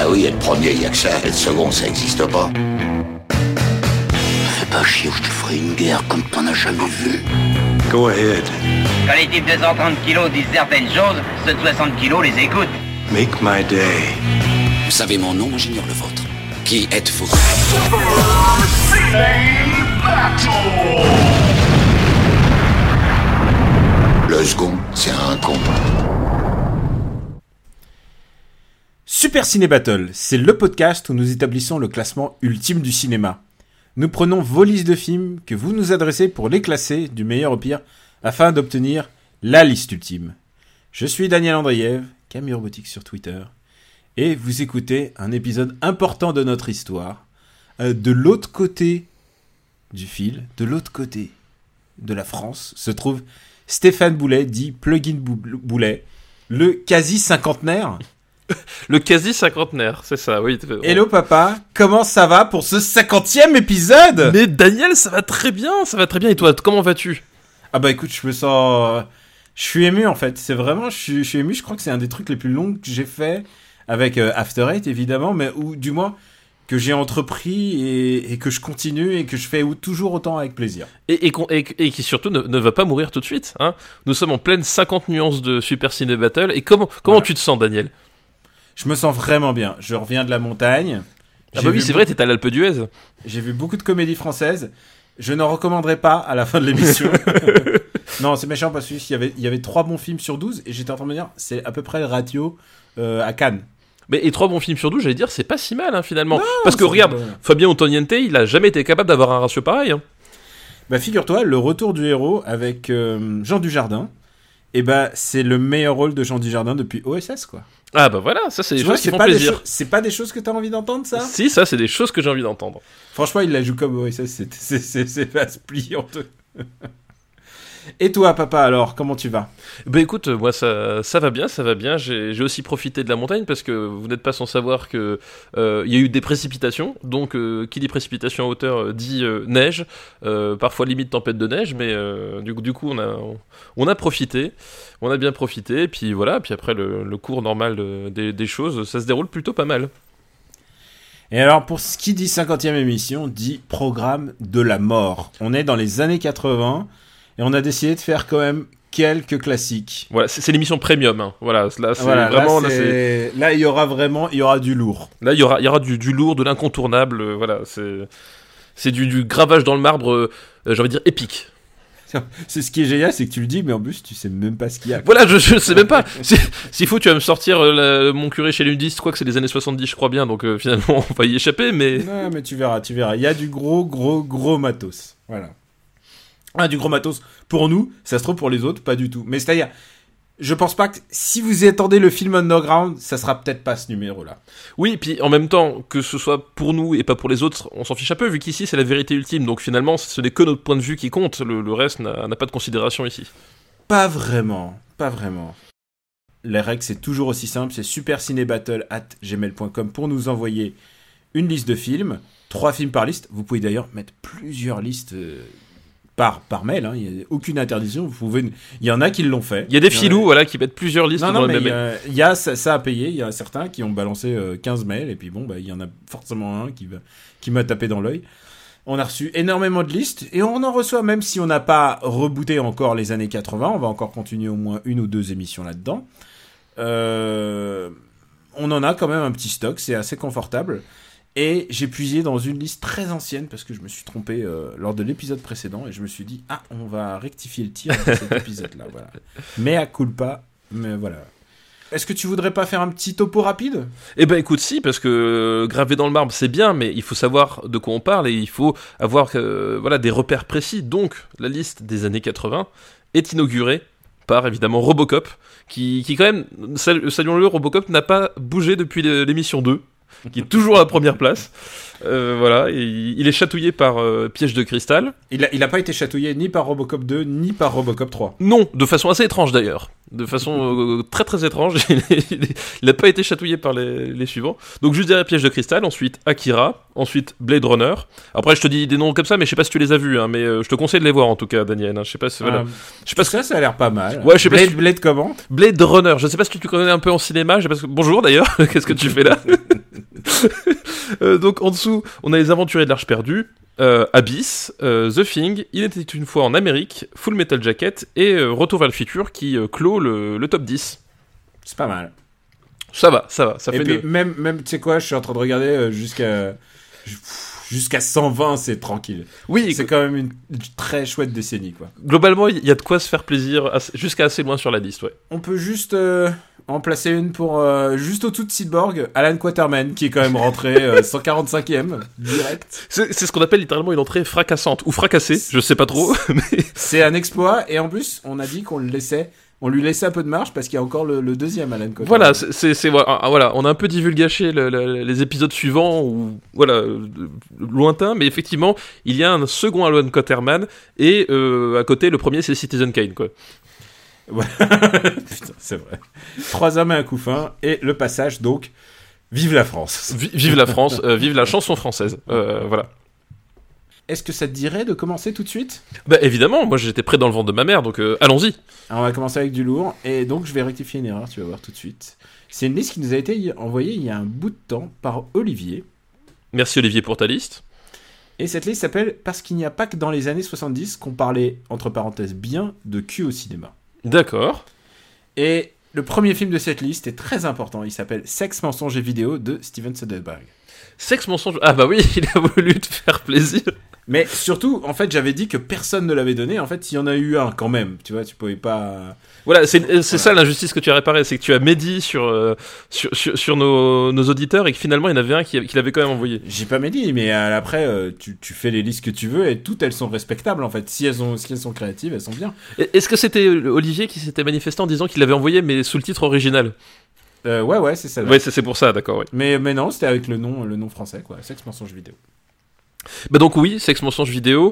oui, être premier, il y a que ça. Être second, ça existe pas. Fais pas chier ou je te ferai une guerre comme t'en as jamais vu. Go ahead. Quand les types de 130 kilos disent certaines choses, ceux de 60 kilos les écoutent. Make my day. Vous savez mon nom, j'ignore le vôtre. Qui êtes-vous? Le second, c'est un con. Super Ciné Battle, c'est le podcast où nous établissons le classement ultime du cinéma. Nous prenons vos listes de films que vous nous adressez pour les classer du meilleur au pire afin d'obtenir la liste ultime. Je suis Daniel Andreev, Camille Robotique sur Twitter, et vous écoutez un épisode important de notre histoire. De l'autre côté du fil, de l'autre côté de la France, se trouve Stéphane Boulet, dit Plugin Boulet, le quasi-cinquantenaire. Le quasi-cinquantenaire, c'est ça, oui. Hello papa, comment ça va pour ce 50e épisode? Mais Daniel, ça va très bien, et toi, comment vas-tu? Ah bah écoute, je me sens... Je suis ému en fait, c'est vraiment... Je suis ému, je crois que c'est un des trucs les plus longs que j'ai fait, avec After Eight évidemment, mais ou du moins que j'ai entrepris et que je continue et que je fais toujours autant avec plaisir. Et qui surtout ne va pas mourir tout de suite, hein. Nous sommes en pleine 50 nuances de Super Ciné Battle, et comment voilà. Tu te sens, Daniel? Je me sens vraiment bien. Je reviens de la montagne. Ah bah oui, c'est vrai, t'es à l'Alpe d'Huez. J'ai vu beaucoup de comédies françaises. Je n'en recommanderai pas à la fin de l'émission. Non, c'est méchant parce qu'il y avait 3 bons films sur 12 et j'étais en train de me dire, c'est à peu près le ratio à Cannes. Mais et 3 bons films sur 12, j'allais dire, c'est pas si mal, hein, finalement. Non, parce que regarde, Fabien Ottoniente, il a jamais été capable d'avoir un ratio pareil. Hein. Bah figure-toi, le retour du héros avec Jean Dujardin, et bah c'est le meilleur rôle de Jean Dujardin depuis OSS, quoi. Ah bah voilà, ça c'est des choses qui font plaisir. C'est pas des choses que t'as envie d'entendre, ça? Si, ça c'est des choses que j'ai envie d'entendre. Franchement, il la joue comme OSS, c'est pas se plier en deux. Et toi, papa, alors, comment tu vas? Bah écoute, moi ça va bien. J'ai aussi profité de la montagne parce que vous n'êtes pas sans savoir que il y a eu des précipitations. Donc, qui dit précipitation à hauteur dit neige, parfois limite tempête de neige. Mais du coup, on a profité, on a bien profité. Et puis voilà, puis après le cours normal des choses, ça se déroule plutôt pas mal. Et alors, pour ce qui dit 50e émission, dit programme de la mort. On est dans les années 80. Et on a décidé de faire quand même quelques classiques. Voilà, c'est l'émission premium. Hein. Voilà, là, c'est vraiment... Là, il y aura du lourd. Là, il y aura du lourd, de l'incontournable. Voilà, c'est du gravage dans le marbre, j'ai envie de dire, épique. C'est ce qui est génial, c'est que tu le dis, mais en plus, tu sais même pas ce qu'il y a. Voilà, je sais même pas. S'il faut, tu vas me sortir mon curé chez les nudistes, quoi que c'est les années 70, je crois bien, donc finalement, on va y échapper, mais... Non, mais tu verras. Il y a du gros matos. Voilà. Ah, du gros matos. Pour nous, ça se trouve pour les autres, pas du tout. Mais c'est-à-dire, je pense pas que si vous attendez le film Underground, ça sera peut-être pas ce numéro-là. Oui, puis en même temps, que ce soit pour nous et pas pour les autres, on s'en fiche un peu, vu qu'ici c'est la vérité ultime. Donc finalement, ce n'est que notre point de vue qui compte. Le reste n'a pas de considération ici. Pas vraiment. Les règles, c'est toujours aussi simple. C'est supercinébattle@gmail.com pour nous envoyer une liste de films. 3 films par liste. Vous pouvez d'ailleurs mettre plusieurs listes... Par mail, hein. Il n'y a aucune interdiction. Il y en a qui l'ont fait. Il y a des filous voilà, qui mettent plusieurs listes dans le même mail. Il y a ça à payer. Il y a certains qui ont balancé 15 mails. Et puis bon, il y en a forcément un qui m'a tapé dans l'œil. On a reçu énormément de listes. Et on en reçoit même si on n'a pas rebooté encore les années 80. On va encore continuer au moins 1 ou 2 émissions là-dedans. On en a quand même un petit stock. C'est assez confortable. Et j'ai puisé dans une liste très ancienne parce que je me suis trompé lors de l'épisode précédent et je me suis dit on va rectifier le tir de cet épisode-là, voilà. Mea culpa, mais voilà. Est-ce que tu voudrais pas faire un petit topo rapide ? Eh ben écoute, si, parce que graver dans le marbre c'est bien, mais il faut savoir de quoi on parle et il faut avoir des repères précis. Donc la liste des années 80 est inaugurée par évidemment Robocop, qui quand même, saluons-le, Robocop n'a pas bougé depuis l'émission 2. Qui est toujours à la première place. Voilà, et il est chatouillé par Piège de Cristal. Il a pas été chatouillé ni par Robocop 2, ni par Robocop 3. Non, de façon assez étrange d'ailleurs. De façon très très étrange. Il n'a pas été chatouillé par les suivants. Donc juste derrière Piège de Cristal, ensuite Akira, ensuite Blade Runner. Après je te dis des noms comme ça, mais je sais pas si tu les as vus, hein, mais je te conseille de les voir en tout cas, Daniel. Hein, je sais pas si voilà. Je sais pas ça a l'air pas mal. Ouais, je sais pas Blade comment ? Blade Runner. Je sais pas si tu connais un peu en cinéma. Bonjour d'ailleurs. Qu'est-ce que tu fais là ? Donc en dessous, on a Les Aventuriers de l'Arche perdue, Abyss, The Thing, Il était une fois en Amérique, Full Metal Jacket et Retour vers le futur qui clôt le top 10. C'est pas mal. Ça va. Ça Et fait puis même tu sais quoi, je suis en train de regarder jusqu'à 120, c'est tranquille. Oui, C'est quand même une très chouette décennie, quoi. globalement, il y a de quoi se faire plaisir jusqu'à assez loin sur la liste, ouais. On peut juste en placer une pour juste au-dessous de Cyborg, Alan Quaterman, qui est quand même rentré 145e, direct. C'est ce qu'on appelle littéralement une entrée fracassante, ou fracassée, je sais pas trop, mais... C'est un exploit, et en plus, on a dit qu'on lui laissait un peu de marge, parce qu'il y a encore le deuxième Alan Quaterman. Voilà, voilà, on a un peu divulgaché les épisodes suivants, ou voilà, lointains, mais effectivement, il y a un second Alan Quaterman, et à côté, le premier, c'est Citizen Kane, quoi. Ouais. Putain, c'est vrai. 3 hommes et un couffin, et le passage, donc, vive la France. Vive la France, vive la chanson française, voilà. Est-ce que ça te dirait de commencer tout de suite ? Bah évidemment, moi j'étais prêt dans le ventre de ma mère, donc allons-y. Alors, on va commencer avec du lourd, et donc je vais rectifier une erreur, tu vas voir tout de suite. C'est une liste qui nous a été envoyée il y a un bout de temps par Olivier. Merci Olivier pour ta liste. Et cette liste s'appelle « Parce qu'il n'y a pas que dans les années 70 qu'on parlait, entre parenthèses, bien de cul au cinéma ». D'accord. Et le premier film de cette liste est très important, il s'appelle « Sexe, mensonge et vidéo » de Steven Soderbergh. Sexe, mensonge... Ah bah oui, il a voulu te faire plaisir. Mais surtout, en fait, j'avais dit que personne ne l'avait donné. En fait, il y en a eu un quand même. Tu vois, tu pouvais pas... Voilà, c'est ça l'injustice que tu as réparée, c'est que tu as médit sur nos auditeurs et que finalement il y en avait un qui l'avait quand même envoyé. J'ai pas médit, mais après, tu fais les listes que tu veux et toutes elles sont respectables en fait. Si elles sont créatives, elles sont bien. Est-ce que c'était Olivier qui s'était manifesté en disant qu'il l'avait envoyé mais sous le titre original ? Ouais, c'est ça. Ouais, c'est pour ça, d'accord, oui. Mais non, c'était avec le nom français, quoi. Sexe, mensonge, vidéo. Bah donc oui, Sexe, mensonge, vidéo,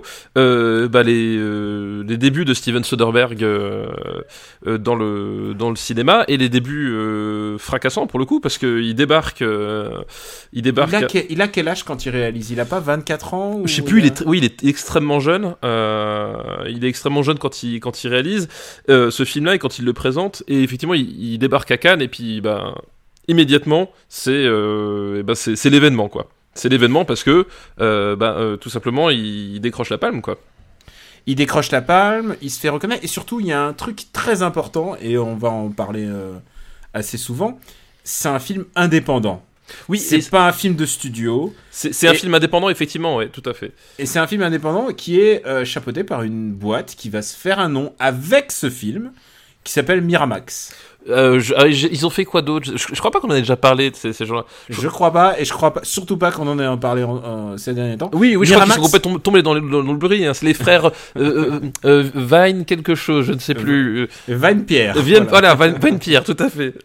les débuts de Steven Soderbergh dans le cinéma et les débuts fracassants pour le coup parce que il débarque. Il a quel âge quand il réalise ? Il a pas 24 ans ou... Je sais plus. Il est extrêmement jeune. Il est extrêmement jeune quand il réalise ce film-là et quand il le présente et effectivement il débarque à Cannes et puis immédiatement c'est l'événement quoi. C'est l'événement parce que, tout simplement, il décroche la palme, quoi. Il décroche la palme, il se fait reconnaître, et surtout, il y a un truc très important, et on va en parler assez souvent, c'est un film indépendant. Oui, c'est pas un film de studio. C'est un film indépendant, effectivement, ouais, tout à fait. Et c'est un film indépendant qui est chapeauté par une boîte qui va se faire un nom avec ce film, qui s'appelle Miramax. Ils ont fait quoi d'autre ? Je crois pas qu'on en ait déjà parlé de ces gens-là. Je crois pas, et je crois pas, surtout pas qu'on en ait parlé ces derniers temps. Oui, Miramax... je crois qu'ils sont complètement tombés dans le bruit. Hein. C'est les frères Vine quelque chose, je ne sais plus. Vine Pierre. Voilà, Vine Pierre, tout à fait.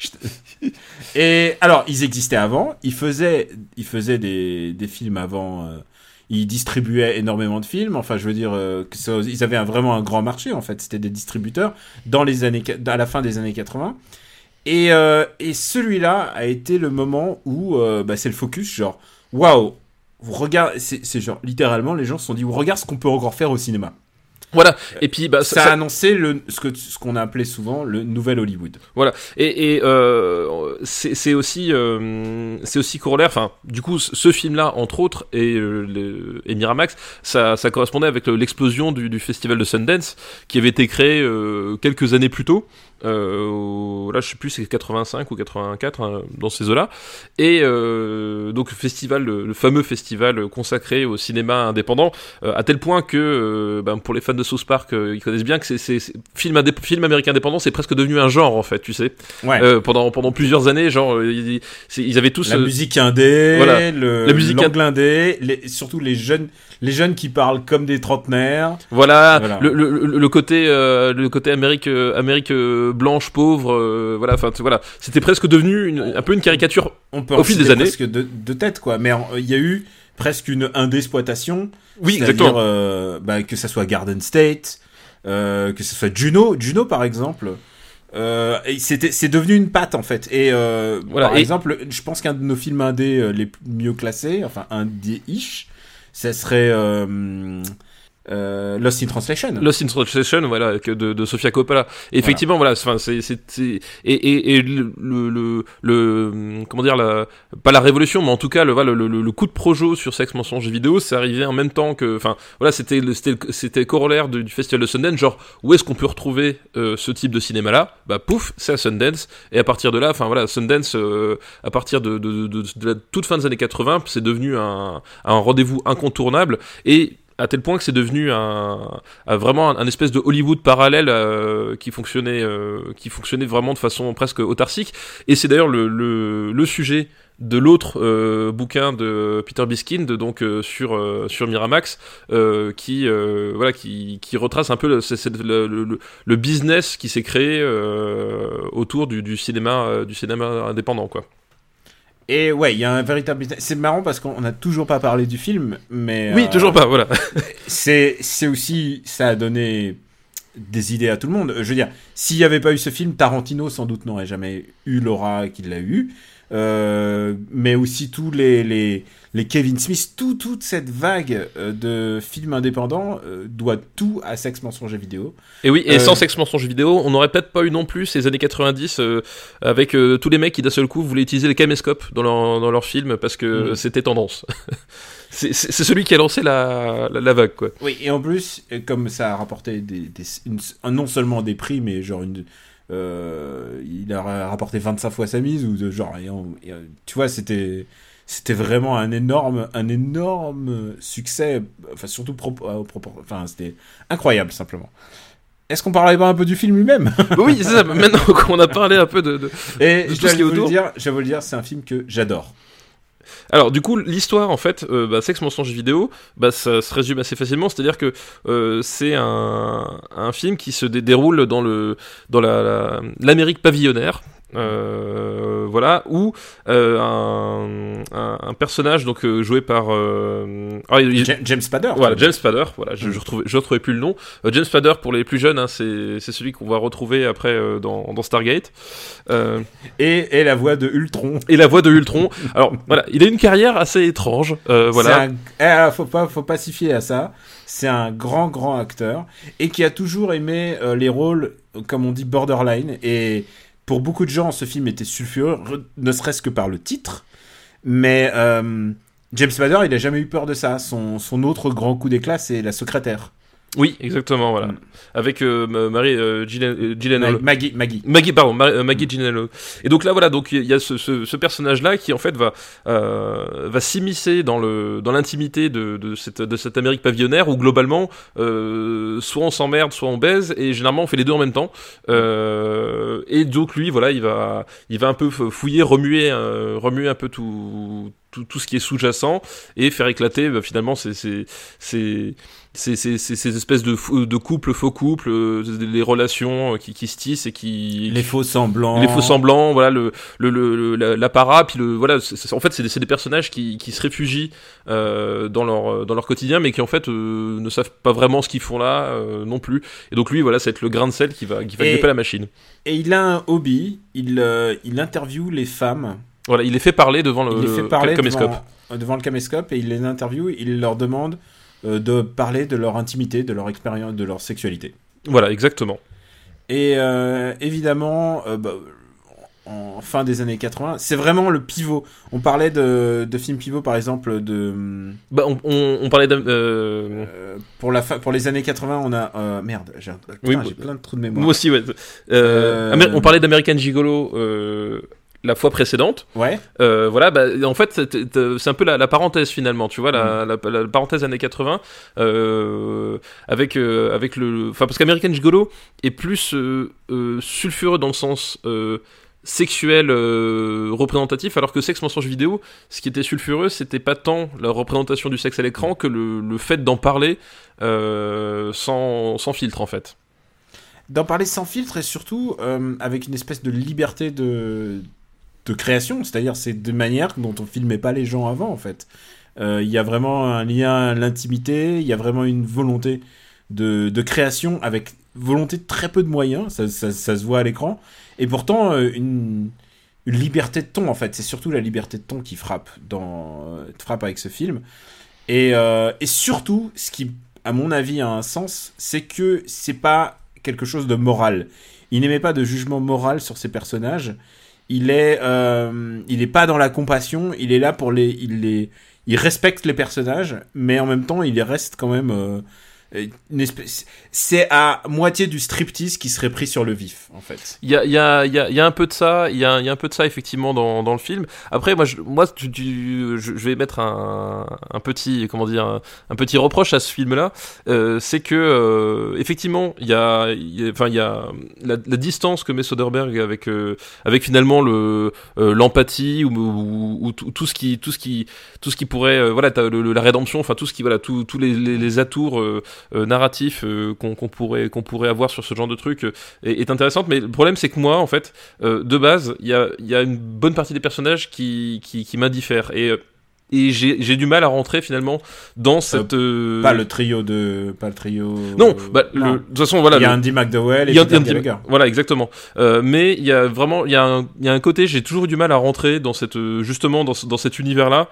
Et alors, ils existaient avant. Ils faisaient des films avant. Ils distribuaient énormément de films. Enfin, je veux dire, ils avaient vraiment un grand marché, en fait. C'était des distributeurs à la fin des années 80. Et celui-là a été le moment où c'est le focus, genre, waouh, vous regardez, c'est genre, littéralement, les gens se sont dit, regarde ce qu'on peut encore faire au cinéma. Voilà. Et puis ça a annoncé ce qu'on a appelé souvent le nouvel Hollywood. Voilà. Et c'est aussi corollaire. Enfin, du coup, ce film-là, entre autres, et Miramax, ça correspondait avec l'explosion du festival de Sundance, qui avait été créé quelques années plus tôt. Là, je sais plus, c'est 85 ou 84 hein, dans ces eaux-là. Et donc le fameux festival consacré au cinéma indépendant, à tel point que pour les fans de South Park, ils connaissent bien que c'est film américain indépendant, c'est presque devenu un genre en fait, tu sais. Ouais. Pendant plusieurs années, genre ils avaient tous la musique indé, voilà, la musique l'angle indé, surtout les jeunes qui parlent comme des trentenaires. Voilà. Le côté Amérique blanche pauvre, voilà. Enfin voilà, c'était presque devenu un peu une caricature au fil des années. Presque de tête quoi, mais il y a eu presque une indexploitation. Oui, exactement. Que ça soit Garden State, que ce soit Juno par exemple. C'est devenu une patte en fait. Et voilà. Par exemple, je pense qu'un de nos films indés les mieux classés, enfin indé-ish, ça serait Lost in Translation. Lost in Translation, voilà, de Sofia Coppola. Et effectivement, voilà, enfin, et le comment dire, pas la révolution, mais en tout cas, le coup de projo sur Sexe, mensonge et vidéo, c'est arrivé en même temps que, enfin, voilà, c'était corollaire du festival de Sundance, genre, où est-ce qu'on peut retrouver ce type de cinéma-là? Bah, pouf, c'est à Sundance. Et à partir de là, enfin, voilà, Sundance, à partir de la toute fin des années 80, c'est devenu un rendez-vous incontournable, et à tel point que c'est devenu vraiment un espèce de Hollywood parallèle qui fonctionnait vraiment de façon presque autarcique. Et c'est d'ailleurs le sujet de l'autre bouquin de Peter Biskind, donc sur Miramax, qui retrace un peu le business qui s'est créé autour du cinéma indépendant, quoi. Et ouais, il y a un véritable... C'est marrant parce qu'on n'a toujours pas parlé du film, mais... Oui, toujours pas, voilà. c'est aussi... Ça a donné des idées à tout le monde. Je veux dire, s'il n'y avait pas eu ce film, Tarantino, sans doute, n'aurait jamais eu l'aura qu'il a eu. Mais aussi tous les Kevin Smith, toute cette vague de films indépendants doit tout à Sexe, mensonge et vidéo. Et oui, et sans Sexe, mensonge et vidéo, on n'aurait peut-être pas eu non plus ces années 90 avec tous les mecs qui d'un seul coup voulaient utiliser les caméscopes dans leurs films parce que c'était tendance. C'est celui qui a lancé la vague, quoi. Oui, et en plus, comme ça a rapporté non seulement des prix, mais genre il a rapporté 25 fois sa mise, ou genre, tu vois, c'était vraiment un énorme succès, enfin surtout enfin c'était incroyable simplement. Est-ce qu'on parlait pas un peu du film lui-même? Oui, c'est ça. Maintenant qu'on a parlé un peu de tout ce qui est autour. Je vais vous le dire, c'est un film que j'adore. Alors du coup l'histoire en fait, Sexe, mensonge vidéo, ça se résume assez facilement, c'est-à-dire que c'est un film qui se déroule dans l'Amérique pavillonnaire. Voilà, où un personnage donc joué par James Spader. Voilà, James Spader. Voilà, je retrouvais plus le nom. James Spader, pour les plus jeunes, hein, c'est celui qu'on va retrouver après dans Stargate. Et la voix de Ultron. Et la voix de Ultron. Alors voilà, il a une carrière assez étrange. Voilà. Faut pas s'y fier à ça. C'est un grand acteur et qui a toujours aimé les rôles, comme on dit, borderline. Et pour beaucoup de gens, ce film était sulfureux, ne serait-ce que par le titre. Mais James Spader, il a jamais eu peur de ça. Son autre grand coup d'éclat, c'est La Secrétaire. Oui, exactement, voilà. Avec Maggie Gyllenhaal. Maggie Gyllenhaal. Et donc là, voilà, donc il y a ce personnage-là qui en fait va s'immiscer dans l'intimité de cette Amérique pavillonnaire où globalement, soit on s'emmerde, soit on baise, et généralement on fait les deux en même temps. Et donc lui, voilà, il va un peu fouiller, remuer un peu tout ce qui est sous-jacent et faire éclater finalement ces espèces de couples, faux couples, les relations qui se tissent et qui... Les faux semblants, voilà, l'apparat, puis voilà, en fait, c'est des personnages qui se réfugient dans leur quotidien, mais qui en fait ne savent pas vraiment ce qu'ils font là non plus. Et donc lui, voilà, c'est le grain de sel qui va gripper la machine. Et il a un hobby, il interviewe les femmes. Voilà, il les fait parler devant le caméscope. Devant le caméscope, et il les interviewe, il leur demande de parler de leur intimité, de leur expérience, de leur sexualité. Voilà, exactement. Et évidemment, en fin des années 80, c'est vraiment le pivot. On parlait de films pivot, par exemple, de... on parlait pour les années 80, on a... merde, j'ai plein de trous de mémoire. Moi aussi, ouais. On parlait d'American Gigolo... la fois précédente. Ouais. Voilà, en fait, c'est un peu la parenthèse finalement, tu vois, la parenthèse années 80, avec parce qu'American Gigolo est plus sulfureux dans le sens sexuel représentatif, alors que Sexe, mensonge vidéo, ce qui était sulfureux, c'était pas tant la représentation du sexe à l'écran que le fait d'en parler sans filtre en fait. D'en parler sans filtre et surtout avec une espèce de liberté de création, c'est-à-dire c'est de manière dont on filmait pas les gens avant en fait. Il y a vraiment un lien à l'intimité, il y a vraiment une volonté de création avec volonté de très peu de moyens, ça se voit à l'écran, et pourtant une liberté de ton en fait. C'est surtout la liberté de ton qui frappe avec ce film, et surtout ce qui à mon avis, a un sens, c'est que c'est pas quelque chose de moral. Il n'émet pas de jugement moral sur ses personnages. Il est pas dans la compassion. Il est là pour il respecte les personnages, mais en même temps, il reste quand même c'est à moitié du striptease qui serait pris sur le vif, en fait. Il y a un peu de ça, il y a un peu de ça effectivement dans le film. Après, je vais mettre un petit, comment dire, un petit reproche à ce film-là, c'est que effectivement, il y a la distance que met Soderbergh avec finalement l'empathie ou tout ce qui pourrait, voilà, la rédemption, enfin tout ce qui, voilà, tous les atours narratif qu'on pourrait avoir sur ce genre de truc est intéressante, mais le problème c'est que moi en fait de base il y a une bonne partie des personnages qui m'indiffèrent et j'ai du mal à rentrer finalement dans cette pas le trio non, de toute façon voilà, il y a Andy McDowell et Peter Gallagher, voilà, exactement, mais il y a vraiment il y a un côté, j'ai toujours eu du mal à rentrer dans cette justement dans cet univers là,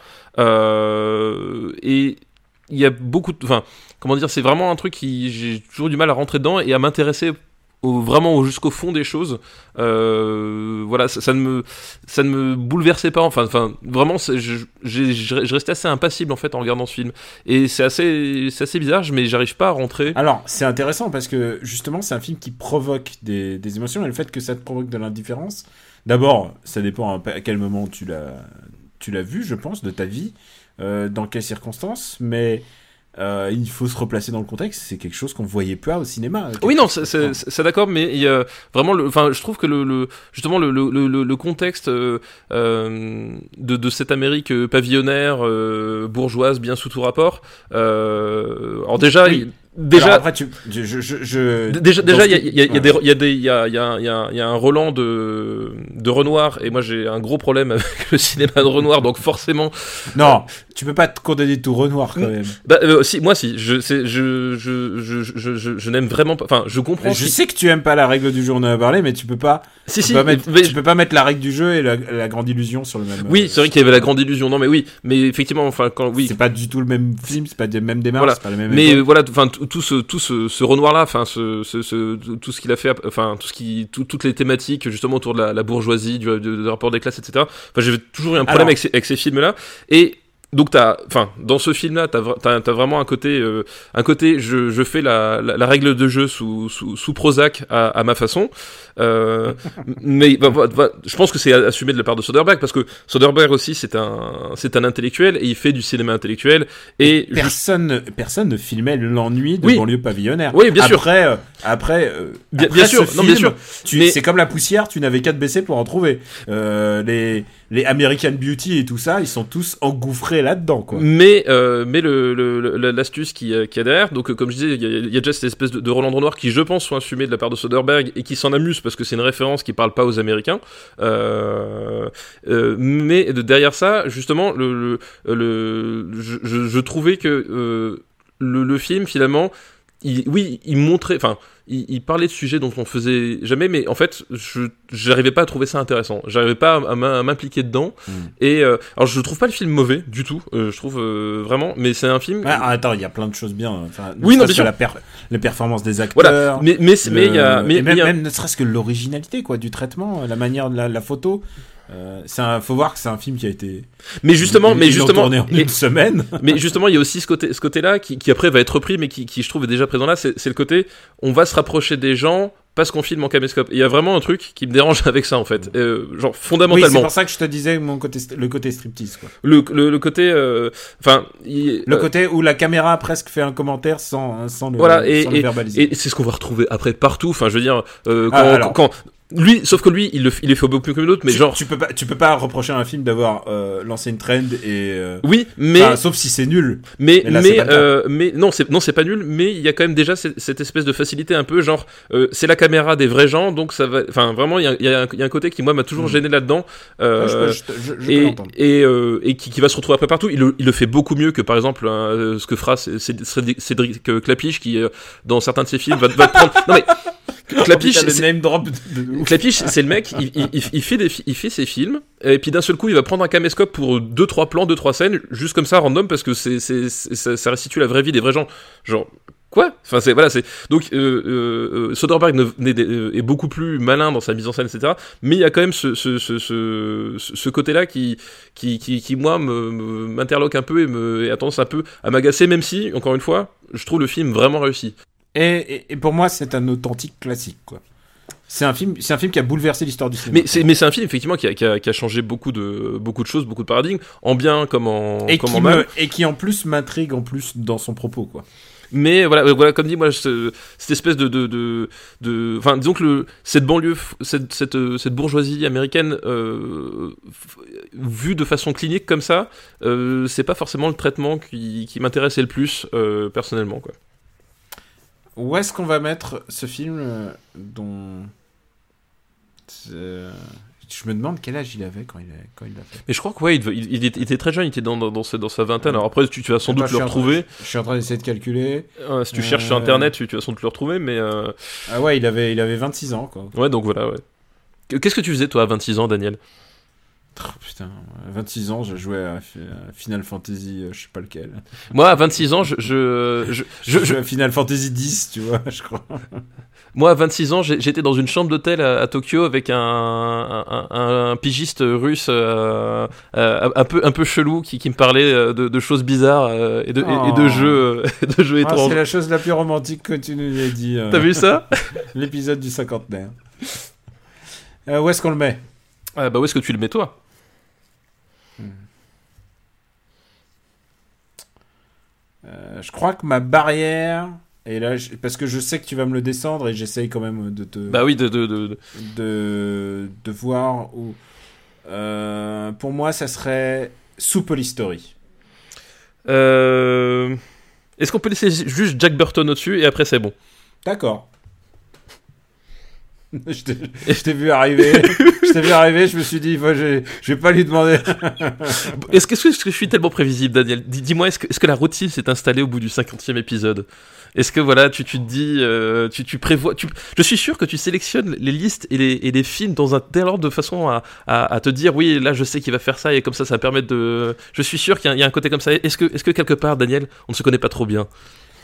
et il y a beaucoup de, enfin, comment dire, c'est vraiment un truc j'ai toujours du mal à rentrer dedans et à m'intéresser vraiment jusqu'au fond des choses. Voilà, ça ne me bouleversait pas. Enfin, vraiment, je restais assez impassible en fait en regardant ce film. Et c'est assez bizarre, mais j'arrive pas à rentrer. Alors, c'est intéressant parce que justement, c'est un film qui provoque des émotions, et le fait que ça te provoque de l'indifférence. D'abord, ça dépend à quel moment tu l'as vu, je pense, de ta vie. Dans quelles circonstances, mais il faut se replacer dans le contexte. C'est quelque chose qu'on voyait pas au cinéma. Oui, non, c'est d'accord, mais il y a vraiment je trouve que justement le contexte de cette Amérique pavillonnaire, bourgeoise, bien sous tout rapport. Alors déjà. Oui. Déjà, alors après, déjà, il y a un Roland de Renoir, et moi j'ai un gros problème avec le cinéma de Renoir, donc forcément. Non, tu peux pas te condamner tout Renoir quand même. Si, je n'aime vraiment pas. Enfin, je comprends. Je sais que tu aimes pas la règle du jeu, on en a parlé, mais tu peux pas. Tu peux pas mettre la règle du jeu et la grande illusion sur le même. Oui, c'est vrai qu'il y avait la grande illusion. Non, mais oui, mais effectivement, enfin, c'est pas du tout le même film, c'est pas des mêmes démarches, voilà. C'est pas le même. Mais voilà, enfin. Tout ce Renoir là, enfin tout ce qu'il a fait, enfin toutes les thématiques justement autour de la bourgeoisie, du rapport des classes, etc. Enfin, j'ai toujours eu un problème avec ces films là. Et donc dans ce film là t'as vraiment un côté je fais la règle de jeu sous Prozac à ma façon, mais je pense que c'est assumé de la part de Soderbergh, parce que Soderbergh aussi c'est un intellectuel et il fait du cinéma intellectuel, et personne ne filmait l'ennui de banlieue pavillonnaire. Oui, bien sûr. Après bien sûr, film, non, bien sûr. C'est comme la poussière, tu n'avais qu'à te baisser pour en trouver. Les American Beauty et tout ça, ils sont tous engouffrés là-dedans, quoi. Mais l'astuce qui y a derrière, donc comme je disais, il y a déjà cette espèce de Roland Renoir qui, je pense, sont assumés de la part de Soderbergh et qui s'en amuse parce que c'est une référence qui parle pas aux Américains. Mais derrière ça, justement, je trouvais que le film, finalement, il montrait, enfin, il parlait de sujets dont on faisait jamais, mais en fait, j'arrivais pas à trouver ça intéressant. J'arrivais pas à m'impliquer dedans. Et alors, je trouve pas le film mauvais du tout. Je trouve vraiment, mais c'est un film. Attends, il y a plein de choses bien. Enfin, oui, non, bien sûr. Les performances des acteurs. Voilà. Mais il y a, même ne serait-ce que l'originalité, quoi, du traitement, la manière de la photo. Faut voir que c'est un film qui a été. Mais justement, tourné en une semaine. Mais justement, il y a aussi ce côté-là qui après va être repris, mais qui je trouve est déjà présent là. C'est le côté, on va se rapprocher des gens parce qu'on filme en caméscope. Il y a vraiment un truc qui me dérange avec ça, en fait, genre fondamentalement. Oui, c'est pour ça que je te disais le côté striptease, quoi. Le côté, enfin, le côté où la caméra presque fait un commentaire sans le verbaliser. Et c'est ce qu'on va retrouver après partout. Enfin, je veux dire, quand lui, sauf que lui, il le fait beaucoup plus que l'autre, mais genre. Tu peux pas reprocher à un film d'avoir lancé une trend et. Oui, mais. Sauf si c'est nul. Mais non, c'est pas nul, mais il y a quand même déjà cette espèce de facilité un peu, genre, c'est la caméra des vrais gens, donc ça va. Enfin, vraiment, il y a un côté qui, moi, m'a toujours gêné là-dedans. Et qui va se retrouver après partout. Il le fait beaucoup mieux que, par exemple, ce que fera Cédric Clapiche, qui, dans certains de ses films, va te prendre. Non, mais. Clapiche, Oh, putain, le name drop de ouf. Clapiche, c'est le mec, il fait ses films, et puis d'un seul coup, il va prendre un caméscope pour 2-3 plans, 2-3 scènes, juste comme ça, random, parce que ça restitue la vraie vie des vrais gens. Genre, quoi ? Enfin, donc, Soderbergh est beaucoup plus malin dans sa mise en scène, etc. Mais il y a quand même ce côté-là qui moi, m'interloque un peu et a tendance un peu à m'agacer, même si, encore une fois, je trouve le film vraiment réussi. Et pour moi, c'est un authentique classique, quoi. C'est un film qui a bouleversé l'histoire du cinéma. Mais c'est un film effectivement qui a changé beaucoup de choses, beaucoup de paradigmes, en bien comme en mal. Et qui en plus m'intrigue en plus dans son propos, quoi. Mais voilà, comme dit, moi, cette espèce enfin, disons que cette banlieue, cette bourgeoisie américaine, vue de façon clinique comme ça, c'est pas forcément le traitement qui m'intéressait le plus, personnellement, quoi. Où est-ce qu'on va mettre ce film dont... Je me demande quel âge il avait quand il l'a fait. Mais je crois que ouais, il était très jeune, il était dans sa vingtaine. Alors après, tu vas sans doute le retrouver. Je suis en train d'essayer de calculer. Si tu cherches sur internet, tu vas sans doute le retrouver, mais... Ah ouais, il avait 26 ans, quoi. Ouais, donc voilà, ouais. Qu'est-ce que tu faisais, toi, à 26 ans, Daniel ? Oh, putain, à 26 ans, je jouais à Final Fantasy, je sais pas lequel. Moi, à 26 ans, je jouais à Final Fantasy 10, tu vois, je crois. Moi, à 26 ans, j'étais dans une chambre d'hôtel à Tokyo avec un pigiste russe un peu chelou qui me parlait de choses bizarres et de jeux étranges. C'est la chose la plus romantique que tu nous as dit. T'as vu ça ? L'épisode du cinquantenaire. Où est-ce qu'on le met ? Où est-ce que tu le mets, toi ? Je crois que ma barrière, et là, parce que je sais que tu vas me le descendre et j'essaye quand même de te... Bah oui, de voir où... pour moi, ça serait Super Story. Est-ce qu'on peut laisser juste Jack Burton au-dessus et après c'est bon ? D'accord. Je t'ai vu arriver, je me suis dit, je vais pas lui demander. Est-ce que je suis tellement prévisible, Daniel ? Dis-moi, est-ce que la routine s'est installée au bout du 50e épisode ? Est-ce que voilà, tu te dis, tu prévois, je suis sûr que tu sélectionnes les listes et les films dans un tel ordre de façon à te dire, oui, là je sais qu'il va faire ça et comme ça va permettre de... Je suis sûr qu'il y a un côté comme ça. Est-ce que quelque part, Daniel, on ne se connaît pas trop bien ?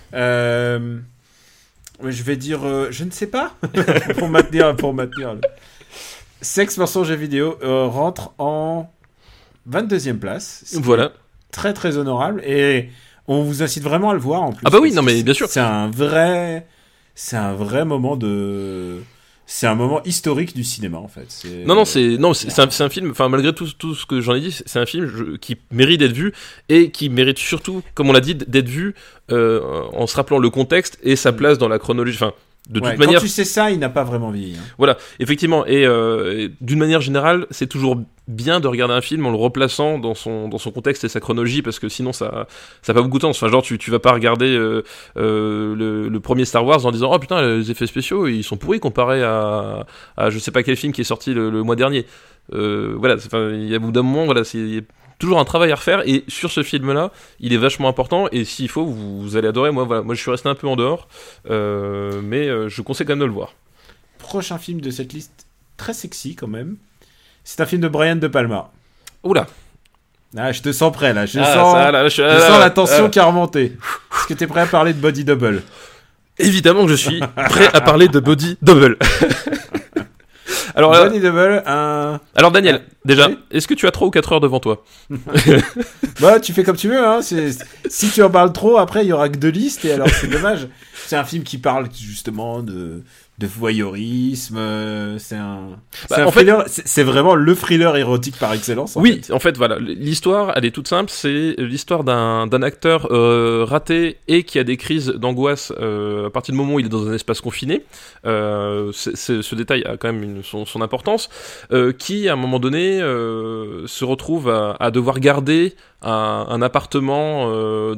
Je vais dire, je ne sais pas, pour maintenir. Sexe, mensonge et vidéo rentre en 22e place. Voilà. Très très honorable et on vous incite vraiment à le voir en plus. Ah bah oui, non mais bien sûr. C'est un vrai moment c'est un moment historique du cinéma en fait. C'est un film. Enfin, malgré tout ce que j'en ai dit, c'est un film qui mérite d'être vu et qui mérite surtout, comme on l'a dit, d'être vu en se rappelant le contexte et sa place dans la chronologie. Enfin, de toute manière. Quand tu sais ça, il n'a pas vraiment vieilli. Hein. Voilà, effectivement. Et d'une manière générale, c'est toujours bien de regarder un film en le replaçant dans son contexte et sa chronologie, parce que sinon ça a pas beaucoup de sens. Enfin, genre tu vas pas regarder le premier Star Wars en disant oh putain, les effets spéciaux ils sont pourris comparé à je sais pas quel film qui est sorti le mois dernier. Voilà, il y a au bout d'un moment, voilà, il y a toujours un travail à refaire, et sur ce film-là, il est vachement important, et s'il faut, vous allez adorer. Moi, je suis resté un peu en dehors, mais je conseille quand même de le voir. Prochain film de cette liste, très sexy quand même. C'est un film de Brian De Palma. Oula. Ah, je te sens prêt là. Je sens la tension qui a remonté. Est-ce que t'es prêt à parler de Body Double ? Évidemment que je suis prêt à parler de Body Double. Alors, Body Double, Alors Daniel, déjà, oui, est-ce que tu as 3 ou 4 heures devant toi ? Bah, tu fais comme tu veux, hein. Si tu en parles trop, après, il y aura que 2 listes, et alors c'est dommage. C'est un film qui parle justement de voyeurisme, c'est vraiment le thriller érotique par excellence. En fait, voilà, l'histoire, elle est toute simple, c'est l'histoire d'un acteur raté et qui a des crises d'angoisse à partir du moment où il est dans un espace confiné. Ce détail a quand même son importance, qui à un moment donné se retrouve à devoir garder un appartement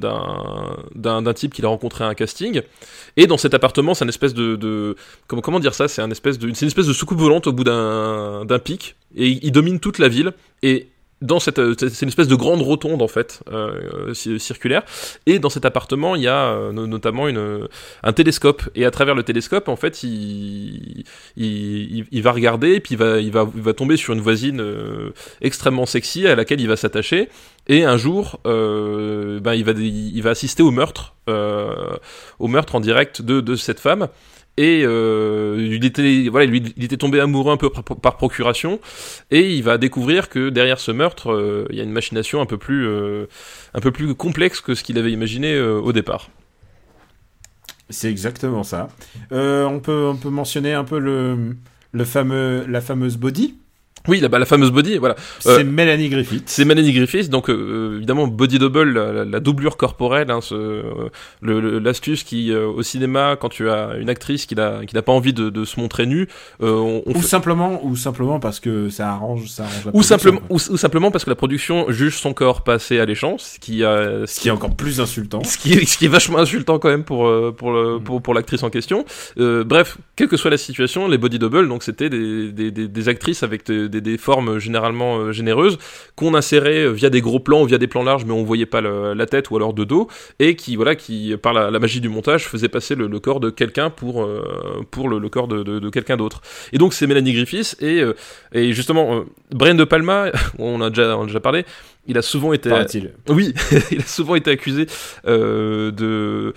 d'un type qu'il a rencontré à un casting, et dans cet appartement c'est une espèce de comment dire ça, c'est une espèce de soucoupe volante au bout d'un pic, et il domine toute la ville, et c'est une espèce de grande rotonde en fait, circulaire, et dans cet appartement il y a notamment un télescope, et à travers le télescope en fait il va regarder, et puis il va tomber sur une voisine extrêmement sexy à laquelle il va s'attacher, et un jour il va assister au meurtre en direct de cette femme. Et il était tombé amoureux un peu par procuration, et il va découvrir que derrière ce meurtre, il y a une machination un peu plus complexe que ce qu'il avait imaginé au départ. C'est exactement ça. On peut mentionner un peu la fameuse body. Oui, la fameuse body, voilà. C'est Mélanie Griffith. C'est Mélanie Griffith, donc évidemment body double, la doublure corporelle, hein, l'astuce qui au cinéma, quand tu as une actrice qui n'a pas envie de se montrer nue, ou simplement parce que ça arrange la ou production, simplement parce que la production juge son corps pas assez alléchant, ce qui est encore plus insultant, ce qui est vachement insultant quand même pour l'actrice en question. Bref, quelle que soit la situation, les body double, donc c'était des actrices avec des formes généralement généreuses qu'on insérait via des gros plans ou via des plans larges, mais on voyait pas la tête ou alors de dos, et qui par la magie du montage faisait passer le corps de quelqu'un pour le corps de quelqu'un d'autre. Et donc c'est Mélanie Griffith, et justement Brian De Palma, on a déjà parlé, il a souvent été il a souvent été accusé de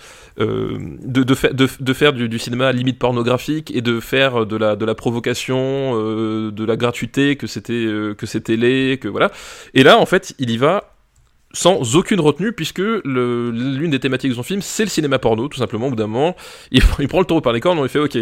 faire du cinéma limite pornographique, et de faire de la provocation, de la gratuité, que c'était laid, que voilà. Et là en fait il y va sans aucune retenue, puisque l'une des thématiques de son film, c'est le cinéma porno, tout simplement. Au bout d'un moment, il prend le taureau par les cornes, il fait ok,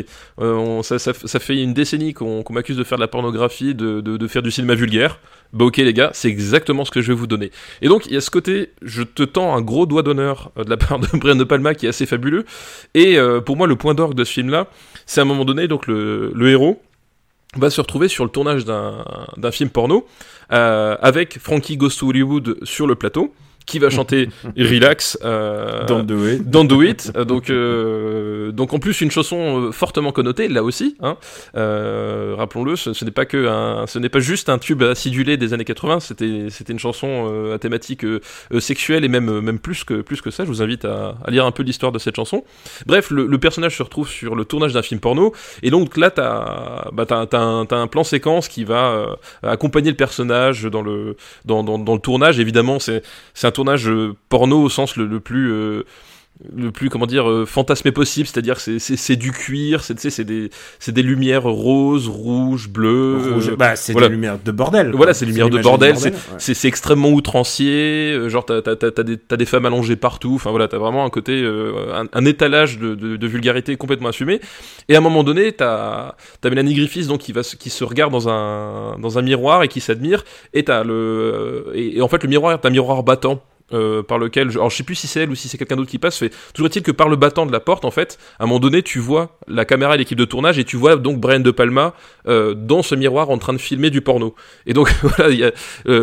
ça fait une décennie qu'on m'accuse de faire de la pornographie, de faire du cinéma vulgaire. Bah ok les gars, c'est exactement ce que je vais vous donner. Et donc il y a ce côté, je te tends un gros doigt d'honneur de la part de Brian De Palma qui est assez fabuleux. Et pour moi le point d'orgue de ce film-là, c'est à un moment donné, donc le héros va se retrouver sur le tournage d'un film porno avec Frankie Goes to Hollywood sur le plateau, qui va chanter Relax, Don't Do It. Donc en plus une chanson fortement connotée là aussi, hein. Rappelons-le, ce n'est pas juste un tube acidulé des années 80, c'était une chanson à thématique sexuelle, et même plus que ça. Je vous invite à lire un peu l'histoire de cette chanson. Bref, le personnage se retrouve sur le tournage d'un film porno, et donc là t'as un plan séquence qui va accompagner le personnage dans le tournage. Évidemment c'est un tournage porno au sens le plus comment dire, fantasmé possible, c'est-à-dire que c'est du cuir, c'est des lumières roses, rouges, bleues, c'est voilà. Des lumières de bordel. Voilà, c'est des lumières de bordel, ouais. C'est extrêmement outrancier, genre t'as des femmes allongées partout, enfin voilà, t'as vraiment un côté, un étalage de vulgarité complètement assumé. Et à un moment donné, t'as Mélanie Griffith donc qui se regarde dans un miroir et qui s'admire, et et en fait le miroir est un miroir battant. Par lequel, alors je sais plus si c'est elle ou si c'est quelqu'un d'autre qui passe, toujours est-il que par le battant de la porte, en fait, à un moment donné, tu vois la caméra et l'équipe de tournage, et tu vois donc Brian De Palma dans ce miroir en train de filmer du porno. Et donc voilà, il y a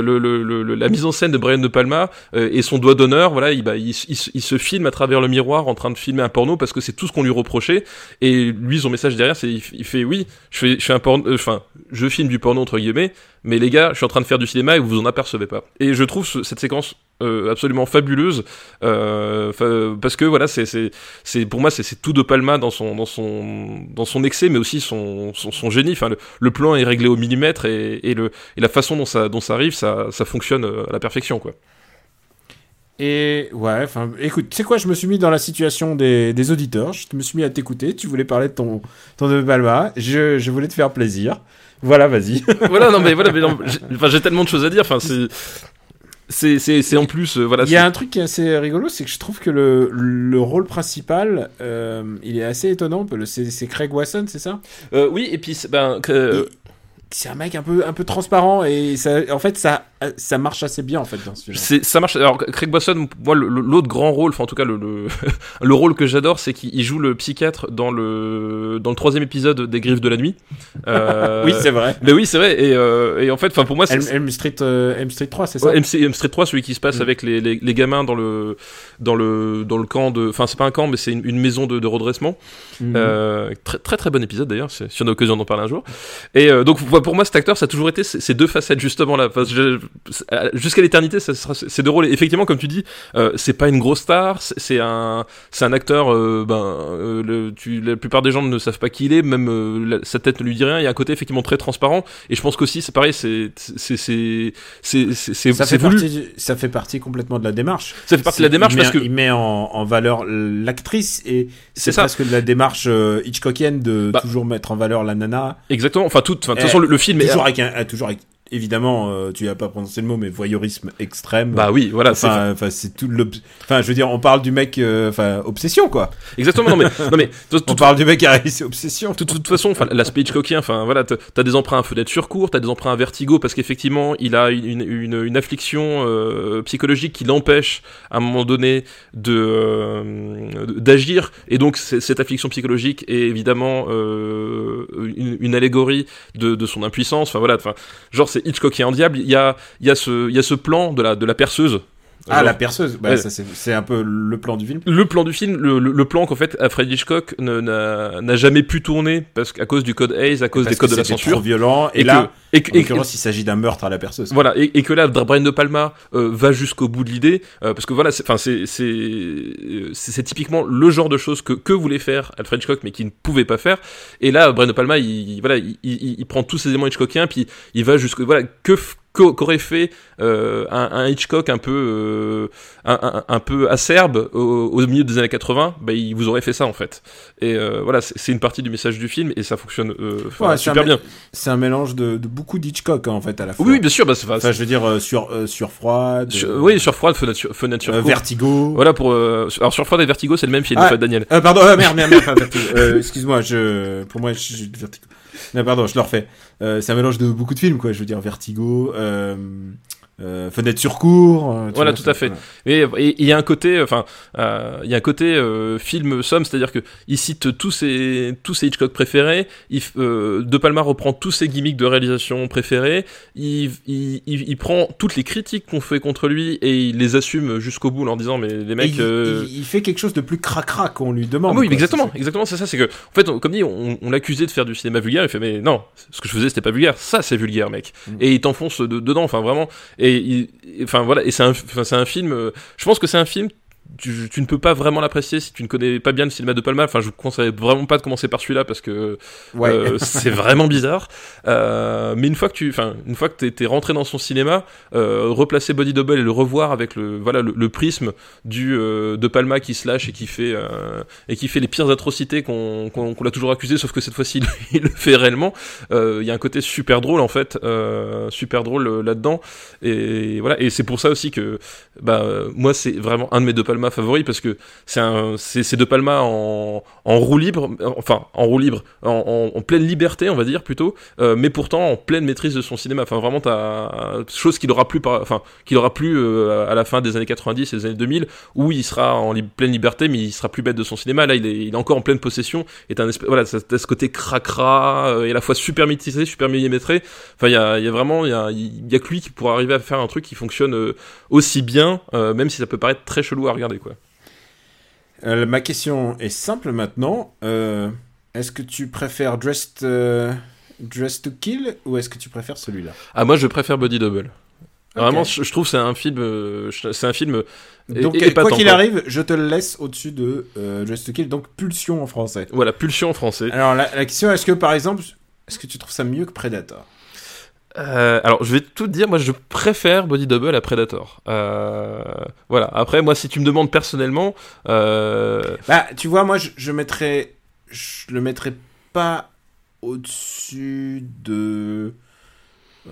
la mise en scène de Brian De Palma et son doigt d'honneur, voilà, il se filme à travers le miroir en train de filmer un porno, parce que c'est tout ce qu'on lui reprochait. Et lui, son message derrière, c'est il fait oui, je fais un porno, je filme du porno entre guillemets, mais les gars, je suis en train de faire du cinéma et vous vous en apercevez pas. Et je trouve cette séquence absolument fabuleuse, parce que voilà, c'est pour moi c'est tout De Palma dans son excès, mais aussi son génie. Enfin, le plan est réglé au millimètre, et la façon dont ça arrive, ça fonctionne à la perfection, quoi. Et ouais, enfin, écoute, tu sais quoi, je me suis mis dans la situation des auditeurs. Je me suis mis à t'écouter. Tu voulais parler de ton De Palma. Je voulais te faire plaisir. Voilà, vas-y. Voilà, non, mais j'ai tellement de choses à dire. Enfin, c'est en plus, voilà. Il y a un truc qui est assez rigolo, c'est que je trouve que le rôle principal, il est assez étonnant. C'est Craig Wasson, c'est ça? Oui, et puis c'est un mec un peu transparent, et ça, en fait, ça marche assez bien en fait dans ce film. Ça marche. Alors Craig Wasson, moi l'autre grand rôle, enfin en tout cas le rôle que j'adore, c'est qu'il joue le psychiatre dans le 3e épisode des Griffes de la nuit. Oui, c'est vrai. Mais oui, c'est vrai. Et en fait, enfin pour moi, c'est Elm Street 3, c'est ça? Ouais, Elm Street 3, celui qui se passe avec les gamins dans le camp de, enfin c'est pas un camp, mais c'est une maison de redressement. Très très très bon épisode d'ailleurs, si on a l'occasion d'en parler un jour. Et donc pour moi, cet acteur, ça a toujours été ces deux facettes justement là. jusqu'à l'éternité, c'est de rôle. Et effectivement, comme tu dis, c'est pas une grosse star, c'est un acteur. La plupart des gens ne savent pas qui il est, même sa tête ne lui dit rien. Il y a un côté effectivement très transparent. Et je pense qu'aussi, c'est pareil, c'est voulu. Ça fait partie complètement de la démarche. Ça fait partie de la démarche parce que il met en valeur l'actrice et c'est presque de la démarche Hitchcockienne de toujours mettre en valeur la nana. Exactement. Enfin, de toute façon, le film toujours avec évidemment, tu vas pas prononcer le mot, mais voyeurisme extrême. Bah oui, voilà. Enfin, c'est tout enfin, je veux dire, on parle du mec, obsession, quoi. Exactement. Non mais. On parle du mec qui a réussi obsession. De toute façon, enfin, l'aspect Hitchcockien, enfin, voilà, t'as des emprunts à Fenêtre sur cour, t'as des emprunts à Vertigo, parce qu'effectivement, il a une affliction psychologique qui l'empêche, à un moment donné, d'agir, et donc, cette affliction psychologique est évidemment, une allégorie de son impuissance, enfin, voilà, enfin, genre, c'est Hitchcockien en diable. Il y a ce plan de la perceuse. Ah, la perceuse. Bah, ça, c'est un peu le plan du film. Le plan du film, le plan qu'en fait, Alfred Hitchcock n'a jamais pu tourner à cause du code Hays, à cause des codes de la censure. Trop violent. Et là, en l'occurrence, il s'agit d'un meurtre à la perceuse. Voilà. Et que là, Brian De Palma va jusqu'au bout de l'idée, parce que voilà, c'est typiquement le genre de choses que voulait faire Alfred Hitchcock, mais qu'il ne pouvait pas faire. Et là, Brian De Palma, il prend tous ces éléments Hitchcockiens, puis il va jusqu'au qu'aurait fait un Hitchcock un peu acerbe au milieu des années 80, bah il vous aurait fait ça en fait. Et voilà, c'est une partie du message du film et ça fonctionne super bien. C'est un mélange de beaucoup d'Hitchcock en fait à la fois. Oui, bien sûr, je veux dire sur Froide. Sur Froide, Fenêtre sur cour. Vertigo. Voilà alors sur Froide et Vertigo, c'est le même film en fait, Daniel. Pardon, merde, pas Vertigo. Excuse-moi, pour moi j'ai Vertigo. Non, pardon, je le refais. C'est un mélange de beaucoup de films, quoi. Je veux dire, Vertigo, Fenêtre sur cour. Voilà, tout à fait. Voilà. Et il y a un côté, film somme, c'est-à-dire que il cite tous ses Hitchcock préférés. De Palma reprend tous ses gimmicks de réalisation préférés. Il prend toutes les critiques qu'on fait contre lui et il les assume jusqu'au bout en disant mais les mecs. Il fait quelque chose de plus cracra qu'on lui demande. Ah oui, exactement, c'est ça. C'est que en fait, comme dit, on l'accusait de faire du cinéma vulgaire. Il fait mais non, ce que je faisais c'était pas vulgaire. Ça c'est vulgaire, mec. Et il t'enfonce dedans. Enfin vraiment. Et c'est un film. Je pense que c'est un film. Tu ne peux pas vraiment l'apprécier si tu ne connais pas bien le cinéma de Palma. Enfin, je vous conseille vraiment pas de commencer par celui-là parce que c'est vraiment bizarre. Mais une fois que t'es rentré dans son cinéma, replacer Body Double et le revoir avec le prisme de Palma qui se lâche et qui fait les pires atrocités qu'on l'a toujours accusé, sauf que cette fois-ci il le fait réellement. Il y a un côté super drôle en fait, super drôle là-dedans. Et voilà. Et c'est pour ça aussi que moi c'est vraiment un de mes De Palma favori parce que c'est De Palma en roue libre, en pleine liberté on va dire plutôt, mais pourtant en pleine maîtrise de son cinéma. Enfin vraiment t'as chose qu'il aura plus à la fin des années 90 et des années 2000 où il sera en pleine liberté mais il sera plus maître de son cinéma. Là il est encore en pleine possession et t'as ce côté cracra et à la fois super maîtrisé, super millimétré. Enfin il y a vraiment il y a que lui qui pourra arriver à faire un truc qui fonctionne aussi bien, même si ça peut paraître très chelou à regarder quoi. Ma question est simple maintenant. Est-ce que tu préfères Dressed to Kill ou est-ce que tu préfères celui-là ? Ah moi je préfère Body Double. Okay. Vraiment je trouve que c'est un film donc épatant, quoi qu'il arrive, je te le laisse au-dessus de Dressed to Kill, donc Pulsion en français. Voilà, Pulsion en français. Alors la question est-ce que par exemple, est-ce que tu trouves ça mieux que Predator ? Alors je vais tout te dire, moi je préfère Body Double à Predator. Voilà. Après moi si tu me demandes personnellement, tu vois moi je le mettrais pas au-dessus de, je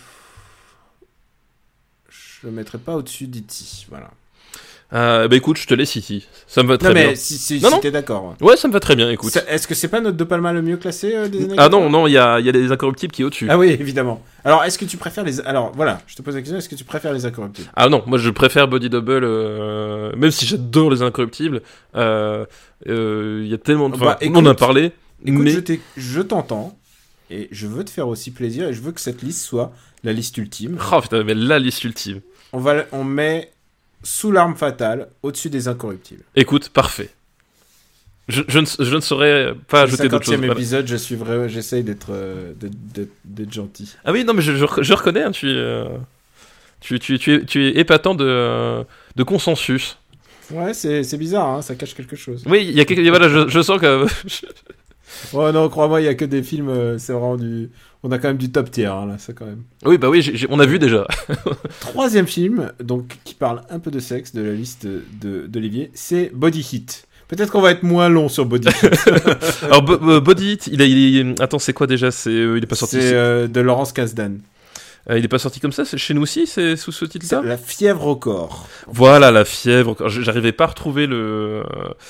le mettrais pas au-dessus d'E.T. Voilà. Écoute, je te laisse ici. Ça me va très bien. Non mais si t'es d'accord. Ouais, ça me va très bien, écoute. Est-ce que c'est pas notre De Palma le mieux classé des années 80 ? Ah non, il y a les Incorruptibles qui est au-dessus. Ah oui, évidemment. Alors, est-ce que tu préfères Alors, voilà, je te pose la question, est-ce que tu préfères les Incorruptibles ? Ah non, moi je préfère Body Double, même si j'adore les Incorruptibles. Il y a tellement de... on en a parlé. Écoute, je t'entends, et je veux te faire aussi plaisir, et je veux que cette liste soit la liste ultime. Oh putain, mais la liste ultime. On met... Sous l'arme fatale, au-dessus des Incorruptibles. Écoute, parfait. Je ne saurais pas ajouter d'autres choses. Le 50e épisode, j'essaye d'être gentil. Ah oui, non, mais je reconnais, hein, Tu es épatant de consensus. Ouais, c'est bizarre, hein, ça cache quelque chose. Oui, il y a quelque... voilà, je sens que... Oh non, crois-moi, il y a que des films, c'est vraiment du... On a quand même du top tier, hein, là, ça quand même. Oui, bah oui, on a vu déjà. Troisième film, donc, qui parle un peu de sexe de la liste d'Olivier, c'est Body Heat. Peut-être qu'on va être moins long sur Body Heat. Alors, Body Heat, attends, c'est quoi déjà? Il est pas sorti. C'est de Laurence Kasdan. Il est pas sorti comme ça, c'est chez nous aussi, c'est sous ce titre-là. La fièvre au corps. Voilà, la fièvre au corps. J'arrivais pas à retrouver le.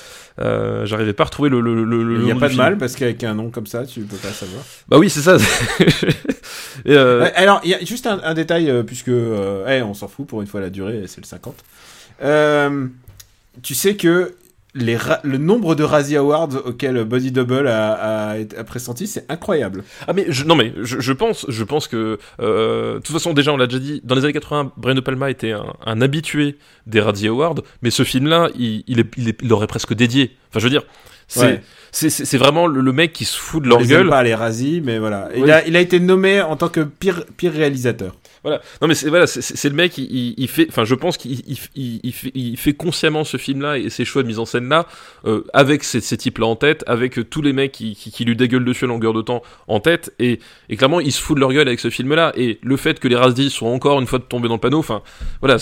Il n'y a pas de mal parce qu'avec un nom comme ça, tu peux pas savoir. Bah oui, c'est ça. Alors, il y a juste un détail, puisque on s'en fout pour une fois la durée, c'est le 50. Tu sais que le nombre de Razzie Awards auxquels Body Double a pressenti, c'est incroyable. Ah mais je pense que de toute façon déjà on l'a déjà dit, dans les années 80 Brian De Palma était un habitué des Razzie Awards, mais ce film-là il l'aurait presque dédié. Enfin je veux dire c'est vraiment le mec qui se fout de leur gueule. Pas les Razzie, mais voilà. Oui. Il a été nommé en tant que pire réalisateur. Voilà. Non mais c'est le mec il fait, enfin je pense qu'il fait consciemment ce film-là et ses choix de mise en scène-là avec ces types-là en tête, avec tous les mecs qui lui dégueulent dessus à longueur de temps en tête, et clairement il se fout de leur gueule avec ce film-là, et le fait que les Razzie soient encore une fois tombés dans le panneau, enfin voilà,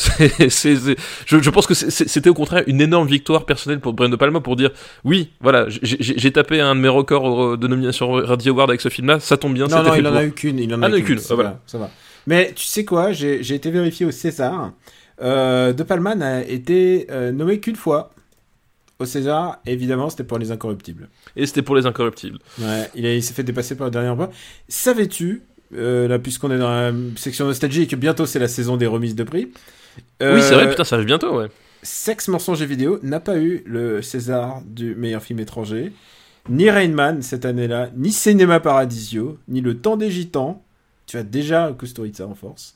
je pense que c'était au contraire une énorme victoire personnelle pour Brian De Palma pour dire oui, voilà, j'ai tapé un de mes records de nomination Razzie Award avec ce film-là, ça tombe bien. Non, il en a eu qu'une. Il en a eu qu'une. Voilà. Ça va. Mais tu sais quoi, j'ai été vérifié au César. De Palma n'a été nommé qu'une fois au César. Évidemment, c'était pour Les Incorruptibles. Et c'était pour Les Incorruptibles. Ouais, il s'est fait dépasser par la dernière fois. Savais-tu, là, puisqu'on est dans la section nostalgie et que bientôt c'est la saison des remises de prix. Oui, c'est vrai, putain, ça arrive bientôt, ouais. Sexe, mensonge et vidéo n'a pas eu le César du meilleur film étranger, ni Rain Man cette année-là, ni Cinéma Paradisio, ni Le Temps des Gitans. Tu as déjà Kusturica en force.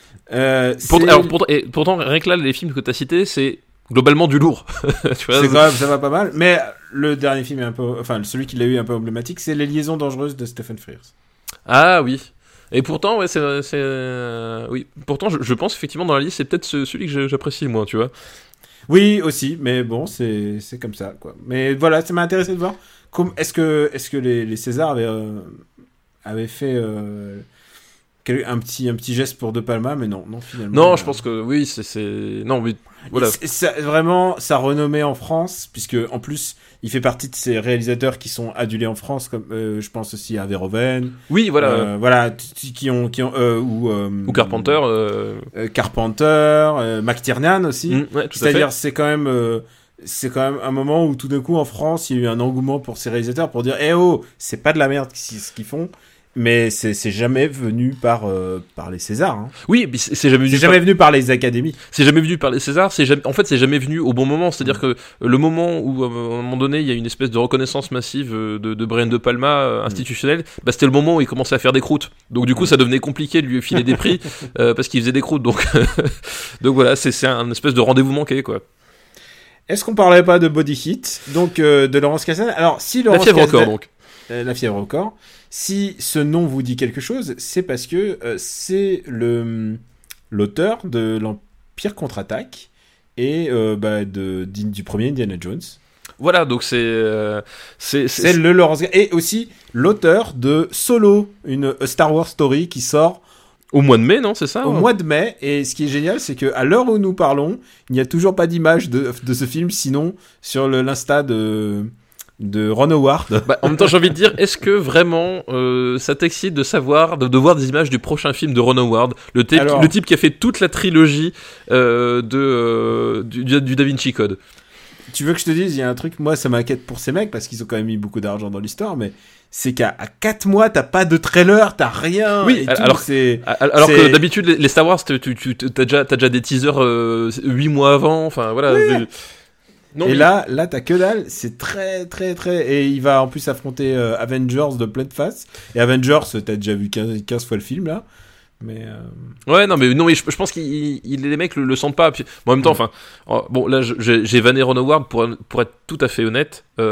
Pourtant, rien que là, les films que tu as cités, c'est globalement du lourd. Tu vois, c'est grave, ça va pas mal. Mais le dernier film est un peu, enfin celui qui l'a eu un peu emblématique, c'est Les Liaisons dangereuses de Stephen Frears. Ah oui. Et pourtant, ouais, oui. Pourtant, je pense effectivement dans la liste, c'est peut-être celui que j'apprécie le moins, tu vois. Oui, aussi, mais bon, c'est comme ça, quoi. Mais voilà, ça m'a intéressé de voir. Est-ce que les Césars avaient fait un petit geste pour De Palma, mais non, finalement. Non, je pense que oui, non, mais voilà. Vraiment, sa renommée en France, puisque en plus, il fait partie de ces réalisateurs qui sont adulés en France, comme je pense aussi à Verhoeven. Oui, voilà. Voilà, qui ont ou Carpenter. Carpenter, McTiernan aussi. Ouais, tout C'est-à-dire, à fait. c'est quand même un moment où tout d'un coup en France, il y a eu un engouement pour ces réalisateurs pour dire, c'est pas de la merde ce qu'ils font. Mais c'est jamais venu par les Césars. Hein. Oui, mais c'est jamais venu par les académies. C'est jamais venu par les Césars. C'est jamais venu au bon moment. C'est-à-dire que le moment où, à un moment donné, il y a une espèce de reconnaissance massive de Brian De Palma institutionnelle, bah, c'était le moment où il commençait à faire des croûtes. Donc du coup, ça devenait compliqué de lui filer des prix parce qu'il faisait des croûtes. Donc voilà, c'est un espèce de rendez-vous manqué, quoi. Est-ce qu'on parlait pas de Body Heat, donc de Laurence Kasdan? Alors si Laurence Kasdan, la fièvre au corps, donc. La fièvre au corps. Si ce nom vous dit quelque chose, c'est parce que c'est l'auteur de l'Empire contre-attaque et du premier Indiana Jones. Voilà, donc c'est le Laurence Kasdan, et aussi l'auteur de Solo, une Star Wars story qui sort au mois de mai, non, c'est ça? Au mois de mai, et ce qui est génial, c'est qu'à l'heure où nous parlons, il n'y a toujours pas d'image de ce film, sinon sur l'Insta de Ron Howard. Bah, en même temps, j'ai envie de dire, est-ce que vraiment ça t'excite de savoir, de voir des images du prochain film de Ron Howard, le type qui a fait toute la trilogie du Da Vinci Code? Tu veux que je te dise, il y a un truc, moi ça m'inquiète pour ces mecs, parce qu'ils ont quand même mis beaucoup d'argent dans l'histoire, mais c'est qu'à 4 mois, t'as pas de trailer, t'as rien. Oui, alors que d'habitude, les Star Wars, t'as déjà des teasers 8 mois avant, enfin voilà. Oui. Non, et là, t'as que dalle, c'est très, très, très... Et il va en plus affronter Avengers de pleine face. Et Avengers, t'as déjà vu 15 fois le film, là. Mais Ouais, non, mais je pense les mecs le sentent pas. Puis, bon, en même temps, enfin... bon, là, j'ai vanné Ron Howard pour être tout à fait honnête.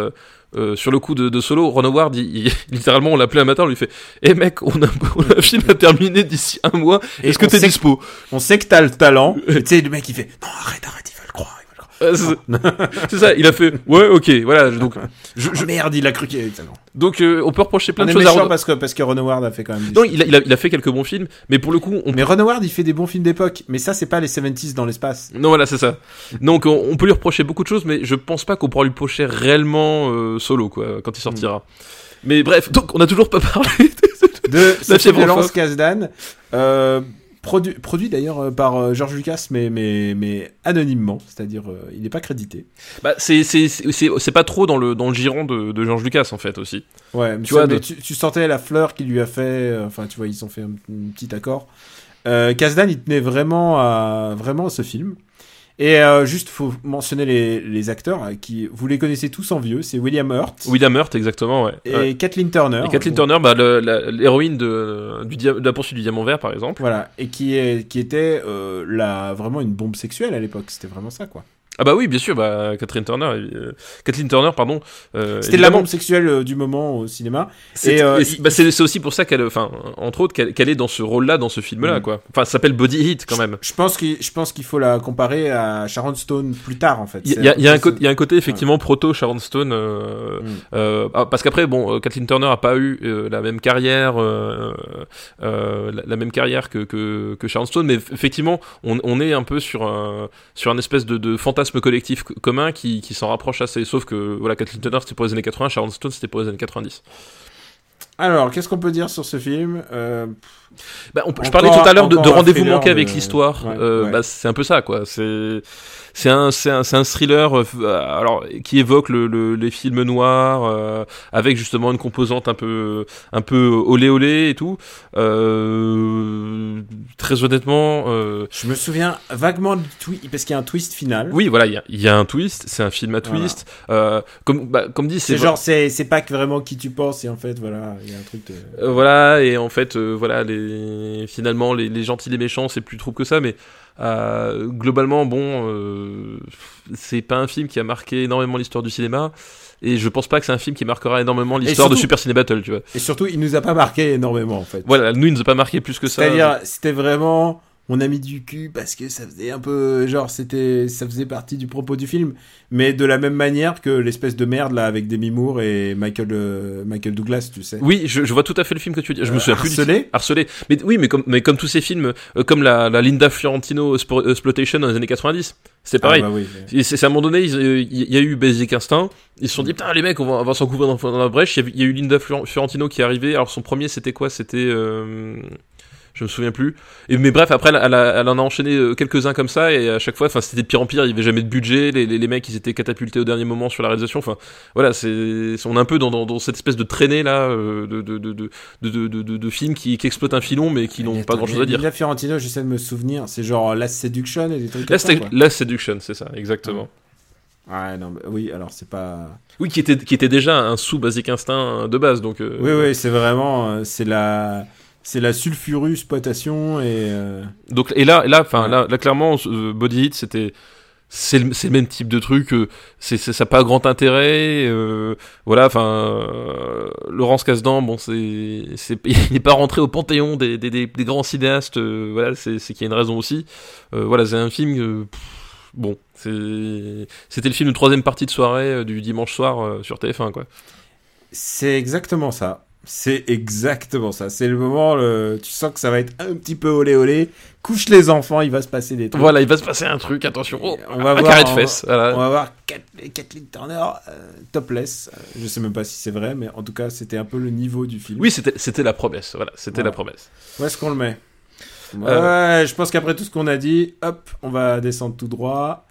sur le coup de Solo, Ron Howard, littéralement, on l'appelait un matin, on lui fait « Eh mec, on a un film à terminer d'ici un mois, est-ce que t'es dispo ?» On sait que t'as le talent. Tu sais, le mec, il fait « Non, arrête, il va le croire. » C'est ça, il a fait « Ouais, ok, voilà. » Donc, merde, il a cru qu'il y avait talent. Donc, on peut reprocher plein de choses à Ron parce que Ron Howard a fait quand même... Non, il a fait quelques bons films, mais pour le coup... Mais Ron Howard, il fait des bons films d'époque, mais ça, c'est pas les 70s dans l'espace. Non, voilà, c'est ça. Donc, on peut lui reprocher beaucoup de choses, mais je pense pas qu'on pourra lui reprocher réellement Solo, quoi, quand il sortira. Mais bref, donc, on a toujours pas parlé de cette violence Kasdan. Produit d'ailleurs par George Lucas, mais anonymement, c'est-à-dire il n'est pas crédité. Bah c'est pas trop dans le giron de George Lucas en fait aussi. Ouais, mais tu sentais la fleur qu'il lui a fait. Enfin, tu vois, ils ont fait un petit accord. Kasdan, il tenait vraiment à ce film. Et juste, faut mentionner les acteurs qui vous les connaissez tous en vieux. C'est William Hurt. William Hurt, exactement, ouais. Et Kathleen Turner. Et Kathleen Turner, bah, l'héroïne de la poursuite du diamant vert, par exemple. Voilà, et qui était vraiment une bombe sexuelle à l'époque. C'était vraiment ça, quoi. Ah bah oui, bien sûr, bah Kathleen Turner, pardon. C'était la bombe sexuelle du moment au cinéma. C'est aussi pour ça qu'elle, enfin, entre autres, qu'elle est dans ce rôle-là, dans ce film-là, quoi. Enfin, ça s'appelle Body Heat quand même. Je pense qu'il faut la comparer à Sharon Stone plus tard, en fait. Il y a un côté effectivement proto Sharon Stone, parce qu'après, bon, Kathleen Turner a pas eu la même carrière, la même carrière que Sharon Stone, mais effectivement, on est un peu sur un espèce de fantasme collectif commun qui s'en rapproche assez, sauf que voilà, Kathleen Turner c'était pour les années 80, Sharon Stone c'était pour les années 90. Alors, qu'est-ce qu'on peut dire sur ce film je parlais tout à l'heure de rendez-vous manqué avec l'histoire. Ouais. Bah, c'est un peu ça, quoi. C'est un thriller alors qui évoque les films noirs avec justement une composante un peu olé olé et tout. Très honnêtement, je me souviens vaguement du twist parce qu'il y a un twist final. Oui, voilà, il y a un twist. C'est un film à twist. Voilà. Comme dit, c'est genre c'est pas que vraiment qui tu penses et en fait voilà, il y a un truc. Voilà, et en fait voilà, finalement les gentils les méchants c'est plus trop que ça, mais globalement bon, c'est pas un film qui a marqué énormément l'histoire du cinéma, et je pense pas que c'est un film qui marquera énormément l'histoire de Super Ciné Battle, tu vois. Et surtout il nous a pas marqué énormément en fait. Voilà, nous il nous a pas marqué plus que ça. C'est-à-dire c'était vraiment, on a mis du cul parce que ça faisait un peu genre ça faisait partie du propos du film, mais de la même manière que l'espèce de merde là avec Demi Moore et Michael Douglas, tu sais. Oui, je vois tout à fait le film que tu dis. Je me souviens plus. Harcelé. Mais oui, mais comme tous ces films, comme la Linda Fiorentino Exploitation dans les années 90. C'était pareil. Ah bah oui. C'est à un moment donné, il y a eu Basic Instinct. Ils se sont dit putain les mecs, on va s'en couvrir dans la brèche. Il y a eu Linda Fiorentino qui est arrivée. Alors son premier c'était quoi? C'était je me souviens plus. Mais bref, après, elle en a enchaîné quelques-uns comme ça, et à chaque fois, enfin, c'était de pire en pire. Il y avait jamais de budget. Les mecs, ils étaient catapultés au dernier moment sur la réalisation. Enfin, voilà, on est un peu dans cette espèce de traînée là, de films qui exploitent un filon, mais qui n'ont pas grand-chose à dire. La Fiorentino, j'essaie de me souvenir. C'est genre Last Seduction et des trucs comme ça. Last Seduction, c'est ça, exactement. Ouais, non, oui, alors c'est pas. Oui, qui était déjà un sous Basic Instinct de base, donc. Oui, c'est vraiment, c'est la sulfurus potation et donc et là clairement Body Heat c'est le même type de truc, ça n'a pas grand intérêt, voilà, enfin Laurence Kasdan, bon il n'est pas rentré au panthéon des grands cinéastes, voilà, c'est qu'il y a une raison aussi, voilà, c'est un film bon, c'était le film de troisième partie de soirée du dimanche soir sur TF1, quoi. C'est exactement ça. C'est le moment, tu sens que ça va être un petit peu olé olé. Couche les enfants, il va se passer des trucs. Voilà, il va se passer un truc, attention. On va voir carré de fesses. Voilà. On va voir Kathleen Turner topless. Je sais même pas si c'est vrai, mais en tout cas, c'était un peu le niveau du film. Oui, c'était la promesse. Voilà, c'était la promesse. Où est-ce qu'on le met? Ouais, je pense qu'après tout ce qu'on a dit, hop, on va descendre tout droit.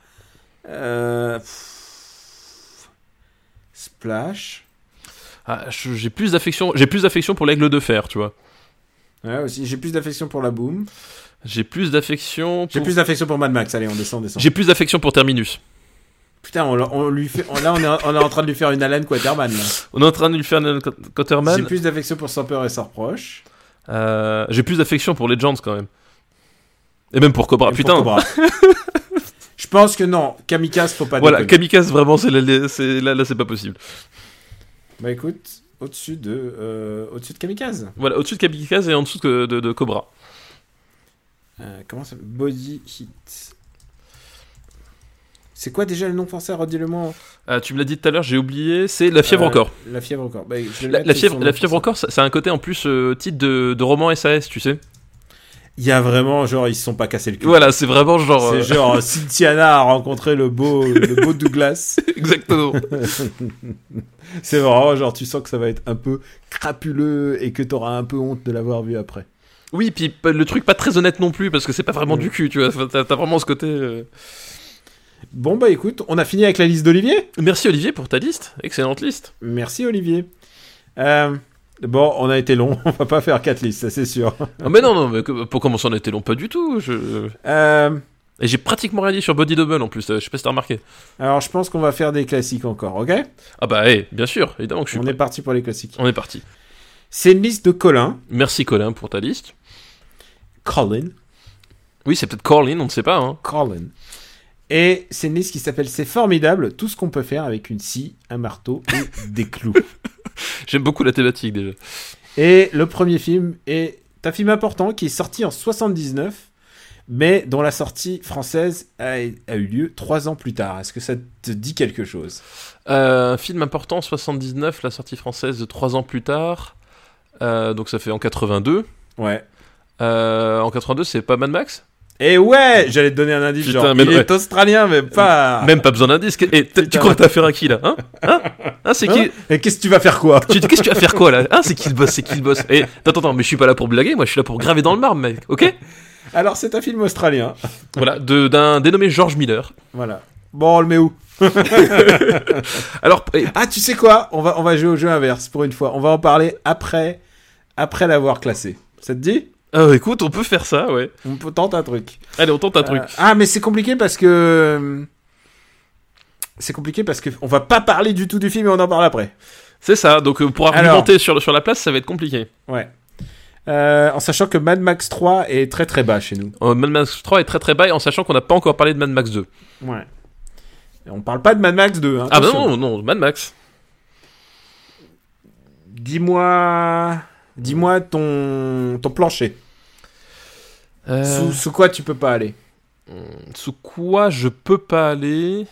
Splash. Ah, j'ai plus d'affection pour l'Aigle de Fer, tu vois. Ouais, aussi, j'ai plus d'affection pour la Boom. J'ai plus d'affection pour Mad Max. Allez, on descend. J'ai plus d'affection pour Terminus. Putain, on lui fait. Là, on est en train de lui faire une Alan Quaterman. Là. On est en train de lui faire une Alan Quaterman. J'ai plus d'affection pour Sans Peur et Sans Reproche. J'ai plus d'affection pour Legends quand même. Et même pour Cobra. Putain. Pour Cobra. Je pense que non. Kamikaze, faut pas. Voilà, déconner. Kamikaze, vraiment, là, c'est pas possible. Bah écoute, au-dessus de Kamikaze. Voilà, au-dessus de Kamikaze et en dessous de Cobra. Comment ça s'appelle ? Body Hit. C'est quoi déjà le nom français ? Redis-le-moi. Tu me l'as dit tout à l'heure, j'ai oublié. C'est La Fièvre encore. La Fièvre encore. Bah, La Fièvre encore, ça a un côté en plus titre de roman SAS, tu sais. Il y a vraiment genre ils se sont pas cassés le cul. Voilà, c'est vraiment genre. C'est genre Cynthiana a rencontré le beau Douglas. Exactement. C'est vraiment genre tu sens que ça va être un peu crapuleux et que t'auras un peu honte de l'avoir vu après. Oui, puis le truc pas très honnête non plus parce que c'est pas vraiment du cul, tu vois. Enfin, t'as vraiment ce côté. Bon bah écoute, on a fini avec la liste d'Olivier. Merci Olivier pour ta liste, excellente liste. Merci Olivier. Bon, on a été long, on va pas faire 4 listes, ça c'est sûr. Ah mais non, mais pour commencer on a été long, pas du tout. Et j'ai pratiquement rien dit sur Body Double en plus, je sais pas si t'as remarqué. Alors je pense qu'on va faire des classiques encore, ok ? Ah bah bien sûr, évidemment que je suis. On est parti pour les classiques. On est parti. C'est une liste de Colin. Merci Colin pour ta liste. Colin. Oui, c'est peut-être Colin, on ne sait pas. Hein. Colin. Et c'est une liste qui s'appelle C'est formidable, tout ce qu'on peut faire avec une scie, un marteau et des clous. J'aime beaucoup la thématique déjà. Et le premier film est un film important qui est sorti en 79, mais dont la sortie française a eu lieu 3 ans plus tard. Est-ce que ça te dit quelque chose ? Un film important, 79, la sortie française de 3 ans plus tard. Donc ça fait en 82. Ouais. En 82, c'est pas Mad Max ? Et ouais, j'allais te donner un indice. Putain, genre, mais il est australien, mais pas. Même pas besoin d'indice. Et tu crois que t'as affaire à qui là ? C'est qui ? Et qu'est-ce que tu vas faire quoi ? Qu'est-ce que tu vas faire quoi là ? C'est qui le boss ? Et attends, mais je suis pas là pour blaguer, moi je suis là pour graver dans le marbre, mec, ok ? Alors c'est un film australien. Voilà, d'un dénommé George Miller. Voilà. Bon, on le met où ? Alors, tu sais quoi ? On va jouer au jeu inverse pour une fois. On va en parler après l'avoir classé. Ça te dit ? Écoute, on peut faire ça, ouais. On peut tenter un truc. Allez, on tente un truc. Mais c'est compliqué parce que on va pas parler du tout du film et on en parle après. C'est ça. Donc pour argumenter sur la place, ça va être compliqué. Ouais. En sachant que Mad Max 3 est très très bas chez nous. Mad Max 3 est très très bas et en sachant qu'on n'a pas encore parlé de Mad Max 2. Ouais. Et on parle pas de Mad Max 2. Hein, bah non, Mad Max. Dis-moi ton plancher. Sous quoi tu peux pas aller ? Sous quoi je peux pas aller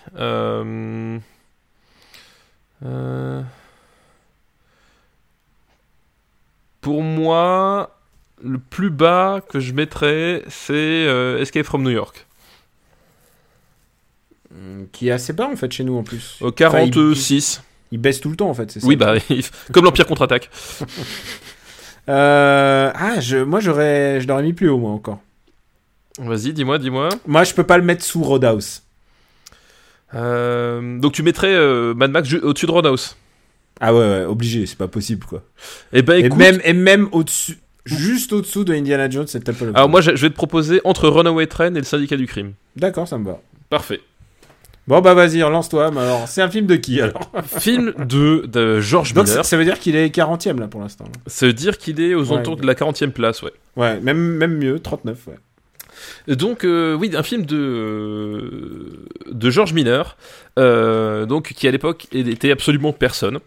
Pour moi, le plus bas que je mettrais, c'est Escape from New York. Qui est assez bas en fait chez nous en plus. 46. Il baisse tout le temps en fait, c'est ça ? Oui, bah, comme l'Empire contre-attaque. Moi je l'aurais mis plus haut moi encore. Vas-y, dis-moi. Moi je peux pas le mettre sous Roadhouse. Donc tu mettrais Mad Max au-dessus de Roadhouse. Ah ouais, obligé, c'est pas possible quoi. Et ben écoute... et même au-dessus, juste au-dessous de Indiana Jones, c'est peut-être pas le Alors moi je vais te proposer entre Runaway Train et le Syndicat du Crime. D'accord, ça me va. Parfait. Bon bah vas-y, relance-toi. Mais alors, c'est un film de qui alors ? Film de George Miller. Donc ça veut dire qu'il est 40e là pour l'instant. Là. Ça veut dire qu'il est aux alentours de la 40e place, ouais. Ouais, même mieux, 39, ouais. Donc oui, un film de George Miller, donc qui à l'époque était absolument personne.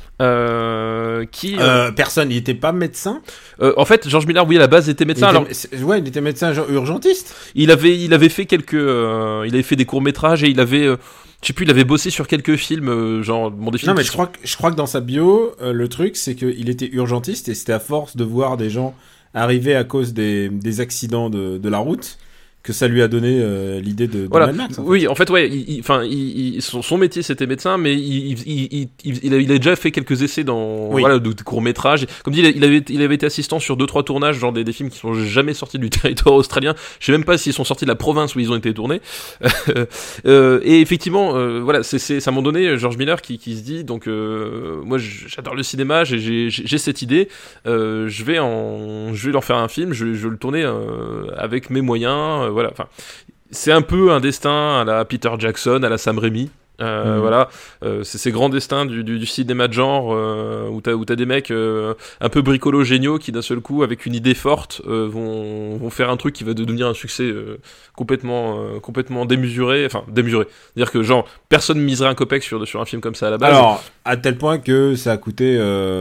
Personne, il était pas médecin. En fait, George Miller, oui, à la base, était médecin. Il était médecin urgentiste. Il avait fait il avait fait des courts métrages et il avait, je sais plus, il avait bossé sur quelques films, genre des films. Non, mais je crois que dans sa bio, le truc, c'est qu'il était urgentiste et c'était à force de voir des gens arriver à cause des accidents de la route que ça lui a donné l'idée de Mad Max. Oui, en fait, ouais. Son métier c'était médecin, mais il a déjà fait quelques essais dans de courts métrages. Comme dit, il avait été assistant sur 2-3 tournages, genre des films qui sont jamais sortis du territoire australien. Je sais même pas s'ils sont sortis de la province où ils ont été tournés. Et effectivement, c'est à un moment donné George Miller qui se dit donc moi j'adore le cinéma, j'ai cette idée, je vais leur faire un film, je vais le tourner avec mes moyens. Voilà, enfin, c'est un peu un destin à la Peter Jackson, à la Sam Raimi. Voilà, c'est ces grands destins du cinéma de genre où t'as des mecs un peu bricolos géniaux qui d'un seul coup avec une idée forte vont faire un truc qui va devenir un succès complètement démesuré, c'est-à-dire que genre personne miserait un copec sur un film comme ça à la base. Alors à tel point que ça a coûté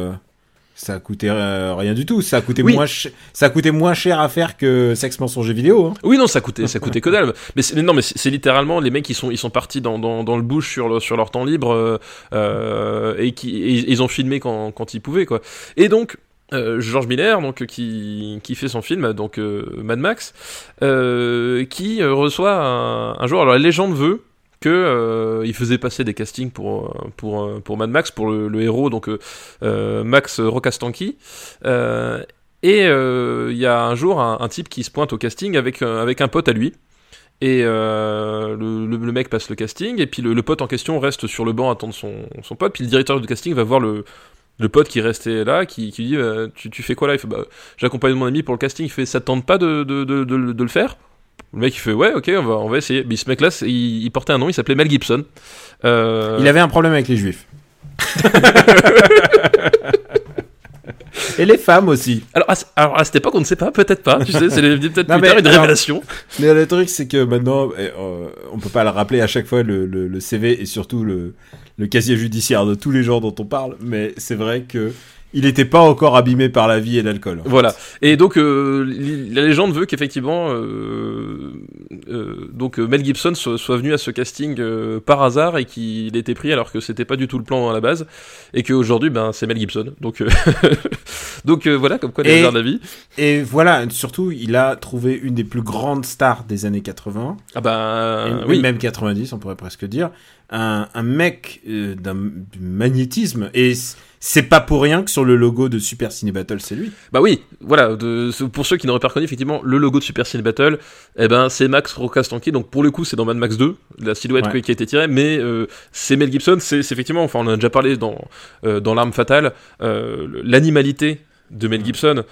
rien du tout. Ça a coûté moins cher à faire que Sex Mensonge et Vidéo. Hein. Oui, non, ça coûtait que dalle. Mais c'est littéralement les mecs ils sont partis dans le bush sur leur temps libre et ils ont filmé quand ils pouvaient quoi. Et donc George Miller, donc qui fait son film, donc Mad Max, qui reçoit un jour. Alors la légende veut que il faisait passer des castings pour Mad Max, pour le héros, donc Max Rockastanky. Et il y a un jour un type qui se pointe au casting avec un pote à lui. Et le mec passe le casting, et puis le pote en question reste sur le banc à attendre son pote. Puis le directeur du casting va voir le pote qui restait là, qui dit tu fais quoi là? Il fait j'accompagne mon ami pour le casting. Il fait ça te tente pas de le faire? Le mec il fait ouais ok on va essayer. Mais ce mec là il portait un nom, il s'appelait Mel Gibson. Il avait un problème avec les juifs. Et les femmes aussi. Alors à cette époque on ne sait pas, peut-être pas, tu sais, c'est peut-être plus tard une révélation. Mais le truc c'est que maintenant on peut pas le rappeler à chaque fois le CV et surtout le casier judiciaire de tous les gens dont on parle, mais c'est vrai que il n'était pas encore abîmé par la vie et l'alcool. Voilà. Et donc la légende veut qu'effectivement donc Mel Gibson soit venu à ce casting par hasard et qu'il était pris alors que c'était pas du tout le plan à la base et qu'aujourd'hui c'est Mel Gibson. Donc donc voilà comme quoi les hasards de la vie. Et voilà, surtout il a trouvé une des plus grandes stars des années 80. Oui, même 90 on pourrait presque dire. Un mec d'un magnétisme, et c'est pas pour rien que sur le logo de Super Ciné Battle c'est lui. Bah oui, voilà, pour ceux qui n'auraient pas reconnu effectivement le logo de Super Ciné Battle, c'est Max Rockastanky, donc pour le coup c'est dans Mad Max 2, la silhouette qui a été tirée, mais c'est Mel Gibson, c'est effectivement, enfin on en a déjà parlé dans L'Arme Fatale, l'animalité de Mel Gibson,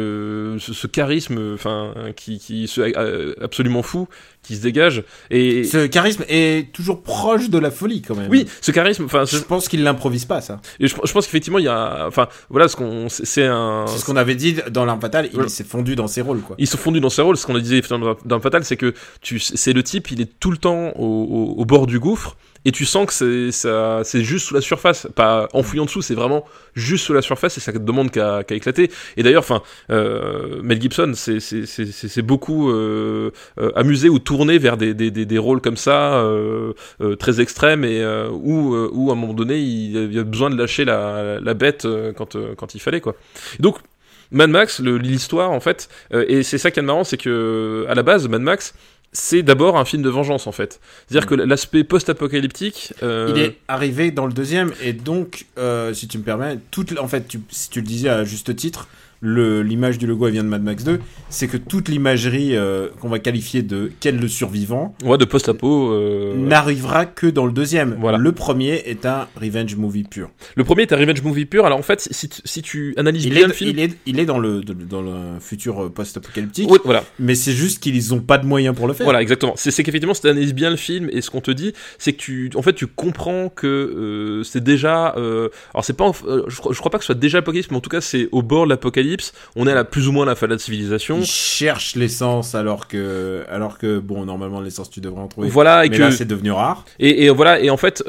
ce charisme, qui absolument fou, qui se dégage, et ce charisme est toujours proche de la folie quand même. Oui, ce charisme, je pense qu'il l'improvise pas ça. Et je pense qu'effectivement il y a, c'est ce qu'on avait dit dans L'Arme Fatale, il s'est fondu dans ses rôles quoi. Ils sont fondus dans ses rôles. Ce qu'on a dit dans L'Arme Fatale, c'est que c'est le type, il est tout le temps au bord du gouffre. Et tu sens que c'est juste sous la surface, pas enfouillé en dessous, c'est vraiment juste sous la surface et ça ne demande qu'à éclater. Et d'ailleurs, Mel Gibson, c'est beaucoup amusé ou tourné vers des rôles comme ça, très extrêmes et où à un moment donné, il a besoin de lâcher la bête quand il fallait quoi. Et donc Mad Max, l'histoire en fait, et c'est ça qui est marrant, c'est que à la base, Mad Max, c'est d'abord un film de vengeance en fait. C'est-à-dire que l'aspect post-apocalyptique... Il est arrivé dans le deuxième et donc, si tu me permets, si tu le disais à juste titre, l'image du logo elle vient de Mad Max 2, c'est que toute l'imagerie qu'on va qualifier de Ken le survivant, de post-apo, n'arrivera que dans le deuxième. Voilà. Le premier est un revenge movie pur. Le premier est un revenge movie pur. Alors en fait, si tu analyses bien le film, il est dans le futur post-apocalyptique. Oui, voilà. Mais c'est juste qu'ils ont pas de moyens pour le faire. Voilà, exactement. C'est qu'effectivement, si tu analyses bien le film et ce qu'on te dit, c'est que tu comprends que c'est déjà. Alors c'est pas, je crois pas que ce soit déjà apocalypse, mais en tout cas c'est au bord de l'apocalypse. On est plus ou moins à la fin de la civilisation. Ils cherchent l'essence alors que bon, normalement l'essence tu devrais en trouver. Voilà, et mais que là c'est devenu rare. Et voilà, et en fait,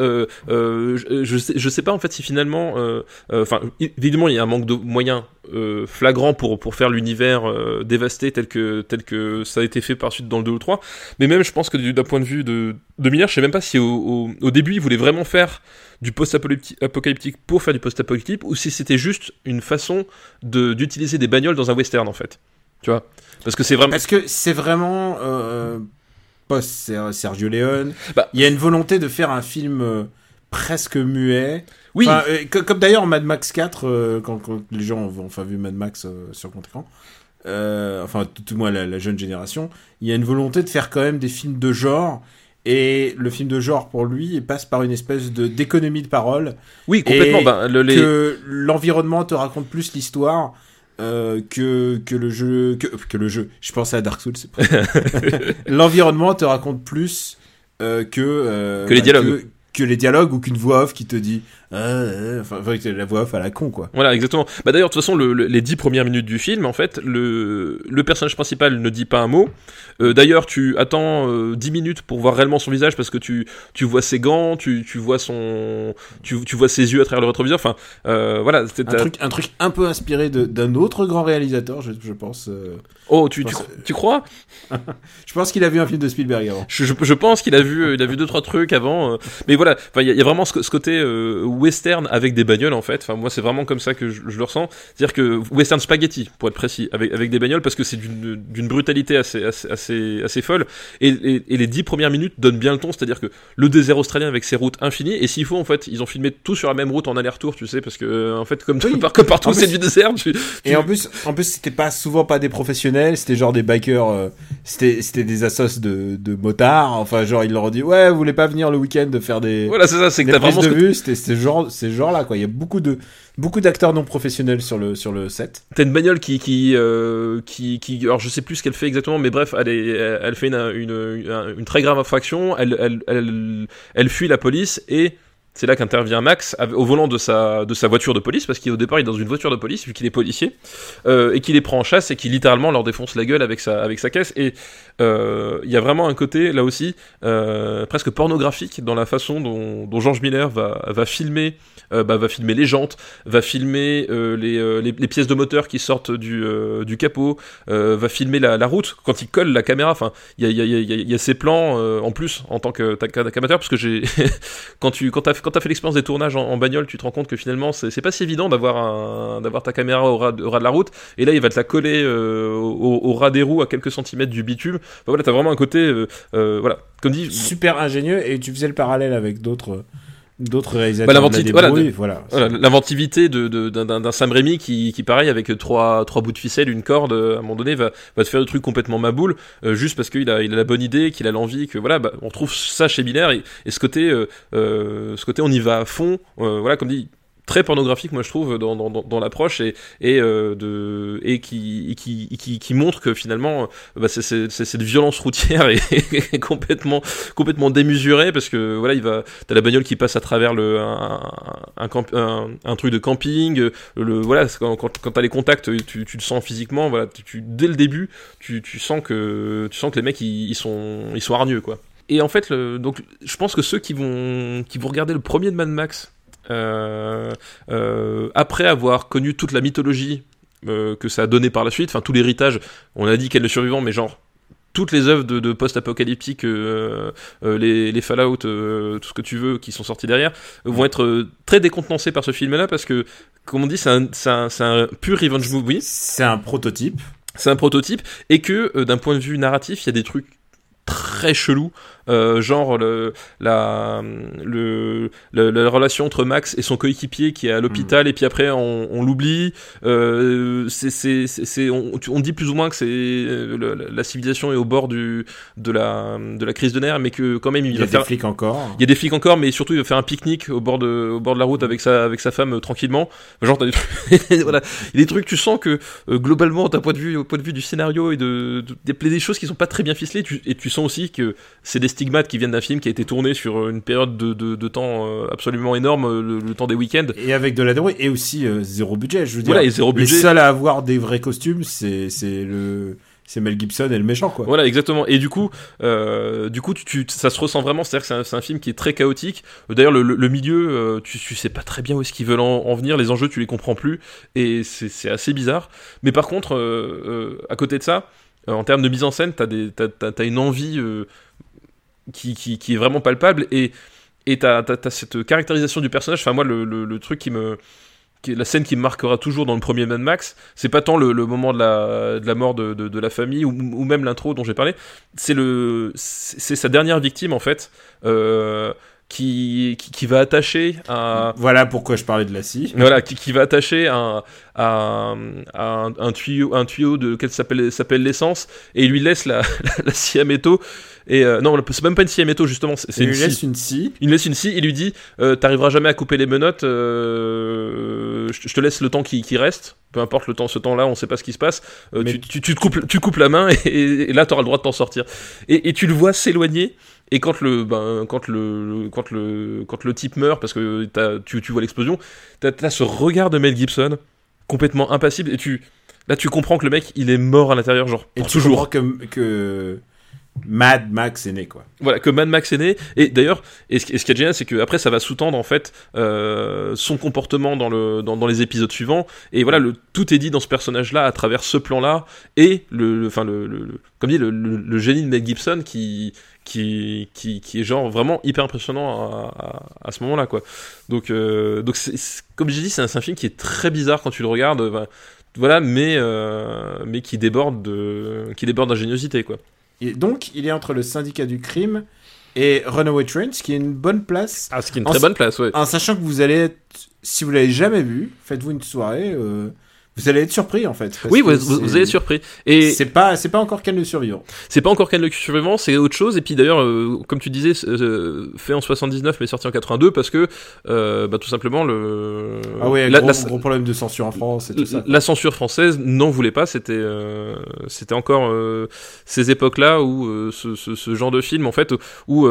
je sais pas en fait si finalement, évidemment il y a un manque de moyens flagrant pour faire l'univers dévasté tel que ça a été fait par suite dans le 2 ou 3. Mais même je pense que d'un point de vue de Miller, je sais même pas si au début il voulait vraiment faire du post-apocalyptique pour faire du post-apocalyptique ou si c'était juste une façon d'utiliser des bagnoles dans un western en fait. Tu vois, parce que c'est vraiment post Sergio Leone. Il y a une volonté de faire un film presque muet. Oui. Comme d'ailleurs Mad Max 4 quand les gens ont vu Mad Max sur grand écran. Tout moins la jeune génération, il y a une volonté de faire quand même des films de genre. Et le film de genre, pour lui, il passe par une espèce d'économie de parole. Oui, complètement. Et que l'environnement te raconte plus l'histoire que le jeu. Que le jeu. Je pensais à Dark Souls. L'environnement te raconte plus que les dialogues. que les dialogues ou qu'une voix off qui te dit enfin la voix off à la con, quoi. Voilà, exactement. Bah d'ailleurs, de toute façon, les 10 premières minutes du film, en fait, le personnage principal ne dit pas un mot. D'ailleurs, tu attends 10 minutes pour voir réellement son visage, parce que tu vois ses gants, tu vois tu vois ses yeux à travers le rétroviseur. Enfin, voilà. Un truc un peu inspiré d'un autre grand réalisateur, je pense. Oh, tu crois? Je pense qu'il a vu un film de Spielberg avant. Je pense qu'il a vu 2-3 trucs avant. Mais voilà, il y a vraiment ce côté western avec des bagnoles, en fait. Enfin, moi, c'est vraiment comme ça que je le ressens. C'est-à-dire que western spaghetti, pour être précis, avec des bagnoles, parce que c'est d'une brutalité assez folle. Et les 10 premières minutes donnent bien le ton, c'est-à-dire que le désert australien avec ses routes infinies, et s'il faut, en fait, ils ont filmé tout sur la même route en aller-retour, tu sais, parce que, en fait, comme partout, c'est du désert. Et en plus, c'était souvent pas des professionnels, c'était genre des bikers, c'était des assos de motards, enfin, genre, ils leur ont dit, ouais, vous voulez pas venir le week-end faire des. Voilà, c'est ça, c'est que t'as vraiment. De vue, c'était ces genres-là, quoi. Il y a beaucoup d'acteurs non professionnels sur le set. T'as une bagnole qui alors je sais plus ce qu'elle fait exactement, mais bref, elle fait une très grave infraction, elle fuit la police, et c'est là qu'intervient Max au volant de sa voiture de police, parce qu'au départ il est dans une voiture de police vu qu'il est policier, et qu'il les prend en chasse et qui littéralement leur défonce la gueule avec sa caisse. Et il y a vraiment un côté là aussi presque pornographique dans la façon dont George Miller va filmer les jantes, va filmer les pièces de moteur qui sortent du capot, va filmer la route quand il colle la caméra. Enfin, il y a ces plans en plus en tant qu'amateur, parce que j'ai quand t'as fait l'expérience des tournages en bagnole, tu te rends compte que finalement c'est pas si évident d'avoir ta caméra au ras de la route, et là il va te la coller au ras des roues à quelques centimètres du bitume. Enfin, voilà, t'as vraiment un côté voilà, comme dit, super ingénieux. Et tu faisais le parallèle avec d'autres réalisateurs. L'inventivité d'un Sam Raimi qui pareil, avec trois bouts de ficelle, une corde, à un moment donné va te faire des trucs complètement maboule, juste parce qu'il a la bonne idée, qu'il a l'envie, que voilà, on trouve ça chez Miller, et ce côté on y va à fond, voilà, comme dit, très pornographique, moi je trouve, dans l'approche, et qui montre que finalement c'est cette violence routière est complètement démesurée, parce que voilà, t'as la bagnole qui passe à travers un truc de camping, voilà, quand t'as les contacts, tu le sens physiquement, voilà, dès le début tu sens que les mecs ils sont hargneux, quoi. Et en fait, donc je pense que ceux qui vont regarder le premier de Mad Max, après avoir connu toute la mythologie que ça a donné par la suite, enfin tout l'héritage, on a dit qu'elle est le survivant, mais genre toutes les œuvres de post-apocalyptique, les Fallout, tout ce que tu veux, qui sont sortis derrière, vont être très décontenancés par ce film-là, parce que, comme on dit, c'est un pur revenge movie. C'est un prototype. Et que d'un point de vue narratif, il y a des trucs très chelous, genre la relation entre Max et son coéquipier qui est à l'hôpital, et puis après on l'oublie, on dit plus ou moins que c'est la civilisation est au bord de la crise de nerfs, mais que quand même il y a des flics encore, mais surtout il va faire un pique-nique au bord de la route avec sa femme, tranquillement, genre t'as des trucs voilà, il y a des trucs, tu sens que globalement au point de vue du scénario et des choses qui sont pas très bien ficelées, et tu sens aussi que c'est des stigmates qui viennent d'un film qui a été tourné sur une période de temps absolument énorme, le temps des week-ends, et avec de la drogue, et aussi zéro budget, je veux dire. Voilà, et zéro budget. Les seuls à avoir des vrais costumes, c'est Mel Gibson et le méchant, quoi. Voilà, exactement. Et du coup, ça se ressent vraiment. C'est-à-dire que c'est un film qui est très chaotique. D'ailleurs, le milieu, tu sais pas très bien où est-ce qu'ils veulent en venir. Les enjeux, tu les comprends plus, et c'est assez bizarre. Mais par contre, à côté de ça, en termes de mise en scène, t'as une envie qui est vraiment palpable, et t'as cette caractérisation du personnage. Enfin, moi, le truc la scène qui me marquera toujours dans le premier Mad Max, c'est pas tant le moment de la mort de la famille, ou même l'intro dont j'ai parlé, c'est sa dernière victime, en fait, qui va attacher voilà pourquoi je parlais de la scie. Voilà, qui va attacher un tuyau de quel s'appelle l'essence, et il lui laisse la scie à métaux. Et non, c'est même pas une scie à métaux justement, c'est Il une lui laisse scie. une scie. Il lui laisse une scie, il lui dit t'arriveras jamais à couper les menottes, je te laisse le temps qui reste, peu importe ce temps-là, on sait pas ce qui se passe, tu coupes la main et là t'auras le droit de t'en sortir. Et tu le vois s'éloigner. Et quand le type meurt, parce que tu vois l'explosion, t'as ce regard de Mel Gibson complètement impassible, et là tu comprends que le mec il est mort à l'intérieur, genre Et pour tu toujours. comprends que Mad Max est né, quoi. Voilà, que Mad Max est né. Et d'ailleurs, ce qui est génial, c'est que après ça va sous-tendre en fait son comportement dans les épisodes suivants. Et voilà, tout est dit dans ce personnage-là à travers ce plan-là et comme dit le génie de Mel Gibson qui est genre vraiment hyper impressionnant à ce moment-là, quoi. Donc comme j'ai dit, c'est un film qui est très bizarre quand tu le regardes. Voilà, mais qui déborde d'ingéniosité, quoi. Et donc, il est entre le syndicat du crime et Runaway Train, ce qui est une bonne place. Ah, ce qui est une très bonne place, ouais. En sachant que vous allez être, si vous l'avez jamais vu, faites-vous une soirée, vous allez être surpris, en fait. Oui, vous allez être surpris. Et c'est pas encore Ken le survivant. C'est pas encore Ken le survivant, c'est autre chose. Et puis d'ailleurs, comme tu disais, fait en 79 mais sorti en 82 parce que tout simplement gros problème de censure en France et tout ça. La censure française n'en voulait pas. C'était encore ces époques-là où ce genre de film, en fait, où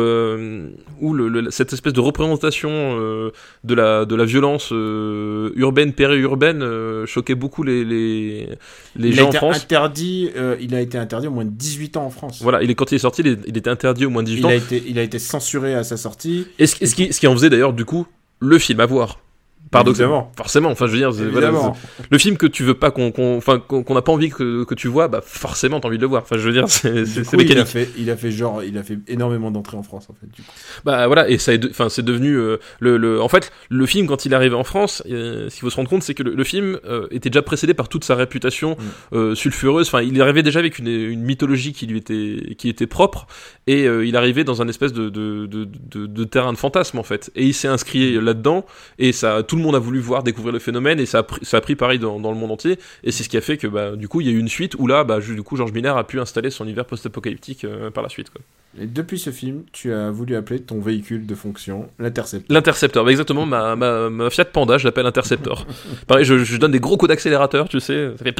cette espèce de représentation de la violence urbaine, périurbaine choquait beaucoup les gens en France. Il a été interdit au moins de 18 ans en France. Voilà, quand il est sorti, il était interdit au moins de 18 ans. Il a été censuré à sa sortie. Et ce qui en faisait d'ailleurs, du coup, le film à voir. Paradoxalement. Forcément, enfin je veux dire, voilà, le film que tu veux pas qu'on n'a pas envie que tu vois, bah forcément t'as envie de le voir. Enfin je veux dire, c'est mécanique. Il a fait énormément d'entrées en France, en fait, du coup. Bah voilà, et c'est devenu en fait le film, quand il est arrivé en France, ce qu'il faut se rendre compte, c'est que le film était déjà précédé par toute sa réputation sulfureuse. Enfin, il arrivait déjà avec une mythologie qui était propre, et il arrivait dans un espèce de terrain de fantasme, en fait, et il s'est inscrit là-dedans, et tout le monde a voulu découvrir le phénomène, et ça a pris pareil dans le monde entier, et c'est ce qui a fait que du coup il y a eu une suite où là du coup George Miller a pu installer son univers post-apocalyptique par la suite, quoi. Et depuis ce film, tu as voulu appeler ton véhicule de fonction l'Interceptor. L'Interceptor, exactement, ma Fiat Panda, je l'appelle Interceptor. Pareil, je donne des gros coups d'accélérateur, tu sais, ça fait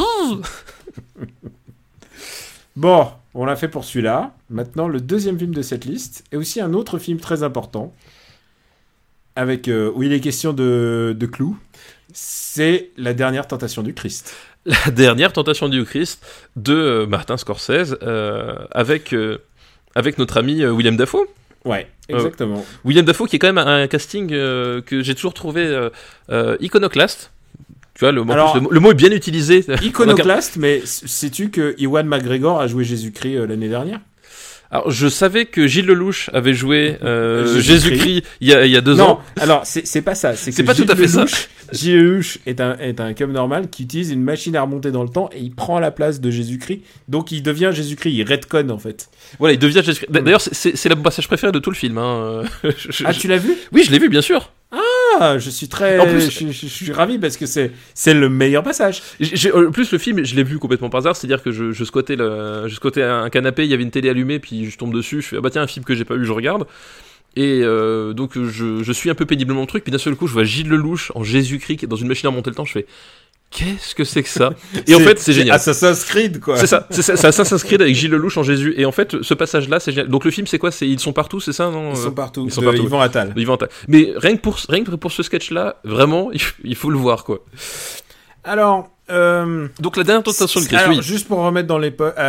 Bon, on l'a fait pour celui-là. Maintenant, le deuxième film de cette liste est aussi un autre film très important, où il est question de clous. C'est La dernière tentation du Christ. La dernière tentation du Christ de Martin Scorsese, avec notre ami William Dafoe. Ouais, exactement. William Dafoe, qui est quand même un casting que j'ai toujours trouvé iconoclaste. Tu vois, le mot est bien utilisé. Iconoclaste, mais sais-tu que Ewan McGregor a joué Jésus-Christ l'année dernière ? Alors, je savais que Gilles Lelouch avait joué Jésus-Christ il y a 2 ans. Non, alors c'est pas ça. C'est pas tout à fait ça. Gilles Lelouch est un cum normal qui utilise une machine à remonter dans le temps et il prend la place de Jésus-Christ. Donc il devient Jésus-Christ, il redconne, en fait. Voilà, il devient Jésus-Christ. D'ailleurs, c'est le passage préféré de tout le film. Hein. Tu l'as vu ? Oui, je l'ai vu, bien sûr. Ah, je suis très... En plus, je suis ravi parce que c'est le meilleur passage. En plus, le film, je l'ai vu complètement par hasard. C'est-à-dire que je squattais un canapé, il y avait une télé allumée, puis je tombe dessus, je fais, ah bah tiens, un film que j'ai pas vu, je regarde. Et donc, je suis un peu péniblement le truc, puis d'un seul coup, je vois Gilles Lelouch en Jésus-Christ dans une machine à remonter le temps, je fais... Qu'est-ce que c'est que ça ? Et en fait, c'est génial. Assassin's Creed, quoi. C'est ça, c'est Assassin's Creed avec Gilles Lelouch en Jésus. Et en fait, ce passage-là, c'est génial. Donc le film, c'est quoi ? Ils sont partout, c'est ça, non ? Ils sont partout. Yvan Attal. Mais rien que pour ce sketch-là, vraiment, il faut le voir, quoi. Alors, donc la dernière tentation de Christ, oui. Juste pour remettre dans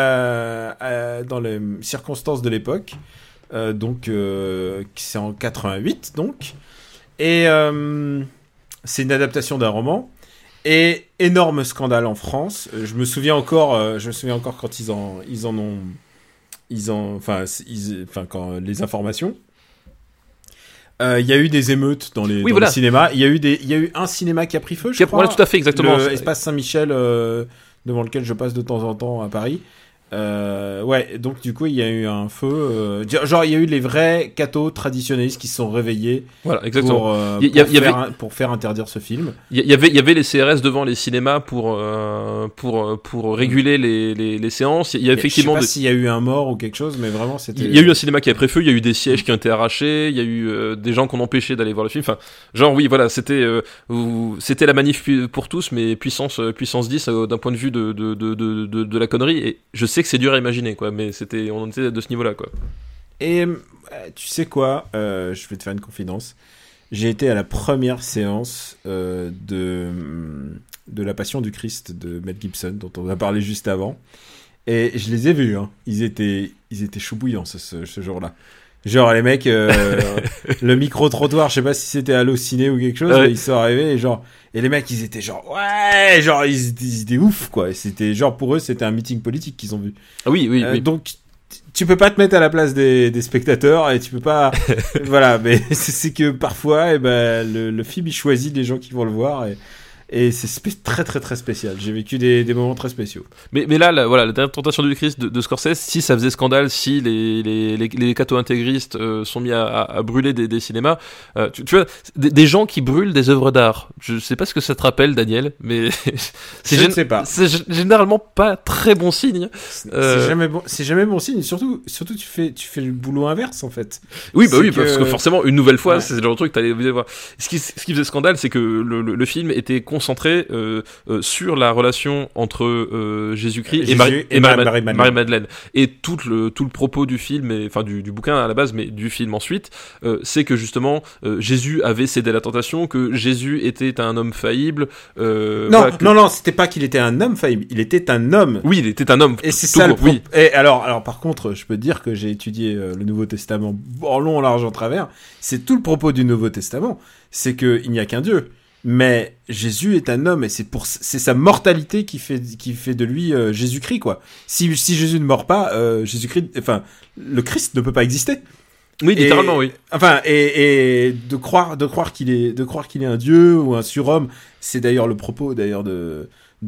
les circonstances de l'époque, donc c'est en 88, donc, et c'est une adaptation d'un roman. Et énorme scandale en France. Je me souviens encore quand quand les informations. Il y a eu des émeutes dans le cinéma. Il y a eu un cinéma qui a pris feu, je crois. Voilà, tout à fait, exactement. Espace Saint-Michel, devant lequel je passe de temps en temps à Paris. Ouais, donc du coup il y a eu un feu, genre il y a eu les vrais cathos traditionnalistes qui se sont réveillés. Voilà, exactement. Pour faire interdire ce film. Il y avait les CRS devant les cinémas pour réguler les séances. Il y a effectivement. Je sais pas s'il y a eu un mort ou quelque chose, mais vraiment c'était. Il y a eu un cinéma qui a pris feu. Il y a eu des sièges qui ont été arrachés. Il y a eu des gens qu'on empêchait d'aller voir le film. Enfin, genre oui, voilà, c'était la manif pour tous, mais puissance 10 d'un point de vue de la connerie. Et je sais que c'est dur à imaginer, quoi, mais on était de ce niveau-là, quoi. Et tu sais quoi, je vais te faire une confidence. J'ai été à la première séance de La Passion du Christ de Mel Gibson, dont on a parlé juste avant, et je les ai vus. Hein. Ils étaient chou bouillants ce jour-là. Genre les mecs, le micro-trottoir, je sais pas si c'était Allociné ou quelque chose, mais ils sont arrivés et les mecs ils étaient genre ouais, genre ils étaient ouf quoi. C'était genre pour eux c'était un meeting politique qu'ils ont vu. Ah oui. Donc tu peux pas te mettre à la place des spectateurs et tu peux pas voilà, mais c'est que parfois le film il choisit les gens qui vont le voir et c'est très très très spécial. J'ai vécu des moments très spéciaux. Mais là, voilà, la dernière tentation du Christ de Scorsese, si ça faisait scandale, si les cathos-intégristes sont mis à brûler des cinémas, tu vois, des gens qui brûlent des œuvres d'art. Je sais pas ce que ça te rappelle, Daniel, mais je ne sais pas. C'est généralement pas très bon signe. C'est jamais bon signe. Surtout tu fais le boulot inverse en fait. Oui, bah oui, parce que forcément une nouvelle fois, c'est le genre de truc que t'allais voir. Ce qui faisait scandale, c'est que le film était concentré sur la relation entre Jésus-Christ et Marie-Madeleine. Et tout le propos du film, enfin du bouquin à la base, mais du film ensuite, c'est que justement Jésus avait cédé à la tentation, que Jésus était un homme faillible. Non, c'était pas qu'il était un homme faillible, il était un homme. Oui, il était un homme. Et c'est ça le propos. Oui. Et alors par contre, je peux te dire que j'ai étudié le Nouveau Testament en long, en large, en travers. C'est tout le propos du Nouveau Testament, c'est que il n'y a qu'un Dieu. Mais Jésus est un homme et c'est sa mortalité qui fait de lui Jésus-Christ quoi. Si Jésus ne meurt pas, Jésus-Christ, enfin le Christ ne peut pas exister. Oui, littéralement, oui. Enfin, et de croire qu'il est un dieu ou un surhomme, c'est d'ailleurs le propos d'ailleurs de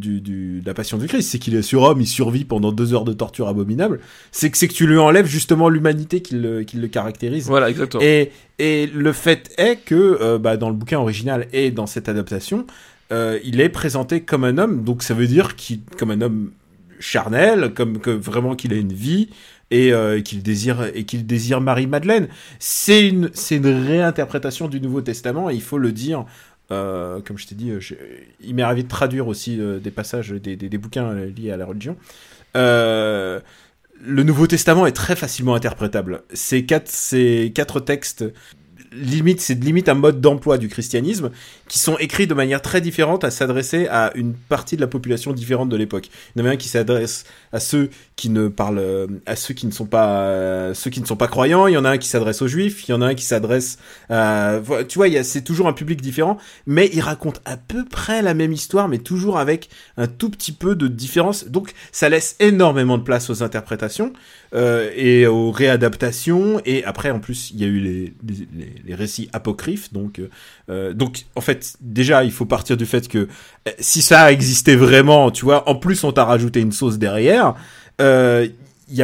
la Passion du Christ, c'est qu'il est surhomme, il survit pendant 2 heures de torture abominable. C'est que tu lui enlèves justement l'humanité qui le caractérise. Voilà, exactement. Et le fait est que dans le bouquin original et dans cette adaptation, il est présenté comme un homme, donc ça veut dire comme un homme charnel, que vraiment qu'il a une vie. Et qu'il désire Marie-Madeleine. C'est une réinterprétation du Nouveau Testament, et il faut le dire. Comme je t'ai dit, il m'est arrivé de traduire aussi des passages des bouquins liés à la religion. Le Nouveau Testament est très facilement interprétable. Ces quatre textes, c'est limite un mode d'emploi du christianisme, qui sont écrits de manière très différente à s'adresser à une partie de la population différente de l'époque. Il y en a un qui s'adresse à ceux qui ne sont pas croyants, il y en a un qui s'adresse aux juifs, il y en a un qui s'adresse à, tu vois, c'est toujours un public différent, mais il raconte à peu près la même histoire, mais toujours avec un tout petit peu de différence. Donc ça laisse énormément de place aux interprétations et aux réadaptations, et après en plus il y a eu les récits apocryphes, donc en fait déjà il faut partir du fait que si ça a existé vraiment, tu vois, en plus on t'a rajouté une sauce derrière, il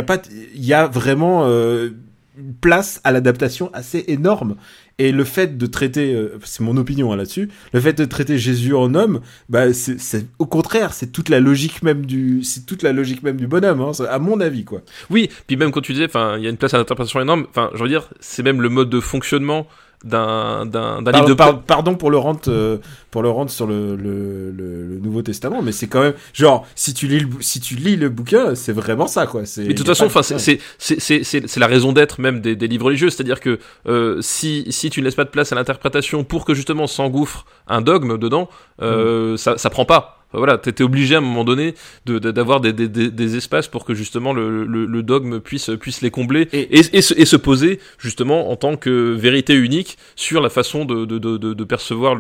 y a vraiment une place à l'adaptation assez énorme. Et le fait de traiter, c'est mon opinion là-dessus, le fait de traiter Jésus en homme, c'est au contraire, c'est toute la logique même du bonhomme, hein, à mon avis, quoi. Oui, puis même quand tu disais, enfin, il y a une place à l'interprétation énorme, enfin, je veux dire, c'est même le mode de fonctionnement d'un livre de pardon pour le rendre sur le Nouveau Testament, mais c'est quand même genre si tu lis le bouquin, c'est vraiment ça quoi. Mais de toute façon, enfin c'est la raison d'être même des livres religieux, c'est-à-dire que si tu ne laisses pas de place à l'interprétation pour que justement s'engouffre un dogme dedans, ça prend pas. Voilà, t'étais obligé à un moment donné d'avoir des espaces pour que justement le dogme puisse les combler et se poser justement en tant que vérité unique sur la façon de percevoir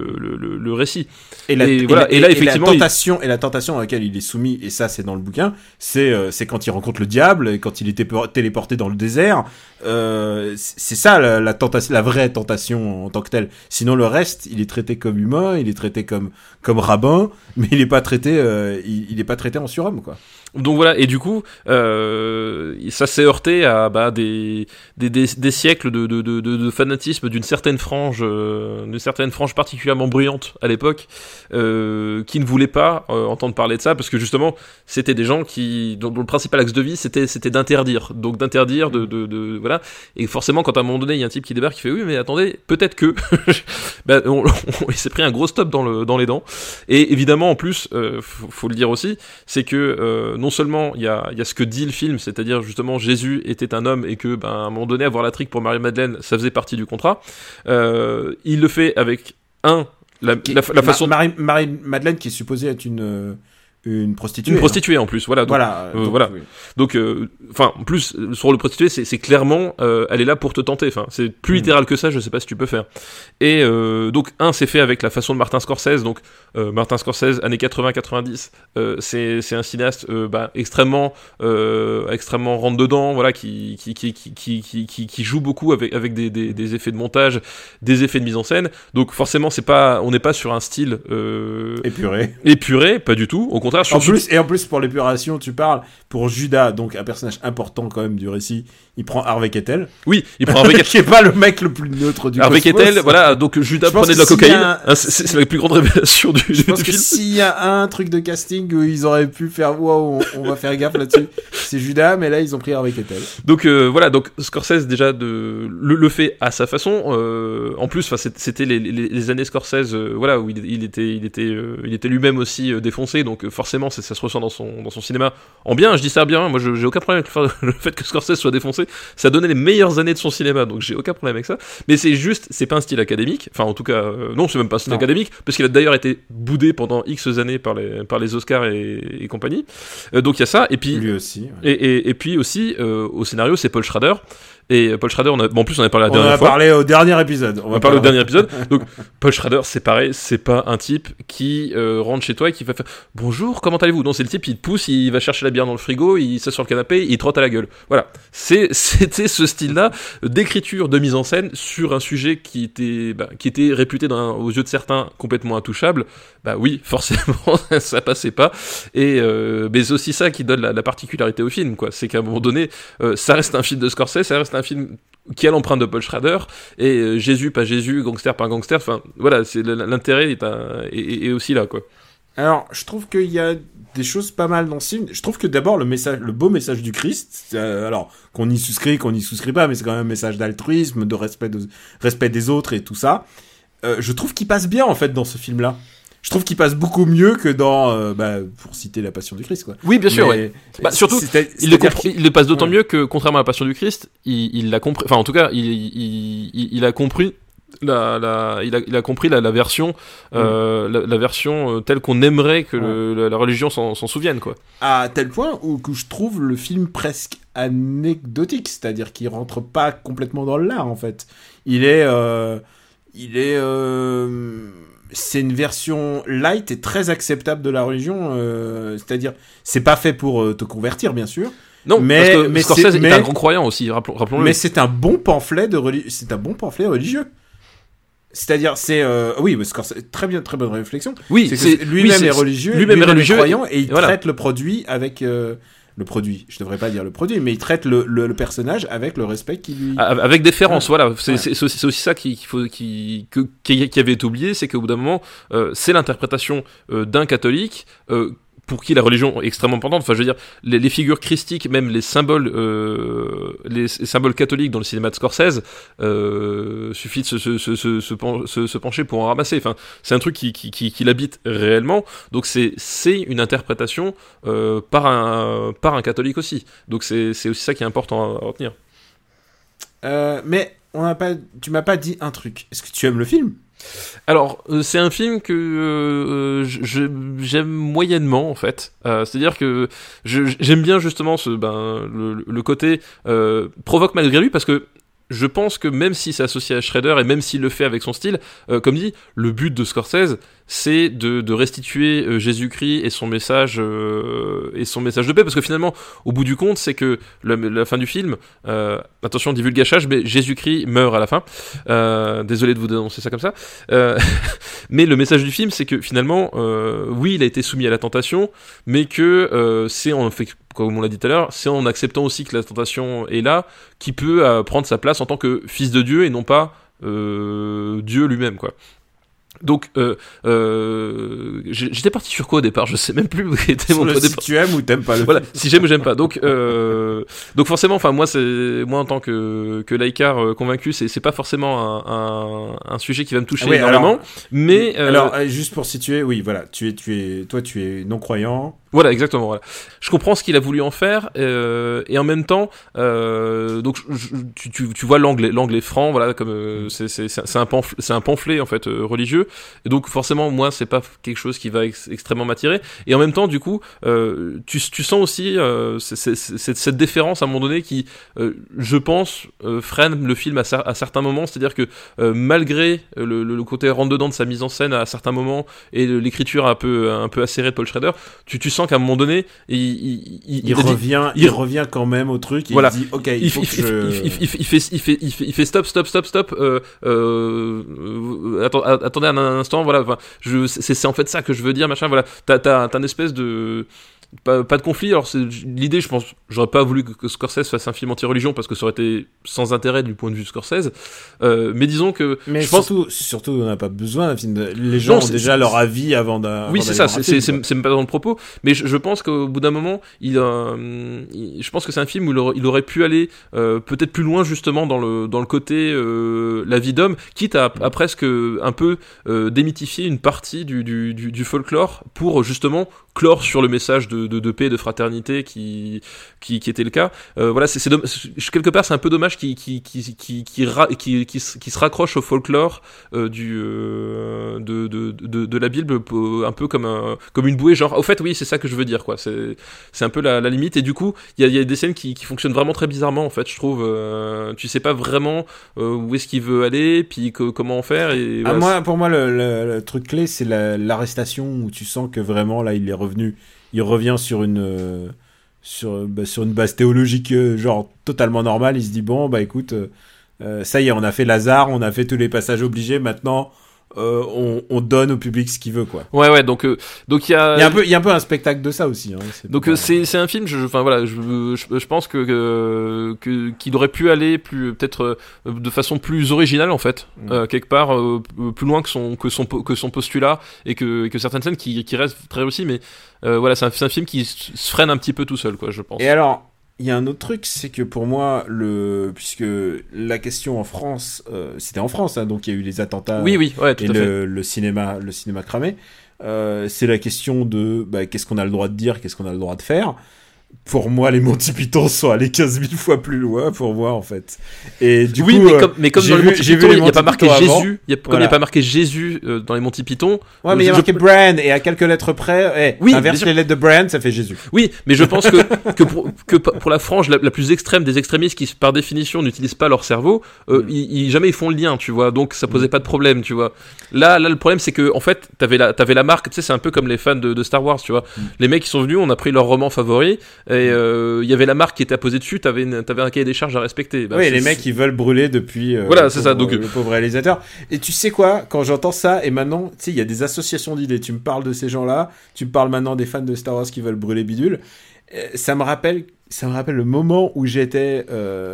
le récit. Et là effectivement la tentation à laquelle il est soumis, et ça c'est dans le bouquin, c'est quand il rencontre le diable et quand il était téléporté dans le désert. C'est ça la tentation, la vraie tentation en tant que telle. Sinon le reste, il est traité comme humain, il est traité comme rabbin. mais il est pas traité, il est pas traité en surhomme, quoi. Donc voilà, et du coup, ça s'est heurté à des siècles de fanatisme d'une certaine frange particulièrement bruyante à l'époque, qui ne voulait pas entendre parler de ça, parce que justement, c'était des gens dont le principal axe de vie, c'était d'interdire. Donc d'interdire, voilà. Et forcément, quand à un moment donné, il y a un type qui débarque, qui fait oui, mais attendez, peut-être que, il s'est pris un gros stop dans les dents. Et évidemment, en plus, faut le dire aussi, c'est que non seulement il y a ce que dit le film, c'est-à-dire justement Jésus était un homme et que à un moment donné avoir la trique pour Marie-Madeleine, ça faisait partie du contrat. Il le fait avec la façon Marie-Madeleine qui est supposée être une prostituée. Une prostituée en plus, voilà. Donc, voilà. Oui. Donc, en plus, sur le prostituée, c'est clairement, elle est là pour te tenter. Enfin, c'est plus littéral que ça. Je sais pas si tu peux faire. Et donc, c'est fait avec la façon de Martin Scorsese. Donc, Martin Scorsese, années 80-90, c'est un cinéaste extrêmement rentre dedans. Voilà, qui joue beaucoup avec des effets de montage, des effets de mise en scène. Donc, forcément, on n'est pas sur un style épuré, pas du tout. Au contraire. En plus, pour l'épuration, tu parles pour Judas, donc un personnage important quand même du récit. Il prend Harvey Keitel. Oui, il prend Harvey Keitel. Qui est pas le mec le plus neutre du Harvey Keitel, voilà. Donc Judas prenait de la cocaïne. C'est la plus grande révélation du film. Je pense que s'il y a un truc de casting où ils auraient pu faire, waouh, on va faire gaffe là-dessus, c'est Judas, mais là ils ont pris Harvey Keitel. Donc voilà, donc Scorsese déjà le fait à sa façon. En plus, c'était les années Scorsese, voilà, où il était lui-même aussi défoncé, donc forcément ça se ressent dans son cinéma en bien. Je dis ça bien, moi j'ai aucun problème avec le fait que Scorsese soit défoncé, ça donnait les meilleures années de son cinéma, donc j'ai aucun problème avec ça. Mais c'est pas un style académique, enfin en tout cas non, c'est même pas un style académique, parce qu'il a d'ailleurs été boudé pendant X années par les Oscars et compagnie. Donc il y a ça, et puis lui aussi, ouais. et puis aussi au scénario, c'est Paul Schrader. Et Paul Schrader, en plus on en a parlé la dernière fois. On a parlé au dernier épisode. On va parler au dernier épisode. Donc Paul Schrader, c'est pareil, c'est pas un type qui rentre chez toi et qui va faire bonjour, comment allez-vous. Non, c'est le type, il te pousse, il va chercher la bière dans le frigo, il s'assoit sur le canapé, il trotte à la gueule. Voilà, c'était ce style-là d'écriture, de mise en scène sur un sujet qui était réputé aux yeux de certains complètement intouchable. Bah oui, forcément, ça passait pas. Et mais c'est aussi ça qui donne la particularité au film, quoi. C'est qu'à un moment donné, ça reste un film de Scorsese, ça reste un film qui a l'empreinte de Paul Schrader, et Jésus pas Jésus, gangster pas gangster, enfin voilà, c'est l'intérêt est aussi là, quoi. Alors, je trouve qu'il y a des choses pas mal dans ce film. Je trouve que d'abord le beau message du Christ, alors qu'on y souscrit pas, mais c'est quand même un message d'altruisme, de respect des autres et tout ça. Je trouve qu'il passe bien en fait dans ce film-là. Je trouve qu'il passe beaucoup mieux que dans, pour citer La Passion du Christ, quoi. Oui, bien sûr, ouais. Surtout, il le passe d'autant mieux que, contrairement à La Passion du Christ, il l'a compris, enfin, en tout cas, il a compris il a compris la version, la version telle qu'on aimerait que la religion s'en souvienne, quoi. À tel point que je trouve le film presque anecdotique, c'est-à-dire qu'il rentre pas complètement dans l'art, en fait. C'est une version light et très acceptable de la religion, c'est-à-dire c'est pas fait pour te convertir, bien sûr. Non, parce que Scorsese est un grand croyant aussi, rappelons-le. Mais c'est un bon pamphlet religieux. C'est-à-dire, oui, mais Scorsese, très bonne réflexion. Oui, lui-même est religieux, lui-même est croyant, et il traite le produit avec le produit. Je devrais pas dire le produit, mais il traite le personnage avec le respect qu'il lui... Avec déférence, voilà. C'est aussi ça qui avait été oublié, c'est qu'au bout d'un moment, c'est l'interprétation d'un catholique, pour qui la religion est extrêmement importante. Enfin, je veux dire, les figures christiques, même les symboles catholiques dans le cinéma de Scorsese, suffit de se pencher pour en ramasser. Enfin, c'est un truc qui l'habite réellement. Donc c'est une interprétation par un catholique aussi. Donc c'est aussi ça qui est important à retenir. Mais tu m'as pas dit un truc. Est-ce que tu aimes le film ? Alors, c'est un film que j'aime moyennement, en fait. C'est-à-dire que j'aime bien justement le côté provoque malgré lui, parce que je pense que même si c'est associé à Shredder et même s'il le fait avec son style, comme dit, le but de Scorsese, c'est de restituer Jésus-Christ et son message de paix, parce que finalement, au bout du compte, c'est que la fin du film, attention divulgachage, mais Jésus-Christ meurt à la fin. Désolé de vous annoncer ça comme ça. Mais le message du film, c'est que finalement, oui, il a été soumis à la tentation, mais que c'est en fait, comme on l'a dit tout à l'heure, c'est en acceptant aussi que la tentation est là, qui peut prendre sa place en tant que fils de Dieu et non pas Dieu lui-même, quoi. Donc, j'étais parti sur quoi au départ ? Je sais même plus où était mon si tu aimes ou t'aimes pas le film. Voilà, si j'aime ou j'aime pas. Donc forcément, enfin moi en tant que laïcard convaincu, c'est pas forcément un sujet qui va me toucher énormément. Alors, juste pour situer, oui, voilà, tu es non croyant. Voilà, exactement. Voilà. Je comprends ce qu'il a voulu en faire, et en même temps, donc tu vois l'angle est franc, voilà, comme c'est un pamphlet en fait religieux, et donc forcément moi c'est pas quelque chose qui va extrêmement m'attirer. Et en même temps, du coup, tu sens aussi cette déférence à un moment donné qui, je pense, freine le film à certains moments. C'est-à-dire que malgré le côté rentre dedans de sa mise en scène à certains moments et l'écriture un peu acérée de Paul Schrader, tu sens qu'à un moment donné, il revient quand même au truc. Et voilà. Il dit, ok, il fait stop. Attendez un instant, voilà. Enfin, c'est en fait ça que je veux dire, machin. Voilà, t'as une espèce de pas de conflit. Alors l'idée, je pense, j'aurais pas voulu que Scorsese fasse un film anti-religion parce que ça aurait été sans intérêt du point de vue de Scorsese. Mais disons que surtout on n'a pas besoin d'un film. Les gens ont déjà leur avis avant d'un. Oui, c'est ça. C'est même pas dans le propos. Mais je pense qu'au bout d'un moment, je pense que c'est un film où il aurait pu aller peut-être plus loin justement dans le côté la vie d'homme, quitte à presque un peu démythifier une partie du folklore pour justement clore sur le message de paix et de fraternité qui était le cas. Voilà, quelque part c'est un peu dommage qui se raccroche au folklore de la Bible, un peu comme une bouée, genre au fait oui c'est ça que je veux dire, quoi. C'est un peu la limite, et du coup il y a des scènes qui fonctionnent vraiment très bizarrement en fait, je trouve. Tu sais pas vraiment où est-ce qu'il veut aller, puis comment en faire. Et voilà, pour moi le truc clé c'est l'arrestation, où tu sens que vraiment là il revient sur une base théologique genre totalement normale. Il se dit bon bah écoute, ça y est, on a fait Lazare, on a fait tous les passages obligés, maintenant on donne au public ce qu'il veut, quoi. Ouais, donc il y a un peu un spectacle de ça aussi, hein. C'est un film, je pense qu'il aurait pu aller peut-être de façon plus originale en fait, quelque part plus loin que son postulat, et que certaines scènes qui restent très réussies, mais voilà, c'est un film qui se freine un petit peu tout seul, quoi, je pense. Et alors il y a un autre truc, c'est que pour moi, puisque la question en France, c'était en France, hein, donc il y a eu les attentats, ouais, tout et à fait. le cinéma cramé. C'est la question de qu'est-ce qu'on a le droit de dire, qu'est-ce qu'on a le droit de faire. Pour moi, les Monty Python sont allés 15 000 fois plus loin pour moi, en fait. Et du coup, mais comme dans les Monty Python, il n'y a pas marqué Jésus. Il n'y a pas marqué Jésus dans les Monty Python. Ouais, mais il y a marqué Brand, et à quelques lettres près, inverse les lettres de Brand, ça fait Jésus. Oui, mais je pense que pour la frange la plus extrême des extrémistes qui, par définition, n'utilisent pas leur cerveau, jamais ils font le lien, tu vois. Donc, ça posait pas de problème, tu vois. Là, le problème, c'est que, en fait, t'avais la marque, tu sais, c'est un peu comme les fans de Star Wars, tu vois. Les mecs qui sont venus, on a pris leur roman favori, et il y avait la marque qui était apposée dessus, t'avais un cahier des charges à respecter. Oui, les mecs ils veulent brûler depuis voilà, c'est ça, donc le pauvre réalisateur. Et tu sais quoi, quand j'entends ça, et maintenant tu sais, il y a des associations d'idées, tu me parles de ces gens-là, tu me parles maintenant des fans de Star Wars qui veulent brûler bidule, ça me rappelle le moment où j'étais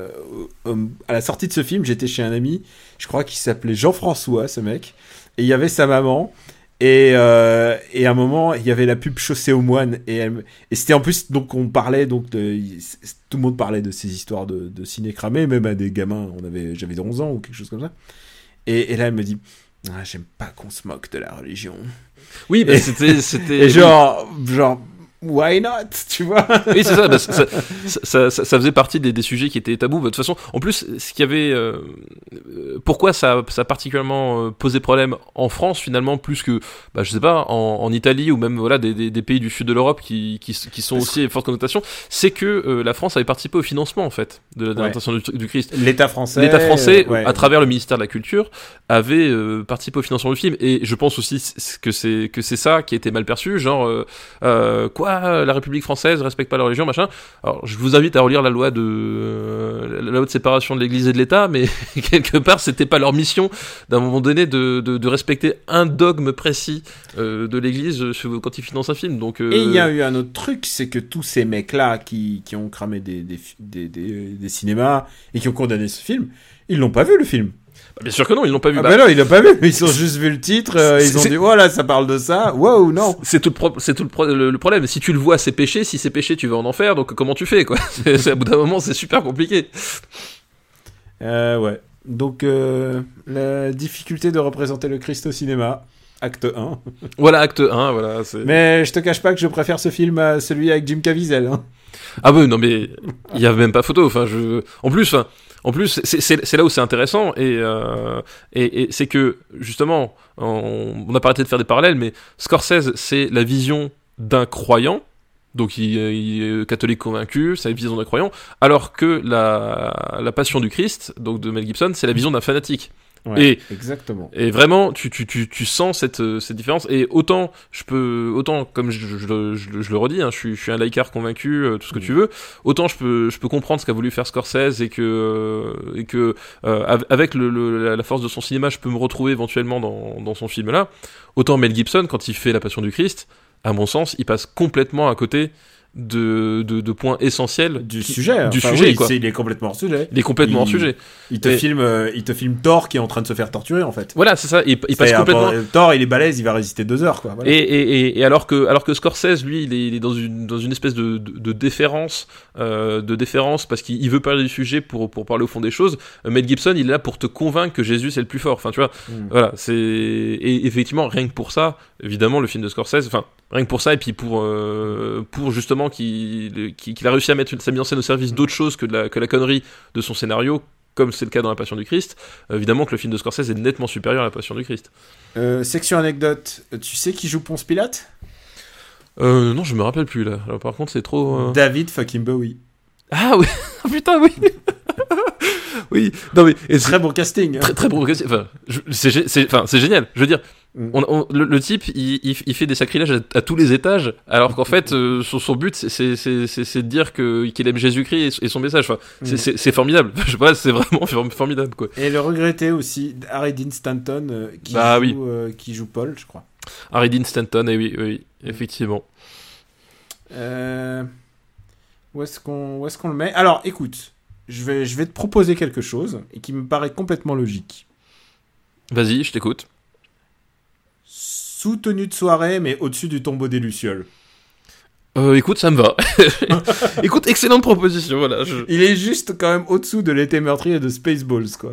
à la sortie de ce film, j'étais chez un ami, je crois qu'il s'appelait Jean-François, ce mec, et il y avait sa maman. Et à un moment, il y avait la pub Chaussée aux moines, et c'était en plus, donc on parlait tout le monde parlait de ces histoires de ciné cramé, même à des gamins, j'avais 11 ans ou quelque chose comme ça. Et là, elle me dit, j'aime pas qu'on se moque de la religion. Oui, mais c'était. Et genre, why not, tu vois? Oui, c'est ça, ça faisait partie des sujets qui étaient tabous. De toute façon, en plus, ce qu'il y avait, pourquoi ça a particulièrement posé problème en France finalement, plus que, je sais pas, en Italie ou même voilà des pays du sud de l'Europe qui sont aussi à forte connotation, c'est que la France avait participé au financement en fait de l'adaptation du Christ. L'État français, à travers le ministère de la Culture, avait participé au financement du film, et je pense aussi que c'est ça qui a été mal perçu, genre quoi, la République française respecte pas la religion, machin. Alors je vous invite à relire la loi de séparation de l'Église et de l'État, mais quelque part c'était pas leur mission d'un moment donné de respecter un dogme précis de l'Église quand ils financent un film. Donc et il y a eu un autre truc, c'est que tous ces mecs là qui ont cramé des cinémas et qui ont condamné ce film, ils l'ont pas vu le film. Bien sûr que non, ils l'ont pas vu. Non, ils l'ont pas vu. Ils ont juste vu le titre. Ils ont dit, voilà, ça parle de ça. Wow, non. C'est tout le problème. Si tu le vois, c'est péché. Si c'est péché, tu vas en enfer. Donc comment tu fais, quoi? À bout d'un moment, c'est super compliqué. Ouais. Donc la difficulté de représenter le Christ au cinéma. Acte 1. Voilà, acte 1, voilà. Mais je te cache pas que je préfère ce film à celui avec Jim Caviezel. Hein. Ah bah non, mais il y a même pas photo. Enfin, En plus, c'est là où c'est intéressant, et c'est que, justement, on a pas arrêté de faire des parallèles, mais Scorsese, c'est la vision d'un croyant, donc il est catholique convaincu, c'est la vision d'un croyant, alors que la Passion du Christ, donc de Mel Gibson, c'est la vision d'un fanatique. Ouais, exactement. Et vraiment, tu sens cette différence. Et autant, comme je le redis, hein, je suis un laïcard convaincu, tout ce que tu veux. Autant je peux comprendre ce qu'a voulu faire Scorsese, et que avec la force de son cinéma, je peux me retrouver éventuellement dans son film là. Autant Mel Gibson, quand il fait La Passion du Christ, à mon sens, il passe complètement à côté de points essentiels du sujet, sujet, quoi. Il est complètement hors sujet. Il est complètement hors sujet. Il te filme Thor qui est en train de se faire torturer, en fait. Voilà, c'est ça. Il passe complètement. Thor, il est balèze, il va résister 2 heures, quoi. Voilà. Et alors que Scorsese, lui, il est dans une espèce de déférence, parce qu'il veut parler du sujet pour parler au fond des choses. Mel Gibson, il est là pour te convaincre que Jésus c'est le plus fort. Enfin, tu vois. Voilà, et effectivement, rien que pour ça, évidemment, le film de Scorsese, enfin, rien que pour ça, et puis pour justement qu'il a réussi à mettre sa mise en scène au service d'autre chose que la connerie de son scénario, comme c'est le cas dans La Passion du Christ, évidemment que le film de Scorsese est nettement supérieur à La Passion du Christ. Section anecdote, tu sais qui joue Ponce Pilate ? Non, je me rappelle plus là. Alors, par contre, c'est trop... David fucking Bowie. Ah oui, putain, oui. Oui, non mais... Très bon casting. Très bon casting. Enfin, c'est génial. Je veux dire, le type, il fait des sacrilèges à tous les étages, alors qu'en fait, son but, c'est de dire qu'il aime Jésus-Christ et son message. Enfin, c'est formidable. Je sais pas, c'est vraiment formidable, quoi. Et le regretté aussi, Harry Dean Stanton, qui joue Paul, je crois. Harry Dean Stanton, oui, effectivement. Où est-ce qu'on le met ? Alors, écoute, je vais te proposer quelque chose et qui me paraît complètement logique. Vas-y, je t'écoute. Sous tenue de soirée, mais au-dessus du tombeau des Lucioles. Écoute, ça me va. Écoute, excellente proposition, voilà. Il est juste quand même au-dessous de L'été meurtrier de Spaceballs, quoi.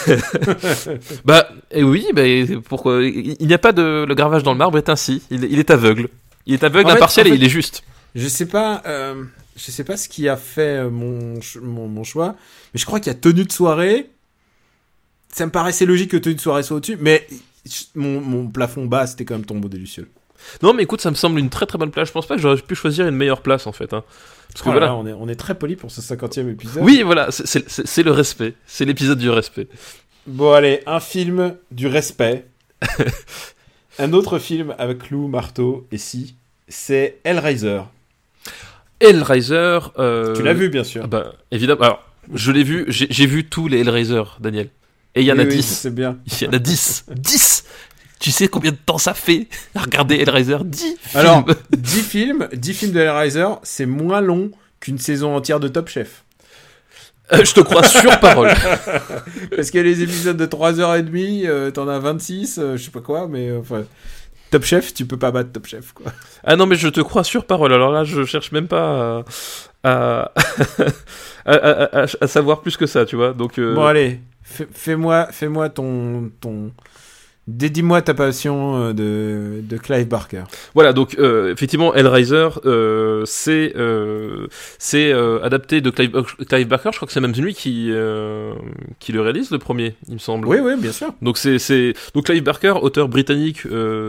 Pourquoi il n'y a pas le gravage dans le marbre est ainsi. Il est aveugle. Il est aveugle, impartial, et il est juste. Je sais pas ce qui a fait mon choix, mais je crois qu'il y a tenue de soirée. Ça me paraissait logique que tenue de soirée soit au-dessus, mais mon plafond bas, c'était quand même tombeau des Lucioles. Non, mais écoute, ça me semble une très très bonne place. Je pense pas que j'aurais pu choisir une meilleure place, en fait. Hein. Parce que voilà, on est très poli pour ce 50e épisode. Oui, voilà, c'est le respect. C'est l'épisode du respect. Bon, allez, un film du respect. Un autre film avec clou, marteau et scie, c'est Hellraiser. Hellraiser... Tu l'as vu, bien sûr. Bah, évidemment. Alors, je l'ai vu, j'ai vu tous les Hellraiser, Daniel. Et il y en a 10. C'est bien. Il y en a 10. 10. Tu sais combien de temps ça fait à regarder Hellraiser? 10 films. Alors, 10 films de Hellraiser, c'est moins long qu'une saison entière de Top Chef. Je te crois sur parole. Parce que les épisodes de 3h30, t'en as 26, je sais pas quoi, mais enfin... Top Chef, tu peux pas battre Top Chef, quoi. Ah non, mais je te crois sur parole. Alors là, je cherche même pas à savoir plus que ça, tu vois. Donc, Bon, allez, fais-moi ton Dédie-moi ta passion de Clive Barker. Voilà, donc effectivement, Hellraiser, c'est adapté de Clive Barker. Je crois que c'est même lui qui le réalise, le premier, il me semble. Oui, bien sûr. Donc donc Clive Barker, auteur britannique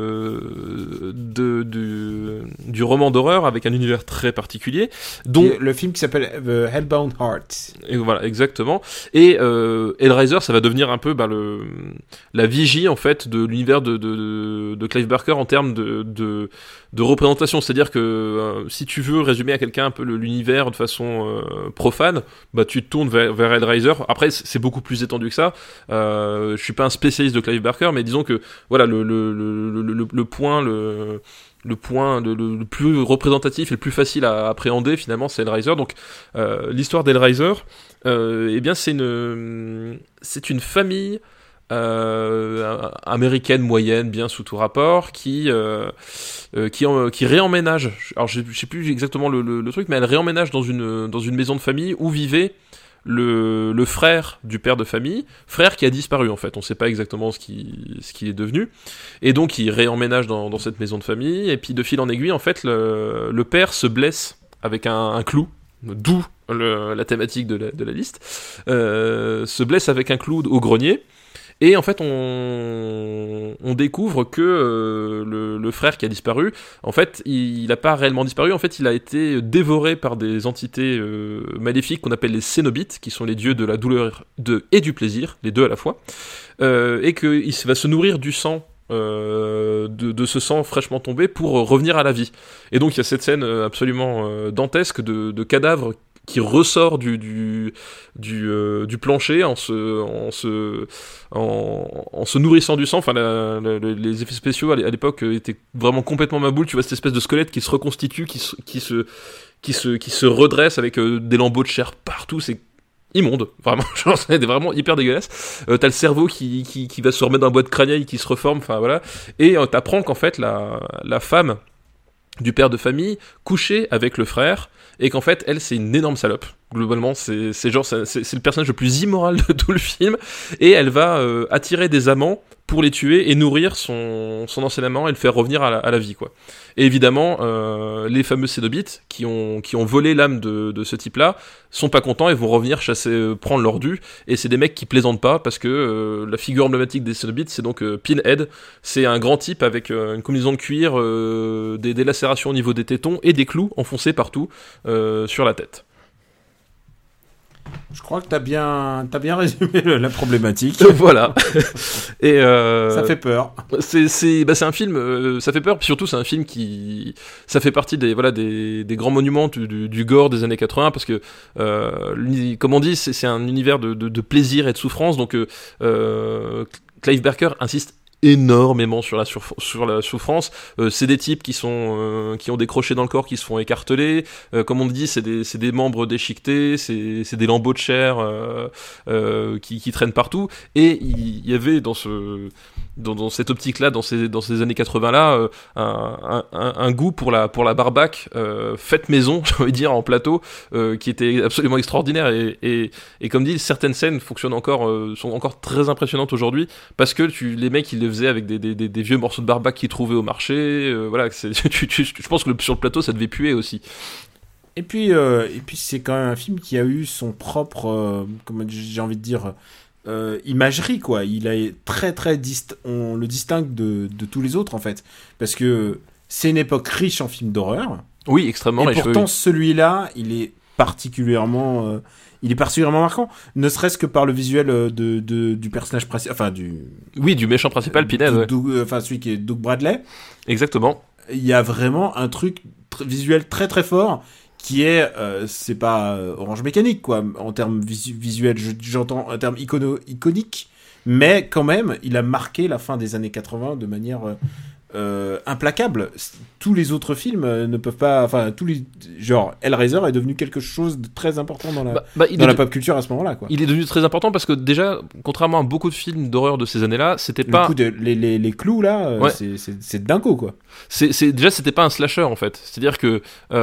du roman d'horreur avec un univers très particulier, dont le film qui s'appelle The Hellbound Heart. Et voilà, exactement. Et Hellraiser, ça va devenir un peu la vigie en fait de l'univers de Clive Barker en termes de représentation. C'est-à-dire que si tu veux résumer à quelqu'un un peu l'univers de façon profane, bah tu te tournes vers Hellraiser. Après, c'est beaucoup plus étendu que ça. Je suis pas un spécialiste de Clive Barker, mais disons que voilà le point le plus représentatif et le plus facile à appréhender finalement, c'est Hellraiser. Donc l'histoire d'Hellraiser, eh bien c'est une famille américaine moyenne, bien sous tout rapport, qui réemménage. Alors je sais plus exactement le truc, mais elle réemménage dans une maison de famille où vivait le frère du père de famille, frère qui a disparu en fait, on sait pas exactement ce qu'il est devenu, et donc il réemménage dans cette maison de famille, et puis de fil en aiguille en fait le père se blesse avec un clou, d'où la thématique de la liste, se blesse avec un clou au grenier. Et en fait, on découvre que le frère qui a disparu, en fait, il n'a pas réellement disparu. En fait, il a été dévoré par des entités maléfiques qu'on appelle les Cénobites, qui sont les dieux de la douleur et du plaisir, les deux à la fois, et qu'il va se nourrir du sang de ce sang fraîchement tombé pour revenir à la vie. Et donc, il y a cette scène absolument dantesque de cadavres qui ressort du plancher en se nourrissant du sang. Enfin, les effets spéciaux à l'époque étaient vraiment complètement maboules. Tu vois cette espèce de squelette qui se reconstitue, qui se redresse avec des lambeaux de chair partout. C'est immonde, vraiment. C'est vraiment hyper dégueulasse. T'as le cerveau qui va se remettre dans la boîte crânienne, qui se reforme. Enfin voilà. Et t'apprends qu'en fait la femme du père de famille couchait avec le frère, et qu'en fait elle c'est une énorme salope. Globalement c'est le personnage le plus immoral de tout le film, et elle va attirer des amants pour les tuer et nourrir son ancien amant et le faire revenir à la vie, quoi. Et évidemment les fameux Cénobites qui ont volé l'âme de ce type-là sont pas contents et vont revenir prendre leur dû, et c'est des mecs qui plaisantent pas, parce que la figure emblématique des Cénobites c'est donc Pinhead. C'est un grand type avec une combinaison de cuir, des lacérations au niveau des tétons et des clous enfoncés partout sur la tête. Je crois que t'as bien résumé la problématique. Voilà. Et ça fait peur. C'est un film, ça fait peur. Puis surtout, c'est un film ça fait partie des grands monuments du gore des années 80, parce que comme on dit, c'est un univers de plaisir et de souffrance. Donc Clive Barker insiste énormément sur la souffrance. C'est des types qui ont des crochets dans le corps qui se font écarteler, comme on dit, c'est des membres déchiquetés, c'est des lambeaux de chair qui traînent partout, et il y avait dans cette optique là, dans ces années 80 là, un goût pour la barbaque faite maison, j'ai envie de dire, en plateau, qui était absolument extraordinaire, et comme dit, certaines scènes sont encore très impressionnantes aujourd'hui, parce que les mecs ils le faisaient avec des vieux morceaux de barbaque qu'ils trouvaient au marché, voilà. Je pense que sur le plateau ça devait puer aussi. Et puis c'est quand même un film qui a eu son propre comment j'ai envie de dire, imagerie, quoi. Il est très très on le distingue de tous les autres en fait, parce que c'est une époque riche en films d'horreur. Oui, extrêmement. Et pourtant celui-là il est particulièrement marquant, ne serait-ce que par le visuel du personnage principal, enfin du méchant principal, Pinhead, enfin celui qui est Doug Bradley. Exactement. Il y a vraiment un truc visuel très très fort qui est c'est pas Orange Mécanique, quoi, en termes visuels, j'entends en termes iconiques, mais quand même il a marqué la fin des années 80 de manière implacable. Tous les autres films ne peuvent pas, enfin genre Hellraiser est devenu quelque chose de très important dans la pop culture à ce moment-là, quoi. Il est devenu très important parce que déjà, contrairement à beaucoup de films d'horreur de ces années-là, c'était pas les clous là, ouais. c'est dingo, quoi. Déjà c'était pas un slasher en fait, c'est-à-dire que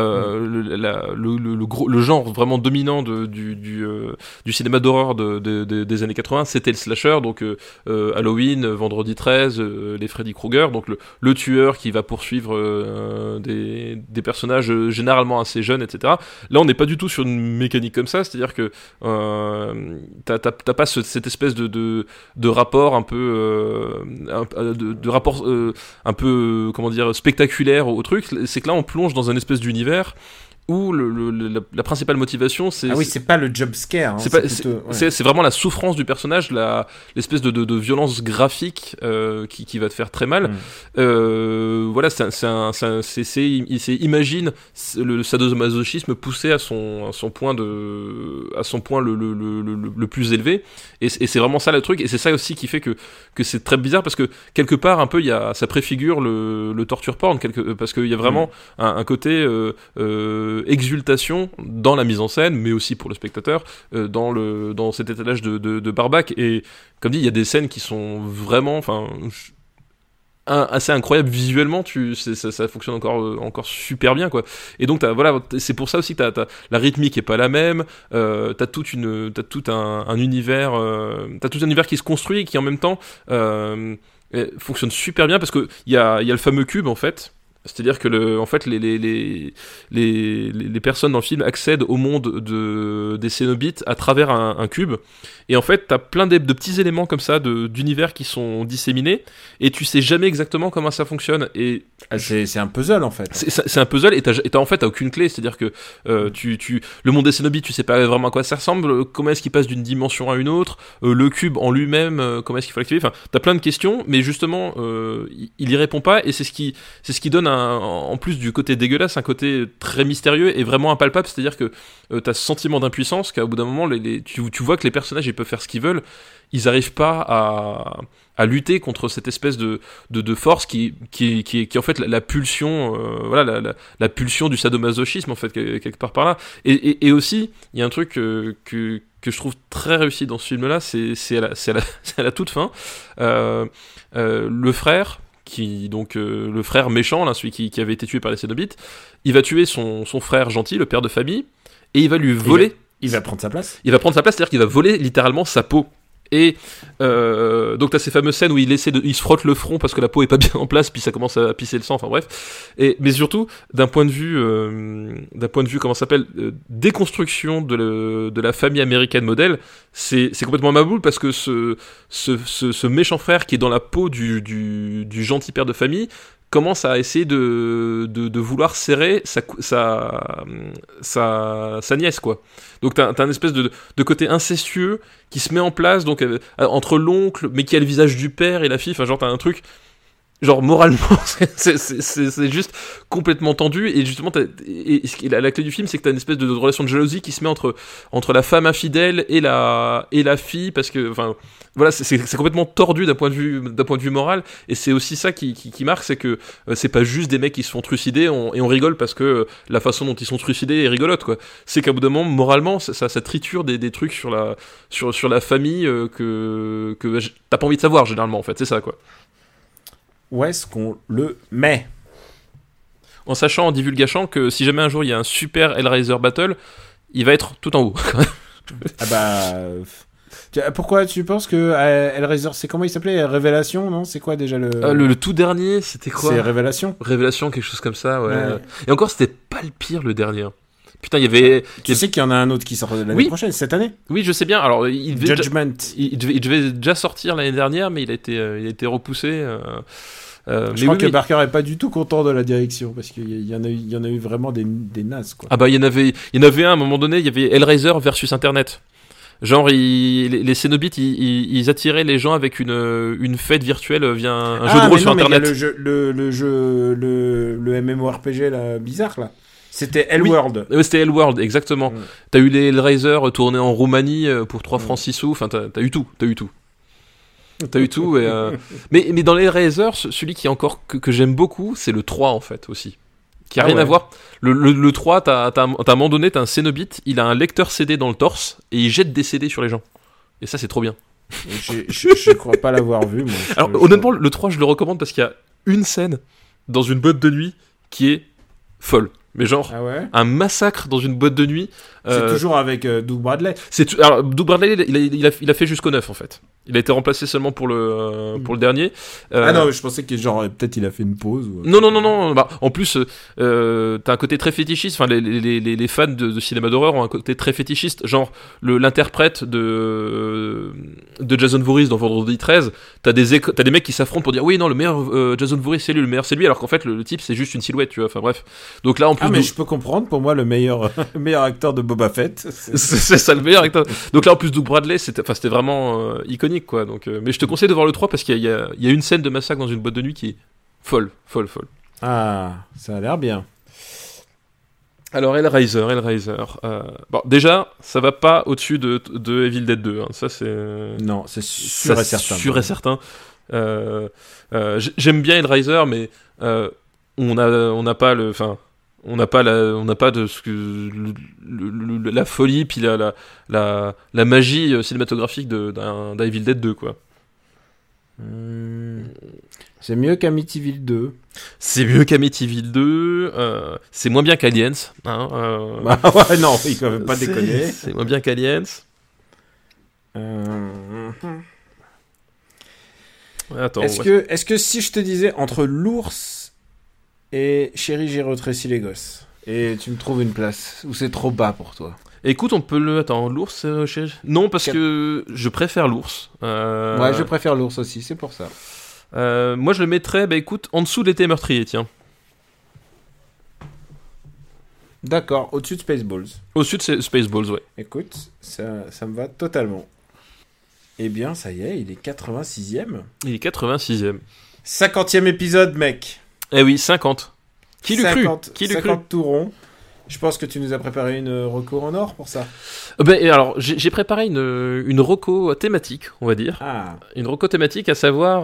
le genre vraiment dominant du cinéma d'horreur des années 80, c'était le slasher, donc Halloween, Vendredi 13, les Freddy Krueger, donc le tueur qui va poursuivre des personnages généralement assez jeunes, etc. Là on n'est pas du tout sur une mécanique comme ça, c'est-à-dire que t'as pas cette espèce de rapport un peu de rapport un peu comment dire spectaculaire au truc. C'est que là on plonge dans un espèce d'univers où la principale motivation c'est... Ah oui, c'est pas le jump scare. Hein, c'est vraiment la souffrance du personnage, l'espèce de violence graphique qui va te faire très mal. Voilà, c'est imagine le sadomasochisme poussé à son point le plus élevé. Et c'est vraiment ça le truc. Et c'est ça aussi qui fait que c'est très bizarre parce que quelque part un peu ça préfigure le torture porn parce qu'il y a vraiment un côté exultation dans la mise en scène, mais aussi pour le spectateur dans cet étalage de barbac. Et comme dit, il y a des scènes qui sont vraiment assez incroyable visuellement, ça fonctionne encore super bien, quoi. Et donc voilà, c'est pour ça aussi que la rythmique est pas la même, t'as tout un univers, t'as tout un univers qui se construit et qui en même temps fonctionne super bien parce que il y a le fameux cube en fait. C'est-à-dire que en fait les personnes dans le film accèdent au monde des Cénobites à travers un cube, et en fait t'as plein de petits éléments comme ça d'univers qui sont disséminés et tu sais jamais exactement comment ça fonctionne. Et c'est un puzzle en fait. C'est un puzzle et t'as en fait aucune clé, c'est-à-dire que le monde des Cénobites tu sais pas vraiment à quoi ça ressemble, comment est-ce qu'il passe d'une dimension à une autre, le cube en lui-même comment est-ce qu'il faut l'activer, enfin t'as plein de questions, mais justement il y répond pas, et c'est ce qui donne en plus du côté dégueulasse, un côté très mystérieux et vraiment impalpable, c'est-à-dire que t'as ce sentiment d'impuissance qu'à bout d'un moment tu vois que les personnages ils peuvent faire ce qu'ils veulent, ils arrivent pas à lutter contre cette espèce de force qui est en fait la pulsion, voilà, la pulsion du sadomasochisme en fait, quelque part par là. Et aussi il y a un truc que je trouve très réussi dans ce film-là, c'est à la toute fin, le frère le frère méchant, là, celui qui avait été tué par les Cénobites, il va tuer son frère gentil, le père de famille, et il va lui voler. Il va prendre sa place. Il va prendre sa place, c'est-à-dire qu'il va voler littéralement sa peau. Et donc t'as ces fameuses scènes où il se frotte le front parce que la peau est pas bien en place, puis ça commence à pisser le sang, enfin bref. Mais surtout d'un point de vue comment ça s'appelle, déconstruction de la famille américaine modèle, c'est complètement maboule parce que ce méchant frère qui est dans la peau du gentil père de famille commence à essayer de vouloir serrer sa nièce, quoi. Donc t'as un espèce de côté incestueux qui se met en place, donc entre l'oncle, mais qui a le visage du père et la fille, enfin genre t'as un truc, genre moralement c'est juste complètement tendu, et justement la clé du film c'est que t'as une espèce de relation de jalousie qui se met entre la femme infidèle et la fille, parce que enfin voilà, c'est complètement tordu d'un point de vue moral, et c'est aussi ça qui marque, c'est que c'est pas juste des mecs qui se font trucider et on rigole parce que la façon dont ils sont trucidés est rigolote, quoi. C'est qu'à bout d'un moment moralement ça triture des trucs sur la famille que t'as pas envie de savoir généralement, en fait, c'est ça, quoi. Où est-ce qu'on le met ? En sachant, en divulgachant que si jamais un jour il y a un super Hellraiser Battle, il va être tout en haut. Ah bah... Pourquoi tu penses que Hellraiser, c'est comment il s'appelait ? Révélation, non ? C'est quoi déjà le tout dernier, c'était quoi ? C'est Révélation ? Révélation, quelque chose comme ça, ouais. Et encore, c'était pas le pire, le dernier. Putain, il y avait... Tu sais qu'il y en a un autre qui sort l'année prochaine, cette année ? Oui, je sais bien. Alors, Judgment. Il devait déjà sortir l'année dernière, mais il a été repoussé. Je crois que Barker est pas du tout content de la direction, parce qu'il y en a eu vraiment des nazes, quoi. Ah bah, il y en avait un, à un moment donné, il y avait Hellraiser versus Internet. Genre, les Cénobites, ils attiraient les gens avec une fête virtuelle via un jeu de rôle sur Internet. Mais il y a le MMORPG là, bizarre, là. C'était Hellworld. Oui, c'était Hellworld, exactement. T'as eu les Hellraiser tournés en Roumanie pour 3 francs 6 sous, enfin t'as eu tout. T'as eu tout. Mais dans les Hellraiser, celui qui est encore que j'aime beaucoup, c'est le 3 en fait aussi. Qui a rien à voir. Le 3, t'as à un moment donné, t'as un Cénobite, il a un lecteur CD dans le torse et il jette des CD sur les gens. Et ça, c'est trop bien. Je crois pas l'avoir vu, moi. Alors, honnêtement, le 3, je le recommande parce qu'il y a une scène dans une boîte de nuit qui est folle. Mais genre, un massacre dans une boîte de nuit. C'est toujours avec Doug Bradley. Alors, Doug Bradley, il a fait jusqu'au 9, en fait. Il a été remplacé seulement pour le dernier. Ah non, je pensais que genre, peut-être il a fait une pause. Ou... Non. Bah, en plus, t'as un côté très fétichiste. Enfin, les fans de cinéma d'horreur ont un côté très fétichiste. Genre, l'interprète de Jason Voorhees dans Vendredi 13, t'as des mecs qui s'affrontent pour dire oui, non, le meilleur Jason Voorhees, c'est lui, le meilleur, c'est lui. Alors qu'en fait, le type, c'est juste une silhouette, tu vois. Enfin, bref. Donc là, en plus. Ah, mais je peux comprendre. Pour moi, le meilleur acteur de Boba Fett. C'est ça, le meilleur acteur. Donc là, en plus, Doug Bradley, c'était vraiment iconique, quoi. Donc, mais je te conseille de voir le 3 parce qu'il y a une scène de massacre dans une boîte de nuit qui est folle. Ah, ça a l'air bien. Alors, Hellraiser. Bon, déjà, ça va pas au-dessus de Evil Dead 2. Hein. Ça, c'est. Non, c'est sûr et certain. Sûr et certain. J'aime bien Hellraiser, mais on n'a pas le. Enfin. On n'a pas de la folie puis la magie cinématographique d'un Evil Dead 2, quoi. C'est mieux qu'Amityville 2. C'est mieux qu'Amityville 2. C'est moins bien qu'Aliens. Hein, Bah ouais, non, il faut pas déconner. C'est moins bien qu'Aliens. Attends. Est-ce que si je te disais entre l'ours et Chérie, j'ai rétréci les gosses, et tu me trouves une place, ou c'est trop bas pour toi? Écoute, on peut le... Attends, l'ours, non, parce que je préfère l'ours. Ouais, je préfère l'ours aussi, c'est pour ça. Moi, je le mettrais, écoute, en dessous de l'été meurtrier, tiens. D'accord, au-dessus de Spaceballs. Au-dessus de Spaceballs, ouais. Écoute, ça me va totalement. Eh bien, ça y est, il est 86e. Il est 86e. 50e épisode, mec. Eh oui, 50. Qui l'eût cru? 50 tout rond. Je pense que tu nous as préparé une reco en or pour ça. Alors, j'ai préparé une reco thématique, on va dire. Ah. Une reco thématique, à savoir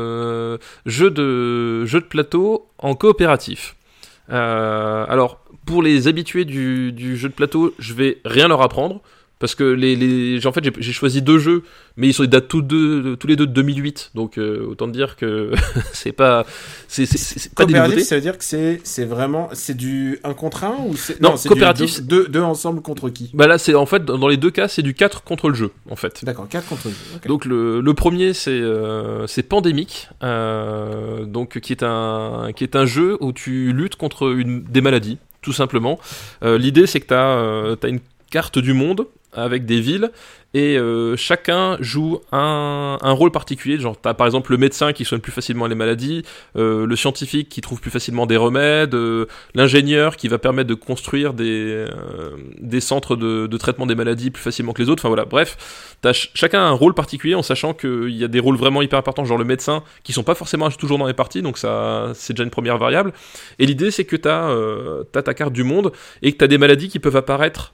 jeu de plateau en coopératif. Alors, pour les habitués du jeu de plateau, je vais rien leur apprendre. Parce que en fait, j'ai choisi 2 jeux, mais ils datent tous les deux de 2008, donc autant te dire que c'est pas des nouveautés. Ça veut dire que c'est vraiment du 1 contre 1 ou c'est non, c'est coopératif, du 2 ensemble contre qui? Bah là, c'est en fait dans les deux cas, c'est du 4 contre le jeu, en fait. D'accord, 4 contre le jeu. Okay. Donc le premier c'est Pandémique, donc qui est un jeu où tu luttes contre des maladies, tout simplement. L'idée c'est que t'as une carte du monde avec des villes et chacun joue un rôle particulier. Genre t'as par exemple le médecin qui soigne plus facilement les maladies, le scientifique qui trouve plus facilement des remèdes, l'ingénieur qui va permettre de construire des centres de traitement des maladies plus facilement que les autres. Enfin voilà, bref, t'as chacun un rôle particulier en sachant qu'il y a des rôles vraiment hyper importants, genre le médecin, qui sont pas forcément toujours dans les parties, donc ça c'est déjà une première variable. Et l'idée c'est que t'as ta carte du monde et que t'as des maladies qui peuvent apparaître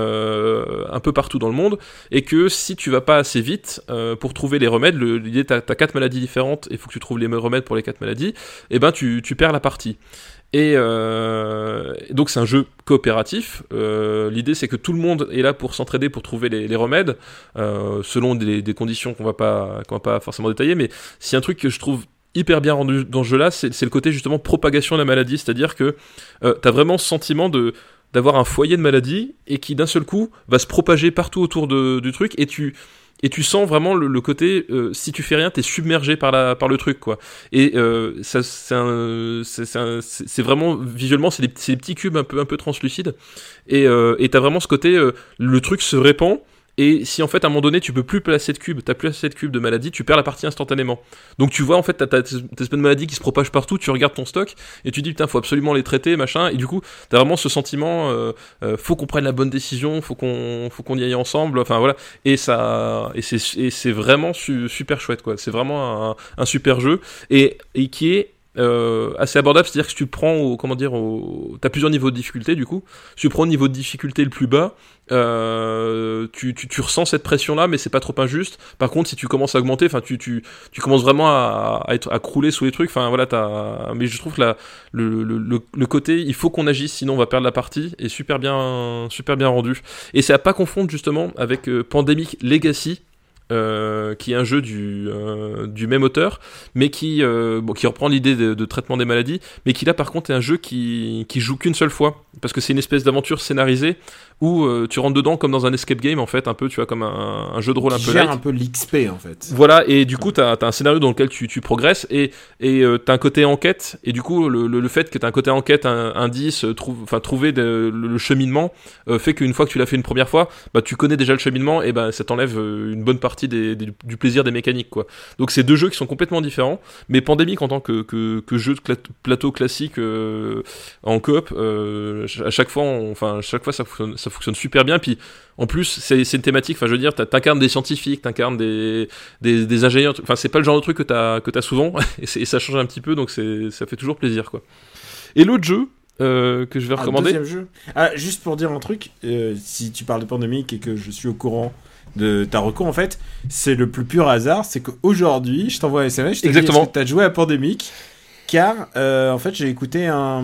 un peu partout dans le monde, et que si tu vas pas assez vite pour trouver les remèdes, l'idée t'as 4 maladies différentes et il faut que tu trouves les remèdes pour les 4 maladies, et ben tu perds la partie. Et donc c'est un jeu coopératif. L'idée c'est que tout le monde est là pour s'entraider pour trouver les remèdes selon des conditions qu'on va pas forcément détailler, mais c'est un truc que je trouve hyper bien rendu dans ce jeu-là, c'est le côté justement propagation de la maladie, c'est-à-dire que t'as vraiment ce sentiment d'avoir un foyer de maladie et qui d'un seul coup va se propager partout autour du truc, et tu sens vraiment le côté si tu fais rien t'es submergé par le truc, quoi. Et ça c'est vraiment visuellement c'est des petits cubes un peu translucides, et t'as vraiment ce côté le truc se répand. Et si en fait à un moment donné tu peux plus placer de cubes, t'as plus assez de cubes de maladie, tu perds la partie instantanément. Donc tu vois en fait t'as cette espèce de maladie qui se propage partout, tu regardes ton stock et tu dis putain faut absolument les traiter machin, et du coup t'as vraiment ce sentiment faut qu'on prenne la bonne décision, faut qu'on y aille ensemble, enfin voilà. Et c'est vraiment super chouette, quoi. C'est vraiment un super jeu et qui est assez abordable, c'est-à-dire que si tu te prends t'as plusieurs niveaux de difficulté du coup. Si tu prends le niveau de difficulté le plus bas, tu ressens cette pression-là, mais c'est pas trop injuste. Par contre, si tu commences à augmenter, enfin, tu commences vraiment à crouler sous les trucs. Enfin voilà, mais je trouve que le côté, il faut qu'on agisse, sinon on va perdre la partie, est super bien rendu. Et c'est à pas confondre justement avec Pandemic Legacy. Qui est un jeu du même auteur, mais qui reprend l'idée de traitement des maladies, mais qui là par contre est un jeu qui joue qu'une seule fois, parce que c'est une espèce d'aventure scénarisée où tu rentres dedans comme dans un escape game en fait, un peu, tu vois, comme un jeu de rôle un peu light. Un peu l'XP en fait. Voilà, et du coup t'as un scénario dans lequel tu progresses et t'as un côté enquête, et du coup le fait que t'as un côté enquête, indice, trouver le cheminement fait qu'une fois que tu l'as fait une première fois, bah tu connais déjà le cheminement, et bah ça t'enlève une bonne partie du plaisir des mécaniques, quoi. Donc c'est deux jeux qui sont complètement différents, mais Pandemic en tant que jeu de plateau classique en coop, à chaque fois ça fonctionne super bien. Puis en plus c'est une thématique, enfin je veux dire, t'incarnes des scientifiques, t'incarnes des ingénieurs, enfin c'est pas le genre de truc que t'as souvent et ça change un petit peu, donc ça fait toujours plaisir, quoi. Et l'autre jeu que je vais recommander, deuxième jeu. Juste pour dire un truc, si tu parles de Pandemic et que je suis au courant de ta reco, en fait, c'est le plus pur hasard, c'est qu'aujourd'hui, je t'envoie un SMS, je te dis, est-ce que t'as joué à Pandemic, car en fait j'ai écouté un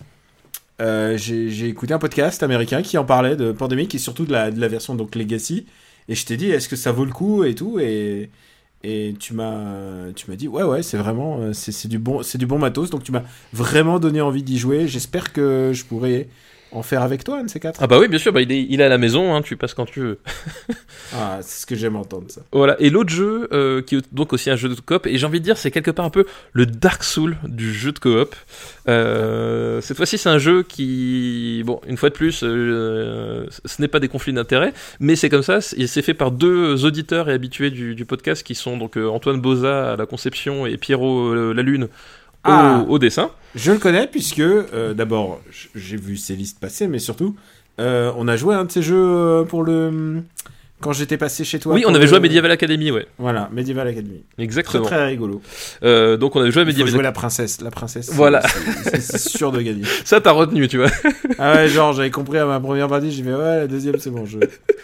podcast américain qui en parlait de Pandemic et surtout de la version donc Legacy, et je t'ai dit est-ce que ça vaut le coup et tout, et tu m'as dit ouais c'est vraiment c'est du bon matos, donc tu m'as vraiment donné envie d'y jouer. J'espère que je pourrai en faire avec toi, un de ces quatre. Ah bah oui, bien sûr, il est à la maison, hein, tu passes quand tu veux. Ah, c'est ce que j'aime entendre, ça. Voilà, et l'autre jeu, qui est donc aussi un jeu de coop, et j'ai envie de dire, c'est quelque part un peu le Dark Souls du jeu de coop. Cette fois-ci, c'est un jeu qui, bon, une fois de plus, ce n'est pas des conflits d'intérêts, mais c'est comme ça, c'est fait par deux auditeurs et habitués du podcast, qui sont donc Antoine Boza à la conception et Pierrot Lalune au dessin. Je le connais puisque, d'abord, j'ai vu ses listes passer, mais surtout, on a joué à un de ces jeux quand j'étais passé chez toi. Oui, on avait joué à Medieval Academy, ouais. Voilà, Medieval Academy. Exactement. Très, très rigolo. Donc on avait joué à Medieval Academy. La princesse. Voilà. C'est sûr de gagner. Ça, t'as retenu, tu vois. Ah ouais, genre, j'avais compris à ma première partie, j'ai fait, ouais, la deuxième, c'est bon jeu.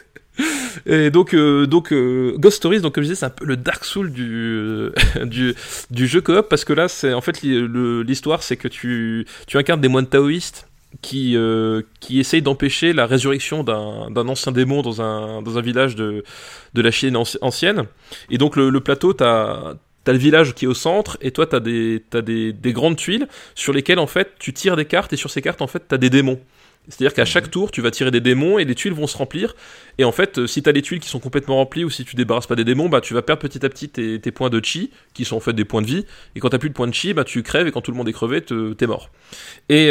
Et donc Ghost Stories, donc comme je disais, c'est un peu le Dark Souls du jeu coop, parce que là c'est en fait l'histoire, c'est que tu incarnes des moines taoïstes qui essayent d'empêcher la résurrection d'un ancien démon dans un village de la Chine ancienne. Et donc le plateau, t'as le village qui est au centre, et toi t'as des grandes tuiles sur lesquelles en fait tu tires des cartes, et sur ces cartes en fait t'as des démons. C'est-à-dire qu'à chaque tour, tu vas tirer des démons et les tuiles vont se remplir. Et en fait, si t'as les tuiles qui sont complètement remplies ou si tu débarrasses pas des démons, bah tu vas perdre petit à petit tes points de chi, qui sont en fait des points de vie. Et quand t'as plus de points de chi, bah tu crèves, et quand tout le monde est crevé, t'es mort. Et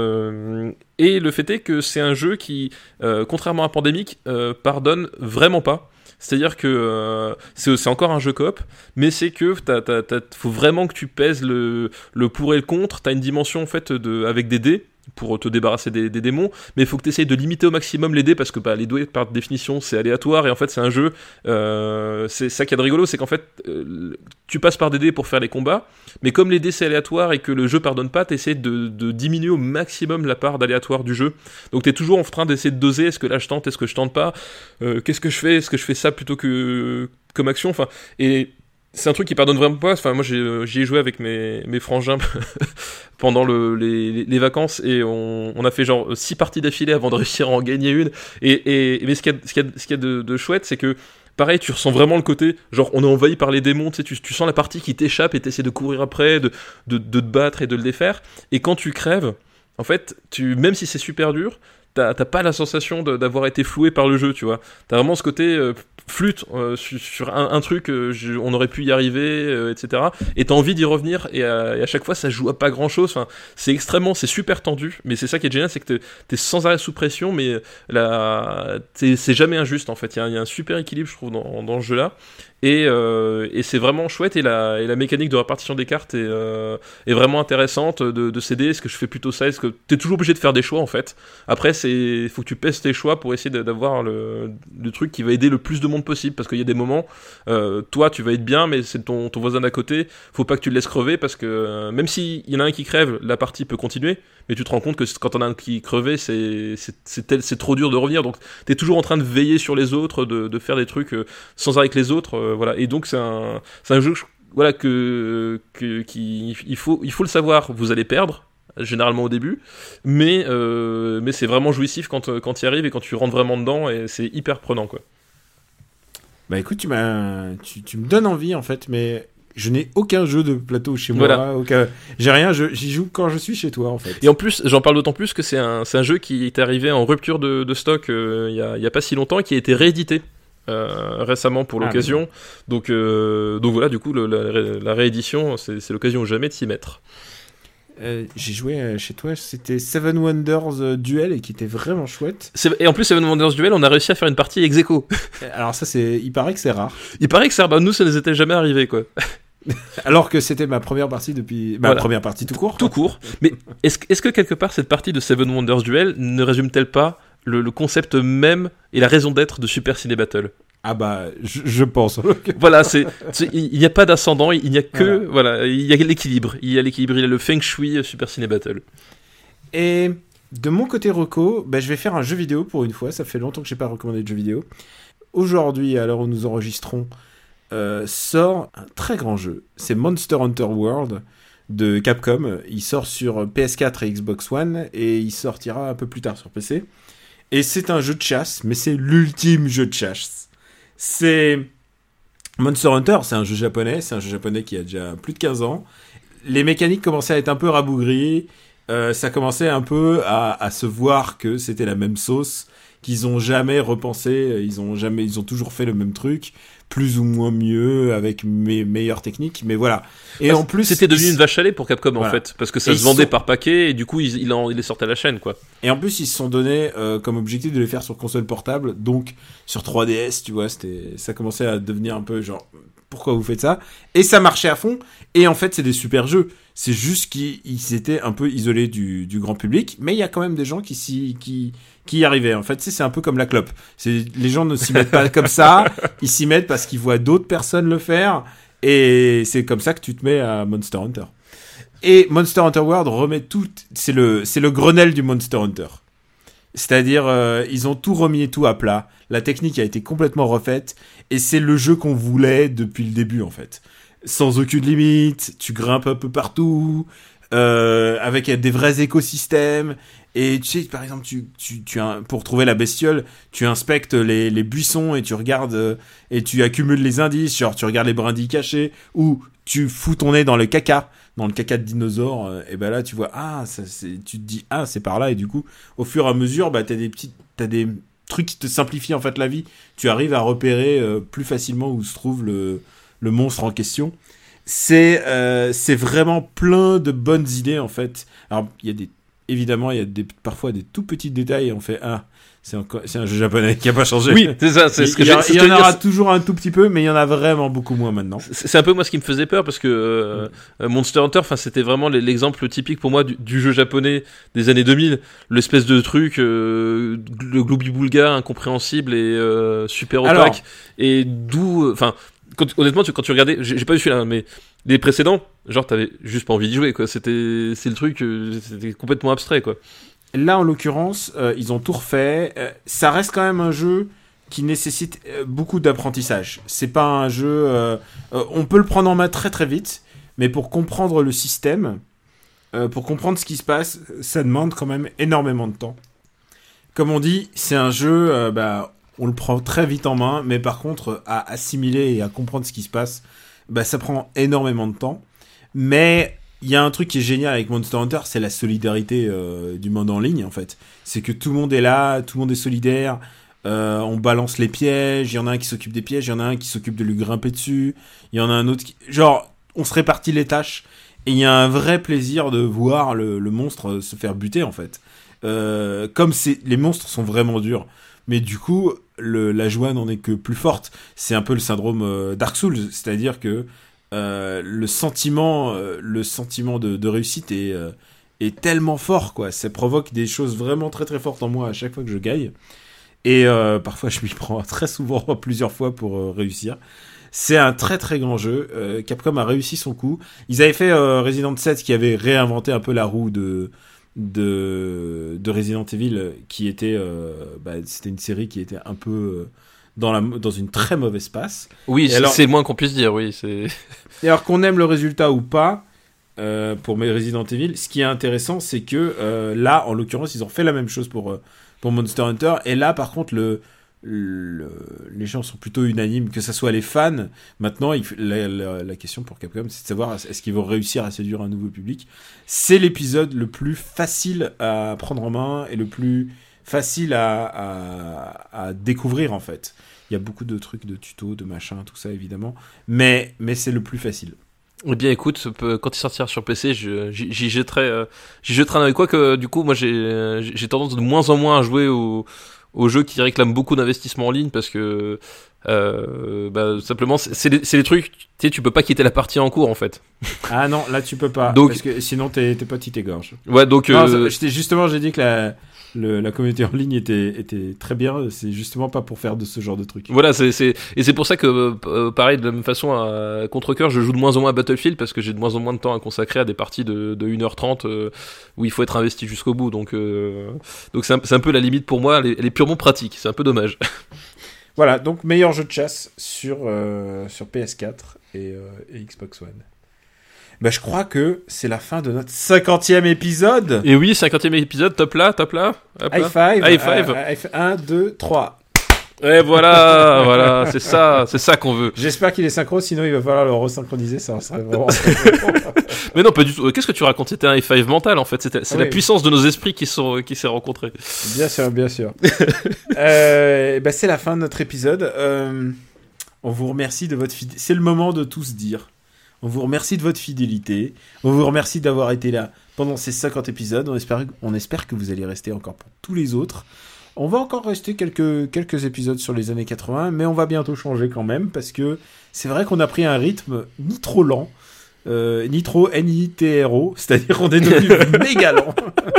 le fait est que c'est un jeu qui, contrairement à Pandemic, pardonne vraiment pas. C'est-à-dire que c'est encore un jeu coop, mais c'est que faut vraiment que tu pèses le pour et le contre. T'as une dimension en fait avec des dés pour te débarrasser des démons, mais il faut que tu essayes de limiter au maximum les dés, parce que les dés par définition c'est aléatoire, et en fait c'est un jeu, c'est ça qui est de rigolo, c'est qu'en fait tu passes par des dés pour faire les combats, mais comme les dés c'est aléatoire et que le jeu pardonne pas, tu essaies de diminuer au maximum la part d'aléatoire du jeu, donc tu es toujours en train d'essayer de doser, est-ce que là je tente, est-ce que je tente pas, qu'est-ce que je fais, est-ce que je fais ça plutôt que comme action, enfin, et c'est un truc qui pardonne vraiment pas. Enfin, moi j'y ai joué avec mes frangins pendant les vacances, et on a fait genre 6 parties d'affilée avant de réussir à en gagner une. Mais ce qu'il y a de chouette, c'est que pareil, tu ressens vraiment le côté genre on est envahi par les démons, tu sais, tu sens la partie qui t'échappe et t'essaies de courir après, de te battre et de le défaire. Et quand tu crèves, en fait, même si c'est super dur, t'as pas la sensation d'avoir été floué par le jeu, tu vois. T'as vraiment ce côté flûte sur un truc, on aurait pu y arriver, etc. Et t'as envie d'y revenir, et à chaque fois ça joue à pas grand chose. Enfin, c'est super tendu, mais c'est ça qui est génial, c'est que t'es sans arrêt sous pression, mais c'est jamais injuste en fait. Il y a un super équilibre, je trouve, dans ce jeu-là. et c'est vraiment chouette, et la mécanique de répartition des cartes est vraiment intéressante, de s'aider. Est-ce que je fais plutôt ça, est-ce que t'es toujours obligé de faire des choix en fait. Après faut que tu pèses tes choix pour essayer d'avoir le truc qui va aider le plus de monde possible, parce qu'il y a des moments, toi tu vas être bien, mais c'est ton voisin d'à côté, faut pas que tu le laisses crever, parce que même s'il y en a un qui crève, la partie peut continuer, mais tu te rends compte que quand on a un qui crevait, c'est trop dur de revenir, donc t'es toujours en train de veiller sur les autres, de faire des trucs sans arrêt avec les autres, voilà. Et donc c'est un jeu, voilà, il faut le savoir, vous allez perdre généralement au début, mais c'est vraiment jouissif quand tu y arrives et quand tu rentres vraiment dedans, et c'est hyper prenant, quoi. Bah écoute, tu me donnes envie en fait, mais je n'ai aucun jeu de plateau chez moi, voilà. J'ai rien, j'y joue quand je suis chez toi en fait. Et en plus, j'en parle d'autant plus que c'est un jeu qui est arrivé en rupture de stock il y a pas si longtemps, et qui a été réédité récemment pour l'occasion. Donc voilà, du coup la réédition, c'est l'occasion ou jamais de s'y mettre. J'ai joué chez toi, c'était Seven Wonders Duel, et qui était vraiment chouette. Et en plus, Seven Wonders Duel, on a réussi à faire une partie ex aequo. Alors ça, il paraît que c'est rare. Il paraît que nous, ça nous était jamais arrivé, quoi. Alors que c'était ma première partie première partie tout court. Tout court. Mais est-ce que quelque part, cette partie de Seven Wonders Duel ne résume-t-elle pas le concept même et la raison d'être de Super Ciné Battle? Ah bah, je pense. Voilà, il n'y a pas d'ascendant, il n'y a que, voilà, il y a l'équilibre. Il y a le feng shui Super Ciné Battle. Et de mon côté reco, je vais faire un jeu vidéo pour une fois. Ça fait longtemps que je n'ai pas recommandé de jeu vidéo. Aujourd'hui, à l'heure où nous enregistrons, sort un très grand jeu. C'est Monster Hunter World de Capcom. Il sort sur PS4 et Xbox One, et il sortira un peu plus tard sur PC. Et c'est un jeu de chasse, mais c'est l'ultime jeu de chasse. C'est Monster Hunter, c'est un jeu japonais qui a déjà plus de 15 ans. Les mécaniques commençaient à être un peu rabougries, ça commençait un peu à se voir que c'était la même sauce, qu'ils ont jamais repensé, ils ont toujours fait le même truc, plus ou moins mieux, avec meilleures techniques, mais voilà. Et en plus, c'était devenu une vache à lait pour Capcom, en fait, parce que ça se vendait par paquet, et du coup il les sortait à la chaîne, quoi. Et en plus, ils se sont donné comme objectif de les faire sur console portable, donc sur 3DS, tu vois, ça commençait à devenir un peu genre, pourquoi vous faites ça? Et ça marchait à fond, et en fait c'est des super jeux, c'est juste qu'ils étaient un peu isolés du grand public, mais il y a quand même des gens qui y arrivaient. En fait, c'est un peu comme la clope. Les gens ne s'y mettent pas comme ça, ils s'y mettent parce qu'ils voient d'autres personnes le faire, et c'est comme ça que tu te mets à Monster Hunter. Et Monster Hunter World remet tout, c'est le Grenelle du Monster Hunter. C'est-à-dire, ils ont tout remis tout à plat, la technique a été complètement refaite, et c'est le jeu qu'on voulait depuis le début, en fait. Sans aucune limite, tu grimpes un peu partout, avec des vrais écosystèmes. Et tu sais, par exemple, pour trouver la bestiole, tu inspectes les buissons et tu regardes et tu accumules les indices. Genre, tu regardes les brindilles cachées, ou tu fous ton nez dans le caca de dinosaure. Et ben là, tu vois, tu te dis, c'est par là. Et du coup, au fur et à mesure, t'as des trucs qui te simplifient en fait la vie. Tu arrives à repérer plus facilement où se trouve le monstre en question. C'est vraiment plein de bonnes idées en fait. Alors évidemment il y a parfois des tout petits détails, et on fait c'est un jeu japonais qui a pas changé. Oui, c'est ça, c'est ce que il y en aura toujours un tout petit peu, mais il y en a vraiment beaucoup moins maintenant. C'est un peu moi ce qui me faisait peur, parce que Monster Hunter, c'était vraiment l'exemple typique pour moi du jeu japonais des années 2000, l'espèce de truc le gloubi-boulga incompréhensible et super opaque. Et d'où honnêtement, quand tu regardais, j'ai pas vu celui-là, mais les précédents, genre t'avais juste pas envie d'y jouer, quoi. C'est le truc, c'était complètement abstrait, quoi. Là, en l'occurrence, ils ont tout refait. Ça reste quand même un jeu qui nécessite beaucoup d'apprentissage. C'est pas un jeu, on peut le prendre en main très très vite, mais pour comprendre le système, pour comprendre ce qui se passe, ça demande quand même énormément de temps. Comme on dit, c'est un jeu, on le prend très vite en main, mais par contre, à assimiler et à comprendre ce qui se passe, ça prend énormément de temps. Mais il y a un truc qui est génial avec Monster Hunter, c'est la solidarité du monde en ligne, en fait. C'est que tout le monde est là, tout le monde est solidaire, on balance les pièges, il y en a un qui s'occupe des pièges, il y en a un qui s'occupe de lui grimper dessus, il y en a un autre qui... Genre, on se répartit les tâches, et il y a un vrai plaisir de voir le monstre se faire buter, en fait. Comme les monstres sont vraiment durs. mais du coup, la joie n'en est que plus forte. C'est un peu le syndrome Dark Souls, c'est-à-dire que le sentiment de réussite est tellement fort, quoi. Ça provoque des choses vraiment très très fortes en moi à chaque fois que je gagne. Et parfois, je m'y prends très souvent, plusieurs fois pour réussir. C'est un très très grand jeu. Capcom a réussi son coup. Ils avaient fait Resident 7 qui avait réinventé un peu la roue de Resident Evil, qui était c'était une série qui était un peu dans une très mauvaise passe. Oui, c'est le moins qu'on puisse dire. Oui, c'est. Et alors qu'on aime le résultat ou pas, pour mes Resident Evil, ce qui est intéressant, c'est que là, en l'occurrence, ils ont fait la même chose pour Monster Hunter. Et là, par contre, les gens sont plutôt unanimes, que ça soit les fans. Maintenant, la question pour Capcom, c'est de savoir est-ce qu'ils vont réussir à séduire un nouveau public. C'est l'épisode le plus facile à prendre en main et le plus facile à découvrir, en fait. Il y a beaucoup de trucs, de tutos, de machins, tout ça, évidemment. Mais c'est le plus facile. Eh bien, écoute, quand il sortira sur PC, j'y jetterai un œil. Quoique, du coup, moi, j'ai tendance de moins en moins à jouer aux jeux qui réclament beaucoup d'investissement en ligne, parce que simplement c'est les trucs, tu sais, tu peux pas quitter la partie en cours, en fait. Ah non, là tu peux pas, donc, parce que sinon tes potes ils t'égorgent. Ouais, donc non, j'ai dit que la communauté en ligne était très bien, c'est justement pas pour faire de ce genre de trucs. Voilà, et c'est pour ça que pareil, de la même façon, à contre-cœur, je joue de moins en moins à Battlefield, parce que j'ai de moins en moins de temps à consacrer à des parties de 1h30 où il faut être investi jusqu'au bout, donc c'est un peu la limite pour moi, elle est purement pratique, c'est un peu dommage. Voilà, donc meilleur jeu de chasse sur PS4 et Xbox One. Bah, je crois que c'est la fin de notre 50e épisode. Et oui, 50e épisode, top là. High five. 1, 2, 3. Et voilà, c'est ça qu'on veut. J'espère qu'il est synchro, sinon il va falloir le resynchroniser, ça serait vraiment... Mais non, pas du tout. Qu'est-ce que tu racontes ? C'était un high five mental, en fait. C'est la puissance de nos esprits qui s'est rencontrés. Bien sûr. C'est la fin de notre épisode. On vous remercie de votre fidélité. C'est le moment de tout se dire. On vous remercie de votre fidélité. On vous remercie d'avoir été là pendant ces 50 épisodes. On espère que vous allez rester encore pour tous les autres. On va encore rester quelques épisodes sur les années 80, mais on va bientôt changer quand même, parce que c'est vrai qu'on a pris un rythme ni trop lent, ni trop NITRO, c'est-à-dire qu'on est devenu méga lent.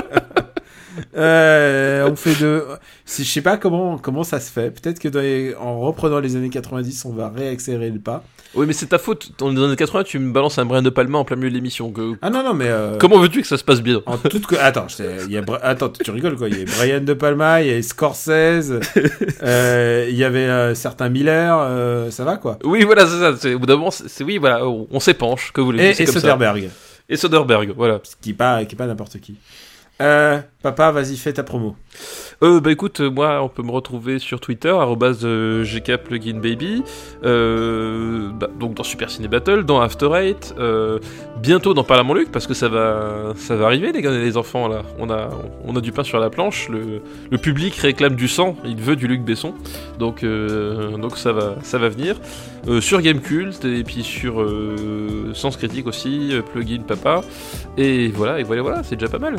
On fait je sais pas comment ça se fait. Peut-être que en reprenant les années 90, on va réaccélérer le pas. Oui, mais c'est ta faute. Dans les années 80, tu me balances un Brian De Palma en plein milieu de l'émission. Ah non, mais... Comment veux-tu que ça se passe bien ? Attends, tu rigoles, quoi. Il y a Brian De Palma, il y a Scorsese, il y avait certains Miller, ça va, quoi. Oui, voilà, c'est ça. Au bout d'un moment, oui, voilà, on s'épanche, que vous voulez. Et Soderbergh. Et Soderbergh, voilà. Qui est pas n'importe qui. Papa, vas-y, fais ta promo. Écoute, moi, on peut me retrouver sur Twitter, @GKPluginBaby, donc dans Super Ciné Battle, dans After Eight, bientôt dans Parle à mon Luc, parce que ça va arriver, les enfants, là. On a du pain sur la planche, le public réclame du sang, il veut du Luc Besson, donc ça va venir. Sur Gamecult, et puis sur Sens Critique aussi, Plugin Papa, et voilà, c'est déjà pas mal.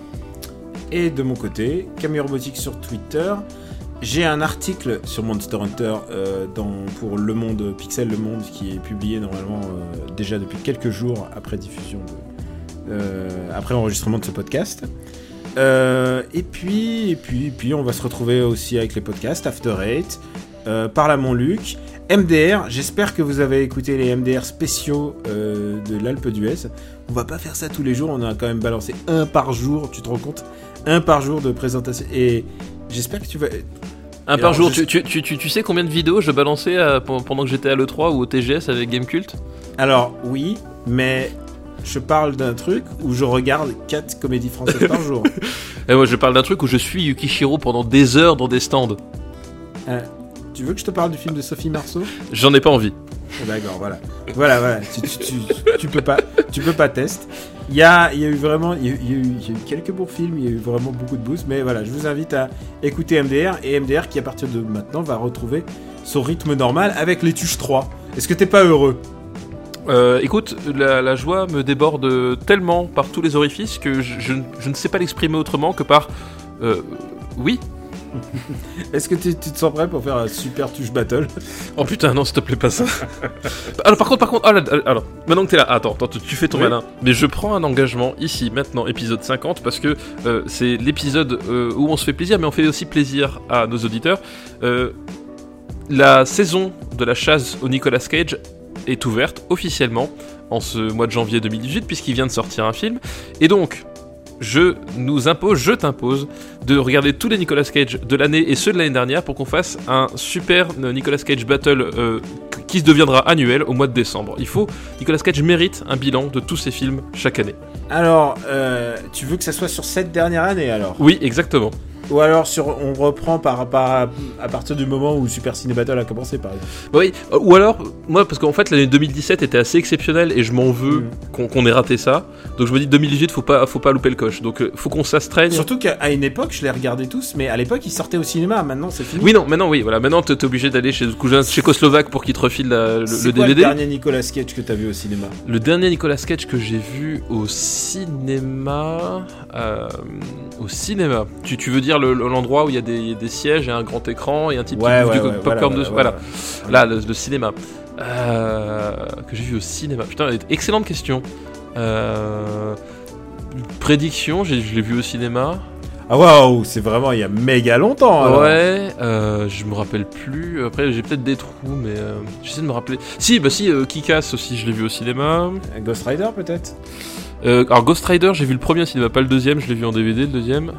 Et de mon côté, Camille Robotique sur Twitter. J'ai un article sur Monster Hunter pour Le Monde, Pixel Le Monde, qui est publié normalement déjà depuis quelques jours après diffusion, après enregistrement de ce podcast. Et puis, on va se retrouver aussi avec les podcasts After Eight, Parle à mon Luc, MDR. J'espère que vous avez écouté les MDR spéciaux de l'Alpe d'Huez. On va pas faire ça tous les jours, on a quand même balancé un par jour, tu te rends compte ? Un par jour de présentation. Et j'espère que tu vas... Un par jour, tu sais combien de vidéos je balançais pendant que j'étais à l'E3 ou au TGS avec Gamecult ? Alors, oui, mais je parle d'un truc où je regarde 4 comédies françaises par jour. Et moi, je parle d'un truc où je suis Yukishiro pendant des heures dans des stands. Tu veux que je te parle du film de Sophie Marceau ? J'en ai pas envie. D'accord, voilà. Tu peux pas tester. Il y a eu quelques bons films, il y a eu vraiment beaucoup de boosts, mais voilà, je vous invite à écouter MDR, et MDR qui à partir de maintenant va retrouver son rythme normal avec les Tuches 3. Est-ce que t'es pas heureux ? Écoute, la joie me déborde tellement par tous les orifices que je ne sais pas l'exprimer autrement que par oui. Est-ce que tu te sens prêt pour faire un super touche battle? Oh putain, non, s'il te plaît, pas ça. Alors, par contre, alors, maintenant que t'es là, attends, tu fais ton malin. Mais je prends un engagement ici, maintenant, épisode 50, parce que c'est l'épisode où on se fait plaisir, mais on fait aussi plaisir à nos auditeurs. La saison de la chasse au Nicolas Cage est ouverte officiellement en ce mois de janvier 2018, puisqu'il vient de sortir un film. Et donc, je t'impose de regarder tous les Nicolas Cage de l'année et ceux de l'année dernière pour qu'on fasse un super Nicolas Cage Battle qui se deviendra annuel au mois de décembre. Nicolas Cage mérite un bilan de tous ses films chaque année. Alors, tu veux que ça soit sur cette dernière année alors? Oui, exactement. Ou alors on reprend à partir du moment où Super Ciné Battle a commencé, par exemple. Oui, ou alors, moi, parce qu'en fait l'année 2017 était assez exceptionnelle et je m'en veux qu'on ait raté ça. Donc je me dis 2018, faut pas louper le coche. Donc faut qu'on s'astreigne. Surtout qu'à une époque, je les regardais tous, mais à l'époque ils sortaient au cinéma. Maintenant c'est fini. Oui, non, maintenant oui, voilà. Maintenant t'es obligé d'aller chez le cousin tchécoslovaque pour qu'il te refile le DVD. C'est quoi le dernier Nicolas Cage que t'as vu au cinéma? Le dernier Nicolas Cage que j'ai vu au cinéma. Tu veux dire l'endroit où il y a des sièges et un grand écran et un type qui bouffe du popcorn dessus. Voilà. Là, le cinéma. Que j'ai vu au cinéma. Putain, excellente question. Prédiction, je l'ai vu au cinéma. Ah waouh, c'est vraiment il y a méga longtemps. Alors. Ouais, je me rappelle plus. Après, j'ai peut-être des trous, mais j'essaie de me rappeler. Si, Kick-Ass aussi, je l'ai vu au cinéma. Ghost Rider peut-être. Alors Ghost Rider, j'ai vu le premier au cinéma, pas le deuxième. Je l'ai vu en DVD, le deuxième.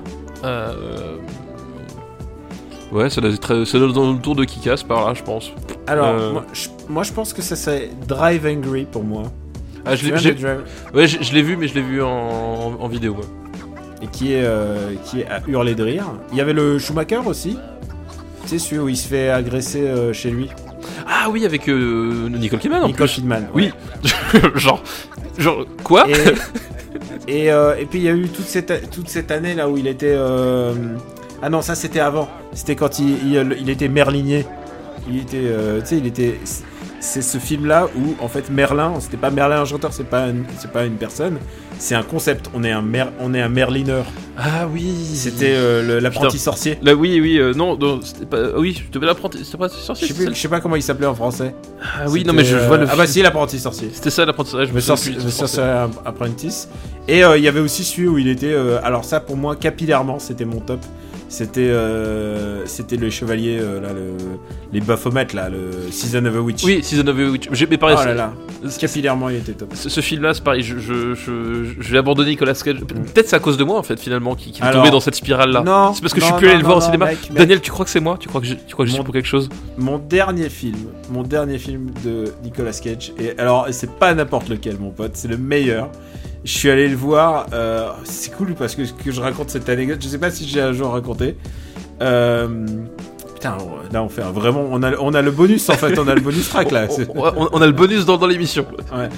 Ouais, ça doit être dans le tour de Kick-Ass par là, je pense. Alors, moi, je pense que ça serait Drive Angry pour moi. Ah, je l'ai vu, mais je l'ai vu en vidéo. Ouais. Et qui est à hurler de rire. Il y avait le Schumacher aussi. Tu sais, celui où il se fait agresser chez lui. Ah oui, avec Nicole Kidman en plus. Nicole Kidman, ouais. Oui. genre quoi? Et puis il y a eu toute cette année là où il était. Ah non, ça c'était avant. C'était quand il était merlinier. Il était, tu sais, il était. C'est ce film-là où en fait Merlin, c'était pas Merlin un chanteur, c'est pas une personne, c'est un concept. On est un merlineur. Ah oui. C'était l'apprenti sorcier. Là oui, non, c'était pas. Oui, je devais l'apprenti. C'était pas sorcier. Je sais pas comment il s'appelait en français. Ah oui, non mais je vois le. Ah bah si, l'apprenti sorcier. C'était ça l'apprenti sorcier. Le sorcier apprentice. Et il y avait aussi celui où il était. Alors ça pour moi capillairement c'était mon top. C'était le chevalier les Baphomet là, le Season of a Witch. Oui, Season of a Witch. Mais pareil, oh là là, capillairement il était top. Ce film-là, c'est pareil. Je vais abandonner Nicolas Cage. Peut-être c'est à cause de moi en fait finalement qui est tombé dans cette spirale-là. Non, c'est parce que je suis plus allé le voir au cinéma. Mec. Daniel, tu crois que c'est moi? Tu crois que je suis pour quelque chose? Mon dernier film de Nicolas Cage. Et alors c'est pas n'importe lequel mon pote, c'est le meilleur. Je suis allé le voir, c'est cool parce que je raconte cette anecdote, je sais pas si j'ai un jour raconté. Putain, là on fait vraiment, on a le bonus en fait, on a le bonus track là. On a le bonus dans l'émission. Ouais.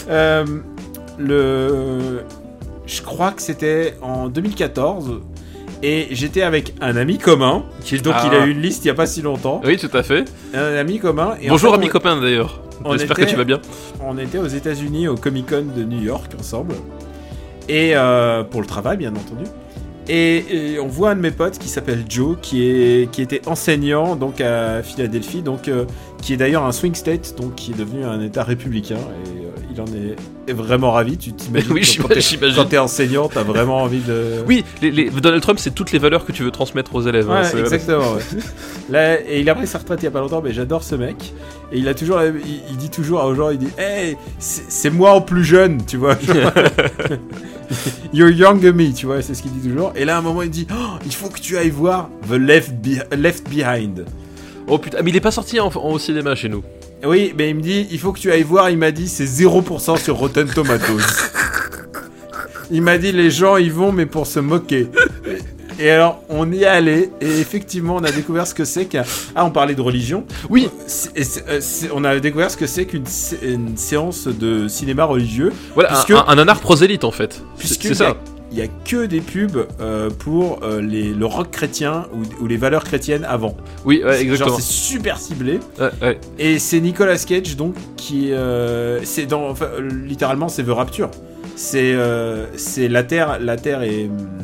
Je crois que c'était en 2014 et j'étais avec un ami commun, il a eu une liste il y a pas si longtemps. Oui, tout à fait. Un ami commun. Et bonjour ami copain d'ailleurs. J'espère que tu vas bien. On était aux États-Unis au Comic-Con de New York ensemble. Et pour le travail, bien entendu. Et on voit un de mes potes qui s'appelle Joe, qui était enseignant donc à Philadelphie, donc qui est d'ailleurs un swing state, donc qui est devenu un État républicain. Et il en est vraiment ravi. Tu t'imagines quand t'es enseignant, t'as vraiment envie de. Oui, Donald Trump, c'est toutes les valeurs que tu veux transmettre aux élèves. Ouais, exactement. Ouais. Là, et il a pris sa retraite il y a pas longtemps, mais j'adore ce mec. Et il dit toujours aux gens, il dit, hey, c'est moi en plus jeune, tu vois. You're younger me, tu vois, c'est ce qu'il dit toujours. Et là, à un moment, il dit, oh, il faut que tu ailles voir The Left Behind. Oh putain, mais il est pas sorti au cinéma chez nous. Oui, mais il me dit, il faut que tu ailles voir. Il m'a dit, c'est 0% sur Rotten Tomatoes. Il m'a dit, les gens y vont, mais pour se moquer. Et alors, on y est allé, et effectivement, on a découvert ce que c'est qu'un... Ah, on parlait de religion. Oui. On a découvert ce que c'est qu'une séance de cinéma religieux. Voilà, un nanar prosélyte, en fait. C'est ça. Il y a que des pubs pour le rock chrétien ou les valeurs chrétiennes avant. Oui, ouais, exactement. Genre, c'est super ciblé. Ouais. Et c'est Nicolas Cage, donc, qui... c'est dans... Enfin, littéralement, c'est The Rapture. C'est la Terre est...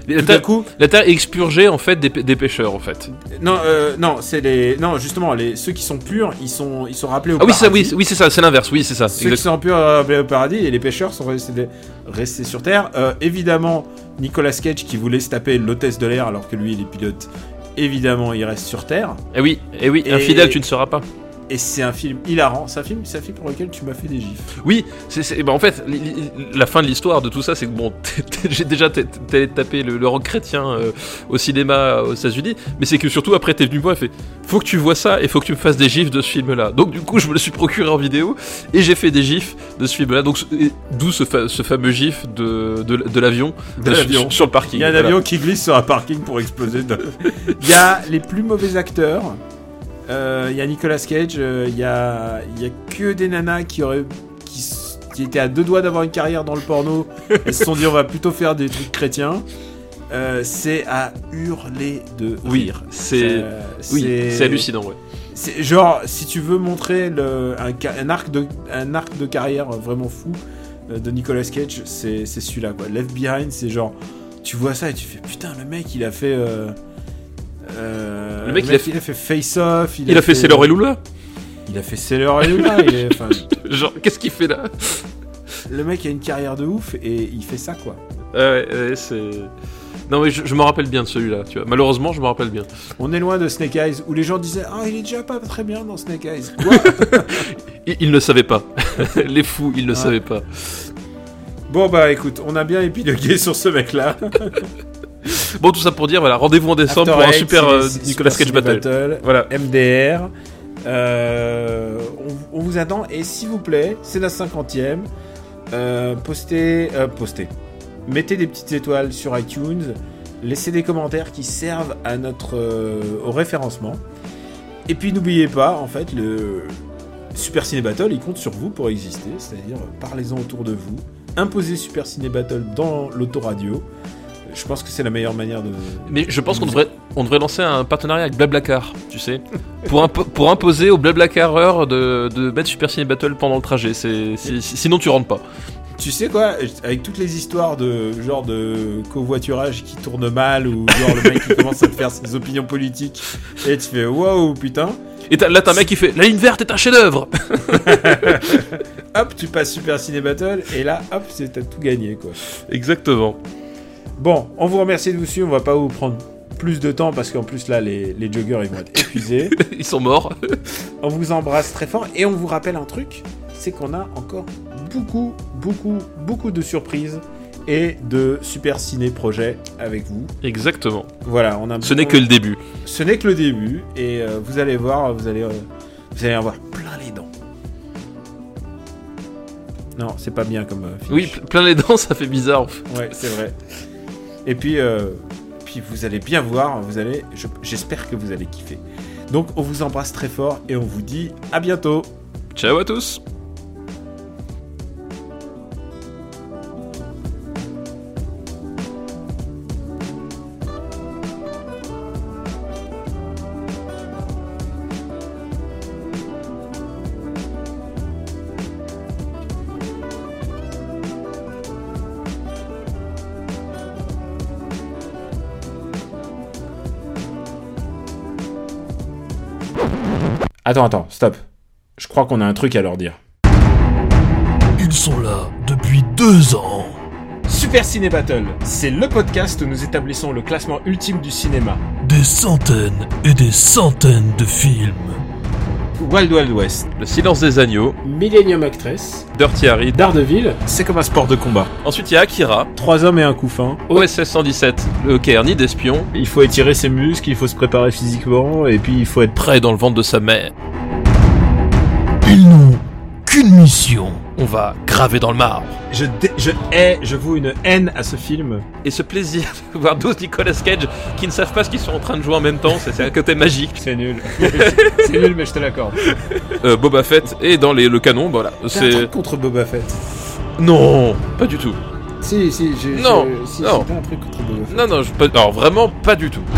La Terre est expurgée en fait des pêcheurs en fait. Non, justement, ceux qui sont purs, ils sont rappelés au paradis. Oui, c'est ça, c'est l'inverse, oui, c'est ça. Ceux qui sont purs rappelés au paradis et les pêcheurs sont restés sur Terre. Évidemment, Nicolas Cage qui voulait se taper l'hôtesse de l'air alors que lui il est pilote. Évidemment, il reste sur Terre. Et oui, infidèle, tu ne seras pas. Et c'est un film hilarant. C'est un film pour lequel tu m'as fait des gifs. Oui, en fait, la fin de l'histoire de tout ça, c'est que bon, j'ai déjà t'allais taper le rock chrétien au cinéma aux États-Unis, mais c'est que surtout après t'es venu me voir et fait faut que tu vois ça et faut que tu me fasses des gifs de ce film-là. Donc du coup, je me le suis procuré en vidéo et j'ai fait des gifs de ce film-là. Donc d'où ce fameux gif de l'avion, sur le parking. Il y a un avion qui glisse sur un parking pour exploser. Il y a les plus mauvais acteurs. Il y a Nicolas Cage, il y a que des nanas qui étaient à 2 doigts d'avoir une carrière dans le porno. Elles se sont dit on va plutôt faire des trucs chrétiens. C'est à hurler de rire. C'est hallucinant, ouais. C'est genre si tu veux montrer un arc de carrière vraiment fou de Nicolas Cage, c'est celui-là quoi. Left Behind, c'est genre tu vois ça et tu fais putain le mec il a fait le mec, il a fait Face Off. Il a fait Sailor et Lula. Il a fait Sailor et Lula. Genre, qu'est-ce qu'il fait là? Le mec a une carrière de ouf et il fait ça quoi. Ouais, c'est. Non mais je me rappelle bien de celui-là, tu vois. Malheureusement, je me rappelle bien. On est loin de Snake Eyes où les gens disaient il est déjà pas très bien dans Snake Eyes. Quoi? Ils ne savaient pas. Les fous, ils ne savaient pas. Bon bah écoute, on a bien épilogué sur ce mec-là. Bon, tout ça pour dire, voilà, rendez-vous en décembre pour un super Nicolas Cage Battle. Voilà. MDR. On vous attend. Et s'il vous plaît, c'est la 50e. Postez. Mettez des petites étoiles sur iTunes. Laissez des commentaires qui servent à au référencement. Et puis n'oubliez pas, en fait, le Super Ciné Battle, il compte sur vous pour exister. C'est-à-dire, parlez-en autour de vous. Imposez Super Ciné Battle dans l'autoradio. Je pense que c'est la meilleure manière de... Mais je pense qu'on devrait lancer un partenariat avec Blablacar, tu sais, pour imposer aux Blablacareurs de mettre Super Ciné Battle pendant le trajet. Sinon tu rentres pas. Tu sais quoi, avec toutes les histoires de genre de covoiturage qui tourne mal ou genre le mec qui commence à faire ses opinions politiques et tu fais waouh putain. Et là t'as un mec qui fait la ligne verte est un chef-d'œuvre. Hop, tu passes Super Ciné Battle et là hop, t'as tout gagné quoi. Exactement. Bon, on vous remercie de vous suivre, on va pas vous prendre plus de temps parce qu'en plus là les joggers ils vont être épuisés. Ils sont morts. On vous embrasse très fort et on vous rappelle un truc, c'est qu'on a encore beaucoup de surprises et de super ciné projets avec vous. Exactement. Voilà, ce n'est que le début. Ce n'est que le début et vous allez voir, vous allez avoir plein les dents. Non, c'est pas bien comme finish. Oui, plein les dents, ça fait bizarre. Ouais, c'est vrai. Et puis vous allez bien voir, j'espère que vous allez kiffer. Donc on vous embrasse très fort et on vous dit à bientôt. Ciao à tous. Attends, stop. Je crois qu'on a un truc à leur dire. Ils sont là depuis 2 ans. Super Ciné Battle, c'est le podcast où nous établissons le classement ultime du cinéma. Des centaines et des centaines de films. Wild Wild West, Le Silence des Agneaux, Millennium Actress, Dirty Harry, Daredevil, c'est comme un sport de combat. Ensuite il y a Akira, 3 hommes et un coup fin, OSS 117, le caire ni d'espion. Il faut étirer ses muscles, il faut se préparer physiquement, et puis il faut être prêt dans le ventre de sa mère. Ils n'ont qu'une mission. On va graver dans le marbre. Je voue une haine à ce film. Et ce plaisir de voir 12 Nicolas Cage qui ne savent pas ce qu'ils sont en train de jouer en même temps, c'est un côté magique. C'est nul. C'est nul, mais je te l'accorde. Boba Fett est dans le canon, voilà. C'est un truc contre Boba Fett. Non, pas du tout. Si, non. C'était un truc contre Boba Fett. Non, alors vraiment pas du tout.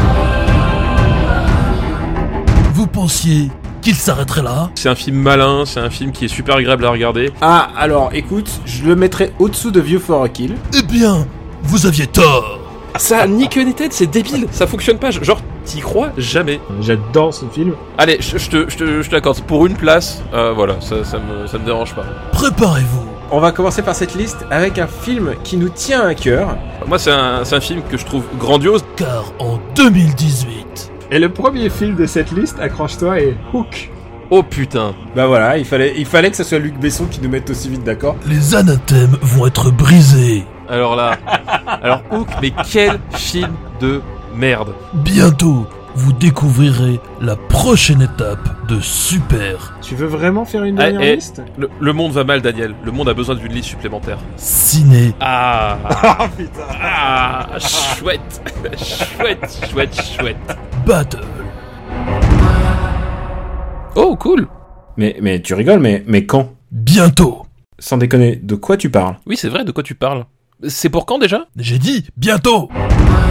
Vous pensiez qu'il s'arrêterait là? C'est un film malin, c'est un film qui est super agréable à regarder. Ah, alors écoute, je le mettrais au-dessous de View for a Kill. Eh bien, vous aviez tort. Ça a ni queue ni tête, c'est débile, ça fonctionne pas. Genre, t'y crois jamais. J'adore ce film. Allez, je te l'accorde. Pour une place, voilà, ça me dérange pas. Préparez-vous. On va commencer par cette liste avec un film qui nous tient à cœur. Moi, c'est un film que je trouve grandiose. Car en 2018, Et le premier film de cette liste, accroche-toi, est Hook. Oh putain. Bah voilà, il fallait que ce soit Luc Besson qui nous mette aussi vite d'accord. les anathèmes vont être brisés. Alors là, Hook, mais quel film de merde. Bientôt, vous découvrirez la prochaine étape de Super Tu veux vraiment faire une dernière liste? Le monde va mal, Daniel. Le monde a besoin d'une liste supplémentaire. Ciné. Ah, Oh putain. ah, chouette, chouette. Battle. Oh, cool. Mais tu rigoles, mais quand? Bientôt. Sans déconner, de quoi tu parles? Oui, c'est vrai, de quoi tu parles? C'est pour quand déjà? J'ai dit bientôt.